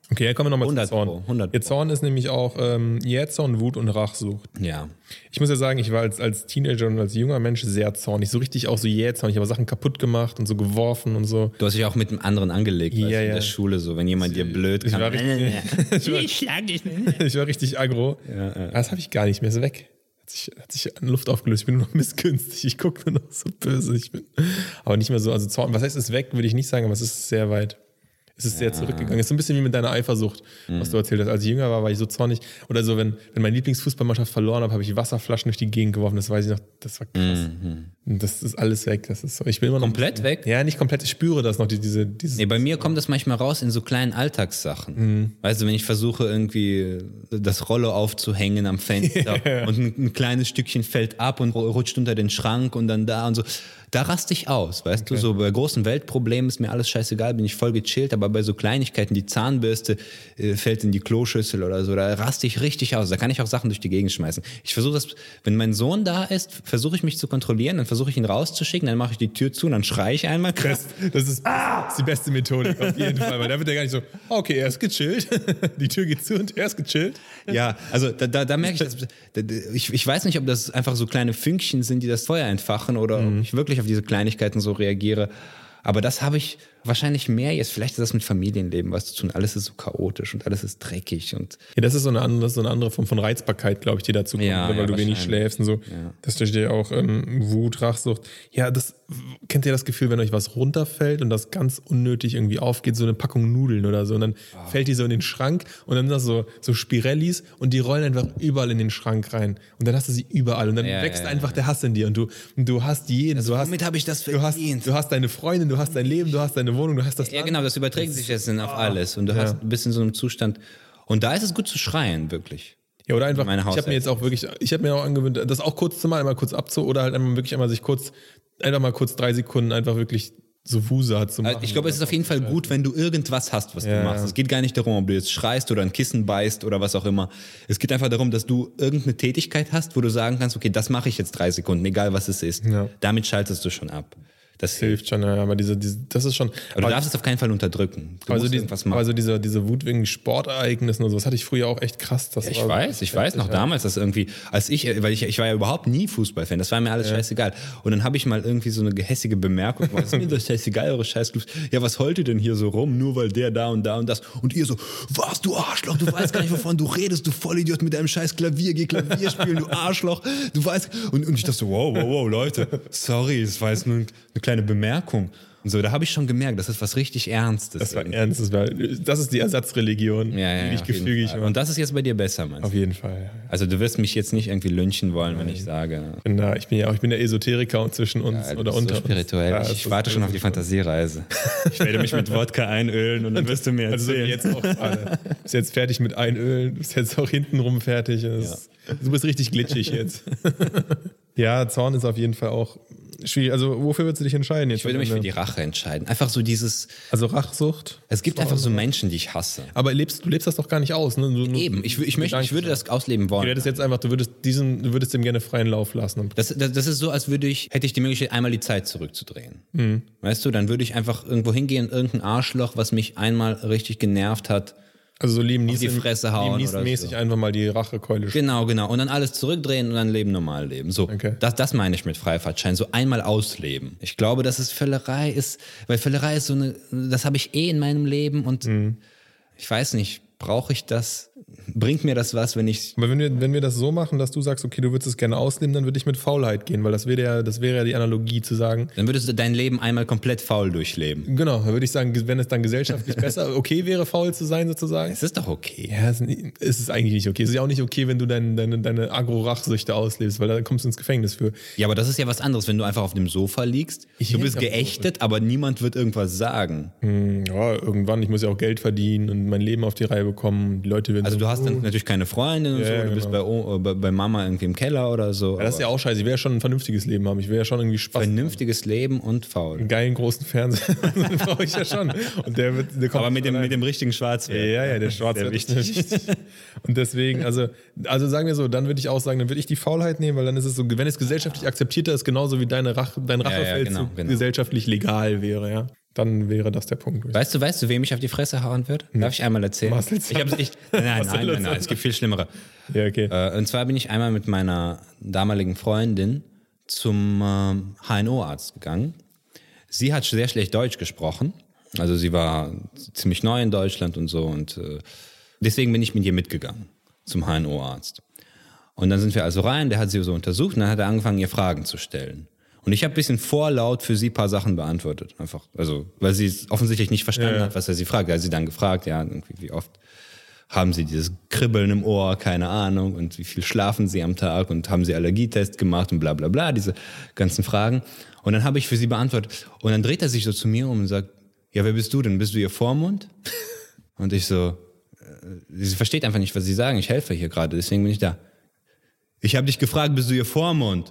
Okay, dann kommen wir nochmal hundert zu Zorn. Pro, hundert Ihr Zorn ist nämlich auch ähm, Jähzorn, Wut und Rachsucht. Ja. Ich muss ja sagen, ich war als, als Teenager und als junger Mensch sehr zornig. So richtig auch so jähzornig. Ich habe Sachen kaputt gemacht und so geworfen und so. Du hast dich auch mit einem anderen angelegt, Ja, weißt du, in ja. der Schule so, wenn jemand dir blöd Ich kann. war richtig, ich war, Ich schlag dich nicht. ich war richtig aggro. Ja, ja. Das habe ich gar nicht mehr. Ist weg. Hat sich, hat sich an Luft aufgelöst. Ich bin nur noch missgünstig. Ich gucke nur noch so böse. Ich bin aber nicht mehr so. Also Zorn, was heißt, ist weg, würde ich nicht sagen, aber es ist sehr weit. Es ist sehr zurückgegangen. Es ist so ein bisschen wie mit deiner Eifersucht, was du erzählt hast. Als ich jünger war, war ich so zornig. Oder so, wenn, wenn meine Lieblingsfußballmannschaft verloren habe, habe ich Wasserflaschen durch die Gegend geworfen. Das weiß ich noch. Das war krass. Und das ist alles weg. Das ist so. Ich bin immer noch Komplett weg? Ja, nicht komplett. Ich spüre das noch. Die, diese, dieses Nee, bei mir kommt das manchmal raus in so kleinen Alltagssachen. Mhm. Weißt du, wenn ich versuche irgendwie das Rollo aufzuhängen am Fenster und ein, ein kleines Stückchen fällt ab und rutscht unter den Schrank und dann da und so. Da raste ich aus, weißt okay. du, so bei großen Weltproblemen ist mir alles scheißegal, bin ich voll gechillt, aber bei so Kleinigkeiten, die Zahnbürste äh, fällt in die Kloschüssel oder so, da raste ich richtig aus, da kann ich auch Sachen durch die Gegend schmeißen. Ich versuche das, wenn mein Sohn da ist, versuche ich mich zu kontrollieren, dann versuche ich ihn rauszuschicken, dann mache ich die Tür zu und dann schreie ich einmal. Das, das, ist, das ist die beste Methodik auf jeden Fall, weil da wird er gar nicht so, okay, er ist gechillt, die Tür geht zu und er ist gechillt. Ja, also da, da, da merke ich, dass, ich, ich weiß nicht, ob das einfach so kleine Fünkchen sind, die das Feuer entfachen oder mhm. ob ich wirklich auf diese Kleinigkeiten so reagiere. Aber das habe ich wahrscheinlich mehr jetzt. Vielleicht ist das mit Familienleben was zu tun. Alles ist so chaotisch und alles ist dreckig. Und ja, das ist so eine andere, so eine andere Form von Reizbarkeit, glaube ich, die dazu kommt, ja, weil ja, du wenig schläfst und so. Ja. Das steht ja auch ähm, Wut, Rachsucht. Ja, das kennt ihr das Gefühl, wenn euch was runterfällt und das ganz unnötig irgendwie aufgeht, so eine Packung Nudeln oder so und dann oh. fällt die so in den Schrank und dann sind das so, so Spirellis und die rollen einfach überall in den Schrank rein und dann hast du sie überall und dann ja, wächst ja, einfach ja. der Hass in dir und du, und du hast jeden. Also du hast, womit habe ich das verdient? Du hast, du hast deine Freundin, du hast dein Leben, du hast deine Wohnung, du hast das Ja, genau, das überträgt sich jetzt auf oh. alles und du ja. hast, bist in so einem Zustand und da ist es gut zu schreien, wirklich. Ja, oder einfach, ich habe mir jetzt auch wirklich, ich habe mir auch angewöhnt, das auch kurz zu mal, einmal kurz abzu oder halt einmal wirklich einmal sich kurz, einfach mal kurz drei Sekunden einfach wirklich so Wusa zu machen. Ich glaube, es ist auf jeden Fall gut, wenn du irgendwas hast, was ja. du machst. Es geht gar nicht darum, ob du jetzt schreist oder ein Kissen beißt oder was auch immer. Es geht einfach darum, dass du irgendeine Tätigkeit hast, wo du sagen kannst, okay, das mache ich jetzt drei Sekunden, egal was es ist. Ja. Damit schaltest du schon ab. Das hilft schon, ja, aber diese, diese, das ist schon. Aber du darfst es auf keinen Fall unterdrücken. Du also, die, also diese, diese Wut wegen Sportereignissen und so, das hatte ich früher auch echt krass. Das ja, ich war weiß, ich weiß noch ja. damals, dass irgendwie, als ich, weil ich, ich war ja überhaupt nie Fußballfan, das war mir alles ja. scheißegal. Und dann habe ich mal irgendwie so eine gehässige Bemerkung, was ist mir das scheißegal, eure Scheißclubs. Ja, was heult ihr denn hier so rum, nur weil der da und da und das. Und ihr so, was, du Arschloch, du weißt gar nicht, wovon du redest, du Vollidiot mit deinem scheiß Klavier, geh Klavier spielen, du Arschloch. Du weißt, und, und ich dachte so, wow, wow, wow, Leute, sorry, das war jetzt nur eine kleine Bemerkung. Und so, da habe ich schon gemerkt, das ist was richtig Ernstes. Das war ernst, das, war, das ist die Ersatzreligion, ja, ja, die dich gefügig macht. Und das ist jetzt bei dir besser, meinst du? Auf jeden Fall. Also du wirst mich jetzt nicht irgendwie lynchen wollen, Nein. wenn ich sage. Ich bin, da, ich bin ja auch, ich bin der Esoteriker und zwischen uns ja, oder unter so spirituell. uns. Ja, ich warte schon auf die Fantasiereise. Ich werde mich mit Wodka einölen und dann wirst du mir erzählen. Also jetzt auch gerade. Du bist jetzt fertig mit Einölen, du bist jetzt auch hintenrum fertig. Das, ja. Du bist richtig glitschig jetzt. Ja, Zorn ist auf jeden Fall auch schwierig. Also wofür würdest du dich entscheiden jetzt? Ich würde mich für die Rache entscheiden. Einfach so dieses... Also Rachsucht? Es gibt einfach so Menschen, die ich hasse. Aber lebst, du lebst das doch gar nicht aus. Ne? Du, Eben, ich, ich, möchte, ich würde das ausleben wollen. Du würdest jetzt einfach, du würdest, diesen, du würdest dem gerne freien Lauf lassen. Das, das, das ist so, als würde ich, hätte ich die Möglichkeit, einmal die Zeit zurückzudrehen. Mhm. Weißt du, dann würde ich einfach irgendwo hingehen, irgendein Arschloch, was mich einmal richtig genervt hat, also so Liam Neeson, die Fresse hauen Liam mäßig so. Einfach mal die Rachekeule spielen. Genau, genau. Und dann alles zurückdrehen und dann Leben normal leben. So, okay. das, das meine ich mit Freifahrtschein. So einmal ausleben. Ich glaube, dass es Völlerei ist, weil Völlerei ist so eine, das habe ich eh in meinem Leben und mhm. ich weiß nicht, brauche ich das? Bringt mir das was, wenn ich... Aber wenn wir, wenn wir das so machen, dass du sagst, okay, du würdest es gerne ausleben, dann würde ich mit Faulheit gehen, weil das wäre ja, das wäre ja die Analogie zu sagen... Dann würdest du dein Leben einmal komplett faul durchleben. Genau, dann würde ich sagen, wenn es dann gesellschaftlich besser okay wäre, faul zu sein sozusagen. Es ist doch okay. Ja, es ist eigentlich nicht okay. Es ist ja auch nicht okay, wenn du dein, deine, deine Agro-Rachsüchte auslebst, weil da kommst du ins Gefängnis für. Ja, aber das ist ja was anderes, wenn du einfach auf dem Sofa liegst, ich du bist geächtet, aber niemand wird irgendwas sagen. Hm, ja, irgendwann, ich muss ja auch Geld verdienen und mein Leben auf die Reihe bekommen, die Leute werden Also so, du hast dann natürlich keine Freundin und ja, so, du genau. bist bei, oh, bei, bei Mama irgendwie im Keller oder so. Ja, das ist ja auch scheiße, ich will ja schon ein vernünftiges Leben haben, ich will ja schon irgendwie Spaß Vernünftiges haben. Leben und faul. Einen geilen großen Fernseher, den brauche ich ja schon. Und der wird, der kommt aber mit dem, mit dem richtigen Schwarzwert. Ja, ja, der Schwarzwert ist wichtig. Und deswegen, also, also sagen wir so, dann würde ich auch sagen, dann würde ich die Faulheit nehmen, weil dann ist es so, wenn es gesellschaftlich akzeptierter ist, genauso wie deine Rache, dein Rachefeldzug ja, ja, genau, genau. gesellschaftlich legal wäre, ja. dann wäre das der Punkt. Weißt du, weißt du, wem ich auf die Fresse hauen würde? Darf ich einmal erzählen? Marcel Ich hab's nicht. Nein, nein, nein, nein, nein, es gibt viel Schlimmere. Ja, okay. Äh, und zwar bin ich einmal mit meiner damaligen Freundin zum äh, H N O-Arzt gegangen. Sie hat sehr schlecht Deutsch gesprochen. Also sie war ziemlich neu in Deutschland und so. Und äh, deswegen bin ich mit ihr mitgegangen zum H N O-Arzt. Und dann sind wir also rein, der hat sie so untersucht und dann hat er angefangen, ihr Fragen zu stellen. Und ich habe ein bisschen vorlaut für sie ein paar Sachen beantwortet. Einfach, also, weil sie es offensichtlich nicht verstanden ja, ja. hat, was er sie fragt. Er hat sie dann gefragt, ja, irgendwie, wie oft haben sie dieses Kribbeln im Ohr, keine Ahnung, und wie viel schlafen sie am Tag und haben sie Allergietest gemacht und bla bla bla, diese ganzen Fragen. Und dann habe ich für sie beantwortet. Und dann dreht er sich so zu mir um und sagt, ja, wer bist du denn? Bist du ihr Vormund? Und ich so, äh, sie versteht einfach nicht, was sie sagen. Ich helfe hier gerade, deswegen bin ich da. Ich habe dich gefragt, bist du ihr Vormund?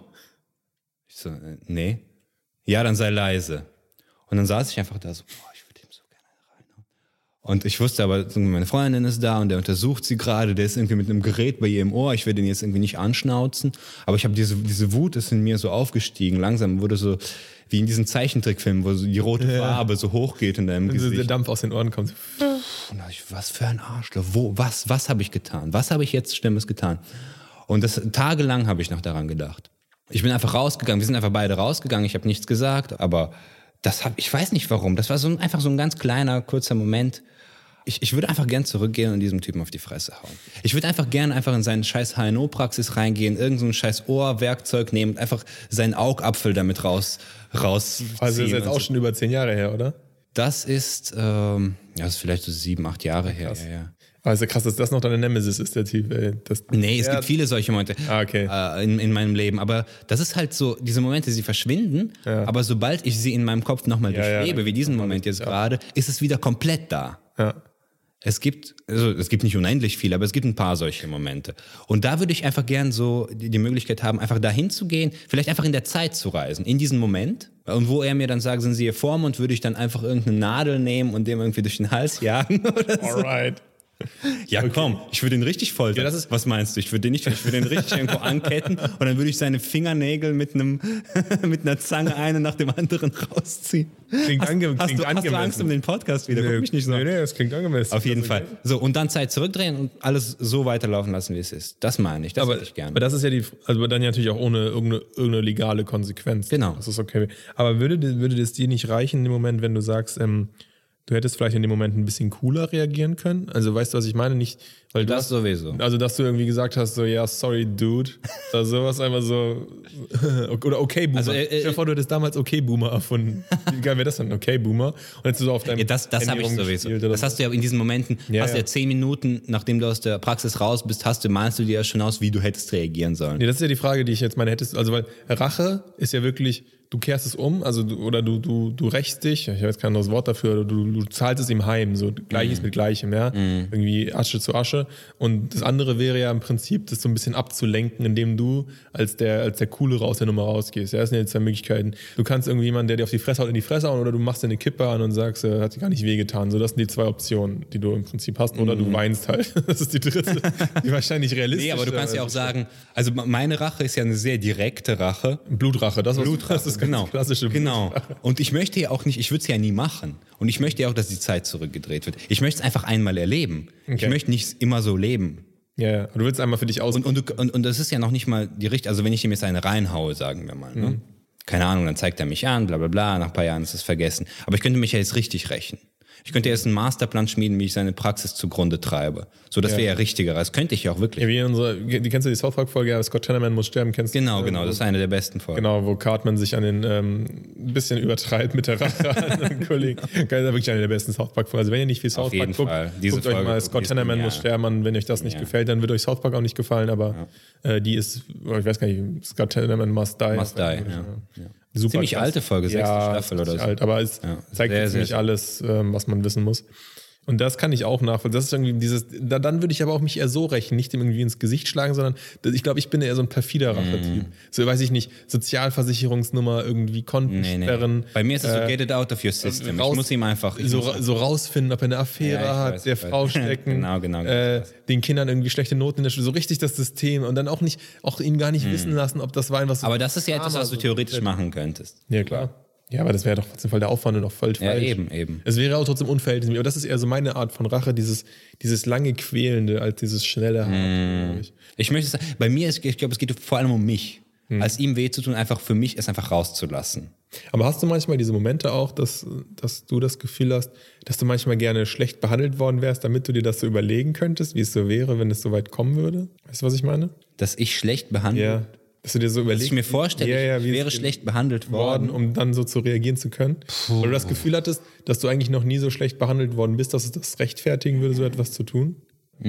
Ich so, äh, nee. Ja, dann sei leise. Und dann saß ich einfach da so, boah, ich würde ihm so gerne reinhauen. Und ich wusste aber, meine Freundin ist da und der untersucht sie gerade, der ist irgendwie mit einem Gerät bei ihr im Ohr, ich will den jetzt irgendwie nicht anschnauzen. Aber ich habe diese, diese Wut ist in mir so aufgestiegen, langsam wurde so, wie in diesen Zeichentrickfilmen, wo so die rote ja. Farbe so hochgeht in deinem Gesicht. Der Dampf aus den Ohren kommt. Und da ich, was für ein Arschloch, wo, was, was habe ich getan? Was habe ich jetzt Schlimmes getan? Und das tagelang habe ich noch daran gedacht. Ich bin einfach rausgegangen, wir sind einfach beide rausgegangen, ich habe nichts gesagt, aber das hab, ich weiß nicht warum, das war so ein, einfach so ein ganz kleiner, kurzer Moment. Ich, ich würde einfach gern zurückgehen und diesem Typen auf die Fresse hauen. Ich würde einfach gern einfach in seine scheiß H N O-Praxis reingehen, irgend so ein scheiß Ohrwerkzeug nehmen und einfach seinen Augapfel damit raus rausziehen. Also das ist jetzt auch schon über zehn Jahre her, oder? Das ist, ähm, ja, das ist vielleicht so sieben, acht Jahre her. Ja, ja. Also krass, dass das noch deine Nemesis ist, der Typ. Ey. Das, nee, es gibt viele solche Momente ah, okay. äh, in, in meinem Leben. Aber das ist halt so, diese Momente, sie verschwinden. Ja. Aber sobald ich sie in meinem Kopf nochmal ja, durchlebe, ja, wie diesen Moment jetzt ja. gerade, ist es wieder komplett da. Ja. Es gibt, also es gibt nicht unendlich viele, aber es gibt ein paar solche Momente. Und da würde ich einfach gern so die, die Möglichkeit haben, einfach dahin zu gehen, vielleicht einfach in der Zeit zu reisen, in diesen Moment. Und wo er mir dann sagt, sind Sie Ihr Vormund, würde ich dann einfach irgendeine Nadel nehmen und dem irgendwie durch den Hals jagen oder so. Alright. Ja, okay. Komm, ich würde ihn richtig foltern. Ja, das ist was meinst du? Ich würde den nicht, ich würde den richtig irgendwo anketten und dann würde ich seine Fingernägel mit einem, mit einer Zange einen nach dem anderen rausziehen. Klingt hast, ange- hast, klingt du, hast du Angst um den Podcast wieder? Nee, Guck mich nicht so. Nee, nee, das klingt angemessen. Auf jeden Fall. Okay. So, und dann Zeit zurückdrehen und alles so weiterlaufen lassen, wie es ist. Das meine ich, das aber, würde ich gerne. Aber das ist ja die, also dann natürlich auch ohne irgendeine, irgendeine legale Konsequenz. Genau. Das ist okay. Aber würde, würde das dir nicht reichen in dem Moment, wenn du sagst, ähm, du hättest vielleicht in dem Moment ein bisschen cooler reagieren können? Also weißt du, was ich meine? Nicht, weil das, das sowieso. Also dass du irgendwie gesagt hast, so ja, sorry, dude. Oder sowas einfach so. Oder okay, Boomer. Also, äh, Stell dir vor, du hättest damals okay, Boomer erfunden. Wie geil wäre das dann? Okay, Boomer. Und hättest du so auf deinem ja, das das habe ich sowieso. Das hast du ja in diesen Momenten, ja, hast du ja. ja zehn Minuten, nachdem du aus der Praxis raus bist, hast du, malst du dir ja schon aus, wie du hättest reagieren sollen. Ja, das ist ja die Frage, die ich jetzt meine, hättest, also weil Rache ist ja wirklich, du kehrst es um, also du, oder du, du, du rächst dich, ich habe jetzt kein anderes Wort dafür, oder du, du zahlst es ihm heim, so Gleiches mm. mit Gleichem, ja, mm. irgendwie Asche zu Asche. Und das andere wäre ja im Prinzip, das so ein bisschen abzulenken, indem du als der, als der Coolere aus der Nummer rausgehst. Ja, das sind ja zwei Möglichkeiten. Du kannst irgendwie jemanden, der dir auf die Fresse haut, in die Fresse hauen, oder du machst dir eine Kippe an und sagst, äh, hat dir gar nicht wehgetan. So, das sind die zwei Optionen, die du im Prinzip hast. Oder mm. du weinst halt. Das ist die dritte, die wahrscheinlich realistisch ist. Nee, aber du kannst ja auch sagen, also meine Rache ist ja eine sehr direkte Rache. Blutrache, das, was Blutrache, das ist genau. klassische Genau. Und ich möchte ja auch nicht, ich würde es ja nie machen. Und ich möchte ja auch, dass die Zeit zurückgedreht wird. Ich möchte es einfach einmal erleben. Okay. Ich möchte nicht immer so leben. Ja, ja. Du willst einmal für dich aus. Und, und, und, und das ist ja noch nicht mal die Richtung, also wenn ich ihm jetzt eine reinhaue, sagen wir mal, ne? Mhm. Keine Ahnung, dann zeigt er mich an, bla bla bla, nach ein paar Jahren ist es vergessen. Aber ich könnte mich ja jetzt richtig rächen. Ich könnte jetzt einen Masterplan schmieden, wie ich seine Praxis zugrunde treibe. So, das wäre ja richtiger. Das könnte ich ja auch wirklich. Ja, wie in unserer, die kennst du die South Park-Folge, ja, Scott Tenorman muss sterben, kennst du? Genau, genau, das ist eine der besten Folgen. Genau, wo Cartman sich an den, ähm, ein bisschen übertreibt mit der Rache an den Kollegen. Das ist wirklich eine der besten South Park-Folgen. Also wenn ihr nicht viel South Park guckt, Diese guckt euch mal Scott Tenorman muss sterben an. Wenn euch das nicht ja. gefällt, dann wird euch South Park auch nicht gefallen, aber ja. äh, die ist, ich weiß gar nicht, Scott Tenorman must die. Must die, ja. ja. Super ziemlich krass. Alte Folge, sechste ja, Staffel oder so. Alt, aber es ja, zeigt sehr, ziemlich sehr alles, ähm, was man wissen muss. Und das kann ich auch nachvollziehen. Das ist irgendwie dieses, da, dann würde ich aber auch mich eher so rächen, nicht dem irgendwie ins Gesicht schlagen, sondern ich glaube, ich bin eher so ein perfider Rache-Typ. Mm. So, weiß ich nicht, Sozialversicherungsnummer, irgendwie Konten nee, nee. sperren. Bei mir ist es äh, so, get it out of your system. Raus, ich muss ihm einfach... So, so rausfinden, ob er eine Affäre ja, hat, weiß, der Frau stecken, genau, genau, äh, den Kindern irgendwie schlechte Noten in der Schule, so richtig das System und dann auch nicht, auch ihn gar nicht mm. wissen lassen, ob das war, was... Aber das ist ja etwas, was du theoretisch machen könntest. Ja, klar. Ja, aber das wäre doch trotzdem voll der Aufwand und auch voll Ja, falsch. eben, eben. Es wäre auch trotzdem unverhältnismäßig. Aber das ist eher so meine Art von Rache, dieses, dieses lange Quälende als dieses schnelle Harte. Mm. Ich möchte sagen, bei mir ist, ich glaube, es geht vor allem um mich. Hm. Als ihm weh zu tun, einfach für mich, es einfach rauszulassen. Aber hast du manchmal diese Momente auch, dass, dass du das Gefühl hast, dass du manchmal gerne schlecht behandelt worden wärst, damit du dir das so überlegen könntest, wie es so wäre, wenn es so weit kommen würde? Weißt du, was ich meine? Dass ich schlecht behandelt Ja. Dass du dir so überlegst, dass ich mir vorstelle, ja, ja, ich wie wäre es schlecht behandelt worden. worden, um dann so zu reagieren zu können. Puh. Weil du das Gefühl hattest, dass du eigentlich noch nie so schlecht behandelt worden bist, dass es das rechtfertigen würde, so etwas zu tun?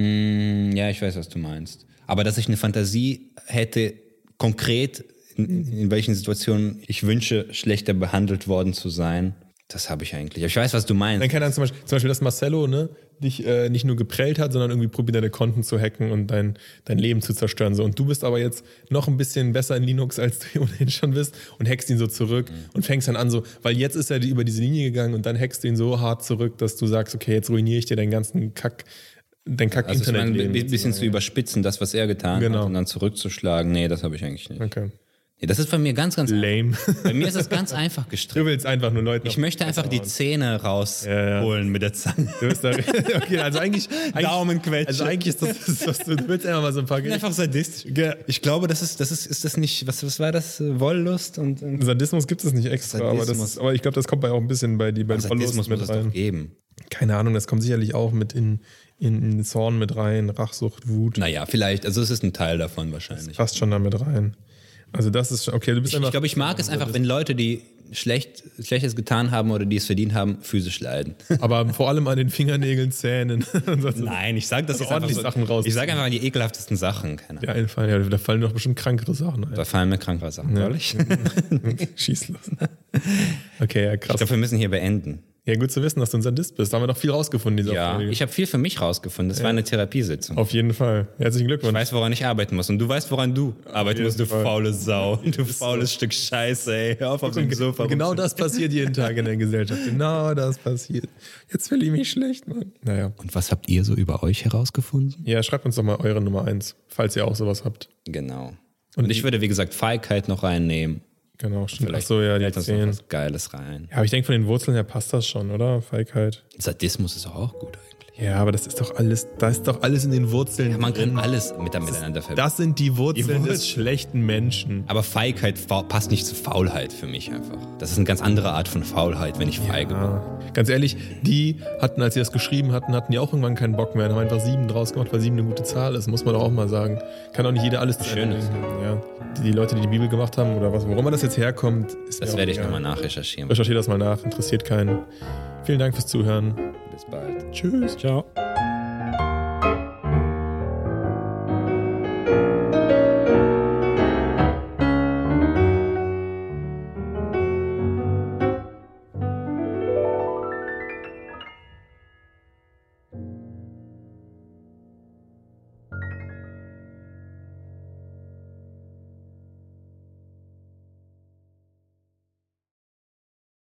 Mm, ja, ich weiß, was du meinst. Aber dass ich eine Fantasie hätte, konkret in, in welchen Situationen ich wünsche, schlechter behandelt worden zu sein, das habe ich eigentlich. Aber ich weiß, was du meinst. Dann kann er zum Beispiel, zum Beispiel, dass Marcello ne, dich äh, nicht nur geprellt hat, sondern irgendwie probiert, deine Konten zu hacken und dein, dein Leben zu zerstören. So. Und du bist aber jetzt noch ein bisschen besser in Linux, als du ohnehin schon bist und hackst ihn so zurück mhm. und fängst dann an so, weil jetzt ist er über diese Linie gegangen und dann hackst du ihn so hart zurück, dass du sagst, okay, jetzt ruiniere ich dir deinen ganzen Kack, dein Kack-Internet. Also ein bisschen zu überspitzen, das, was er getan genau. hat und dann zurückzuschlagen. Nee, das habe ich eigentlich nicht. Okay. Nee, das ist bei mir ganz, ganz lame. Einfach. Bei mir ist es ganz einfach gestrickt. Du willst einfach nur Leute. Ich möchte einfach die Zähne rausholen ja, ja. mit der Zange. Du bist da, okay, also eigentlich, eigentlich Daumenquetsche. Also eigentlich ist das, das was du, du willst einfach mal so ein paar. Einfach sadistisch. Ich glaube, das ist, das ist, ist das nicht, was, was war das? Wollust und, und Sadismus gibt es nicht extra, aber, das, aber ich glaube, das kommt bei auch ein bisschen bei die bei Wollust mit rein. Geben. Keine Ahnung, das kommt sicherlich auch mit in in, in Zorn mit rein, Rachsucht, Wut. Naja, vielleicht, also es ist ein Teil davon wahrscheinlich. Das passt schon da mit rein. Also das ist, okay, du bist ich, einfach... Ich glaube, ich mag es einfach, wenn Leute, die schlecht, Schlechtes getan haben oder die es verdient haben, physisch leiden. Aber vor allem an den Fingernägeln, Zähnen. Nein, ich sage das also ordentlich so, Sachen raus. Ich sage einfach die ekelhaftesten Sachen. Keine ja, einfach, ja, da fallen doch bestimmt krankere Sachen ein. Da fallen mir krankere Sachen, ja. ehrlich? Schieß los. Okay, ja, krass. Ich glaube, wir müssen hier beenden. Ja, gut zu wissen, dass du ein Sadist bist. Da haben wir noch viel rausgefunden in dieser Ja, Folge. ich habe viel für mich rausgefunden. Das ja. war eine Therapiesitzung. Auf jeden Fall. Herzlichen Glückwunsch. Ich weiß, woran ich arbeiten muss. Und du weißt, woran du arbeiten musst, du Fall. faule Sau. Du faules so. Stück Scheiße, ey. Hör auf auf dem Sofa. Genau das passiert jeden Tag in der Gesellschaft. Genau das passiert. Jetzt will ich mich schlecht machen. Naja. Und was habt ihr so über euch herausgefunden? Ja, schreibt uns doch mal eure Nummer eins, falls ihr auch sowas habt. Genau. Und, Und ich würde, wie gesagt, Feigheit noch reinnehmen. Genau, stimmt. Ach so, ja, die zehn. Was Geiles rein. Ja, aber ich denke, von den Wurzeln her passt das schon, oder? Feigheit. Sadismus ist doch auch gut eigentlich. Ja, aber das ist doch alles, da ist doch alles in den Wurzeln. Ja, man drin. kann alles miteinander verbinden. Das sind die Wurzeln, die Wurzeln des schlechten Menschen. Aber Feigheit passt nicht zu Faulheit für mich einfach. Das ist eine ganz andere Art von Faulheit, wenn ich feige ja. bin. Ganz ehrlich, die hatten, als sie das geschrieben hatten, hatten die auch irgendwann keinen Bock mehr. Haben einfach sieben draus gemacht, weil sieben eine gute Zahl ist. Muss man doch auch mal sagen. Kann auch nicht jeder alles zu Ende denken. Ja. Die, die Leute, die die Bibel gemacht haben oder was, worum das jetzt herkommt, ist das werde ich nochmal nachrecherchieren. Recherchiere das mal nach, interessiert keinen. Vielen Dank fürs Zuhören. Bis bald. Tschüss. Ciao.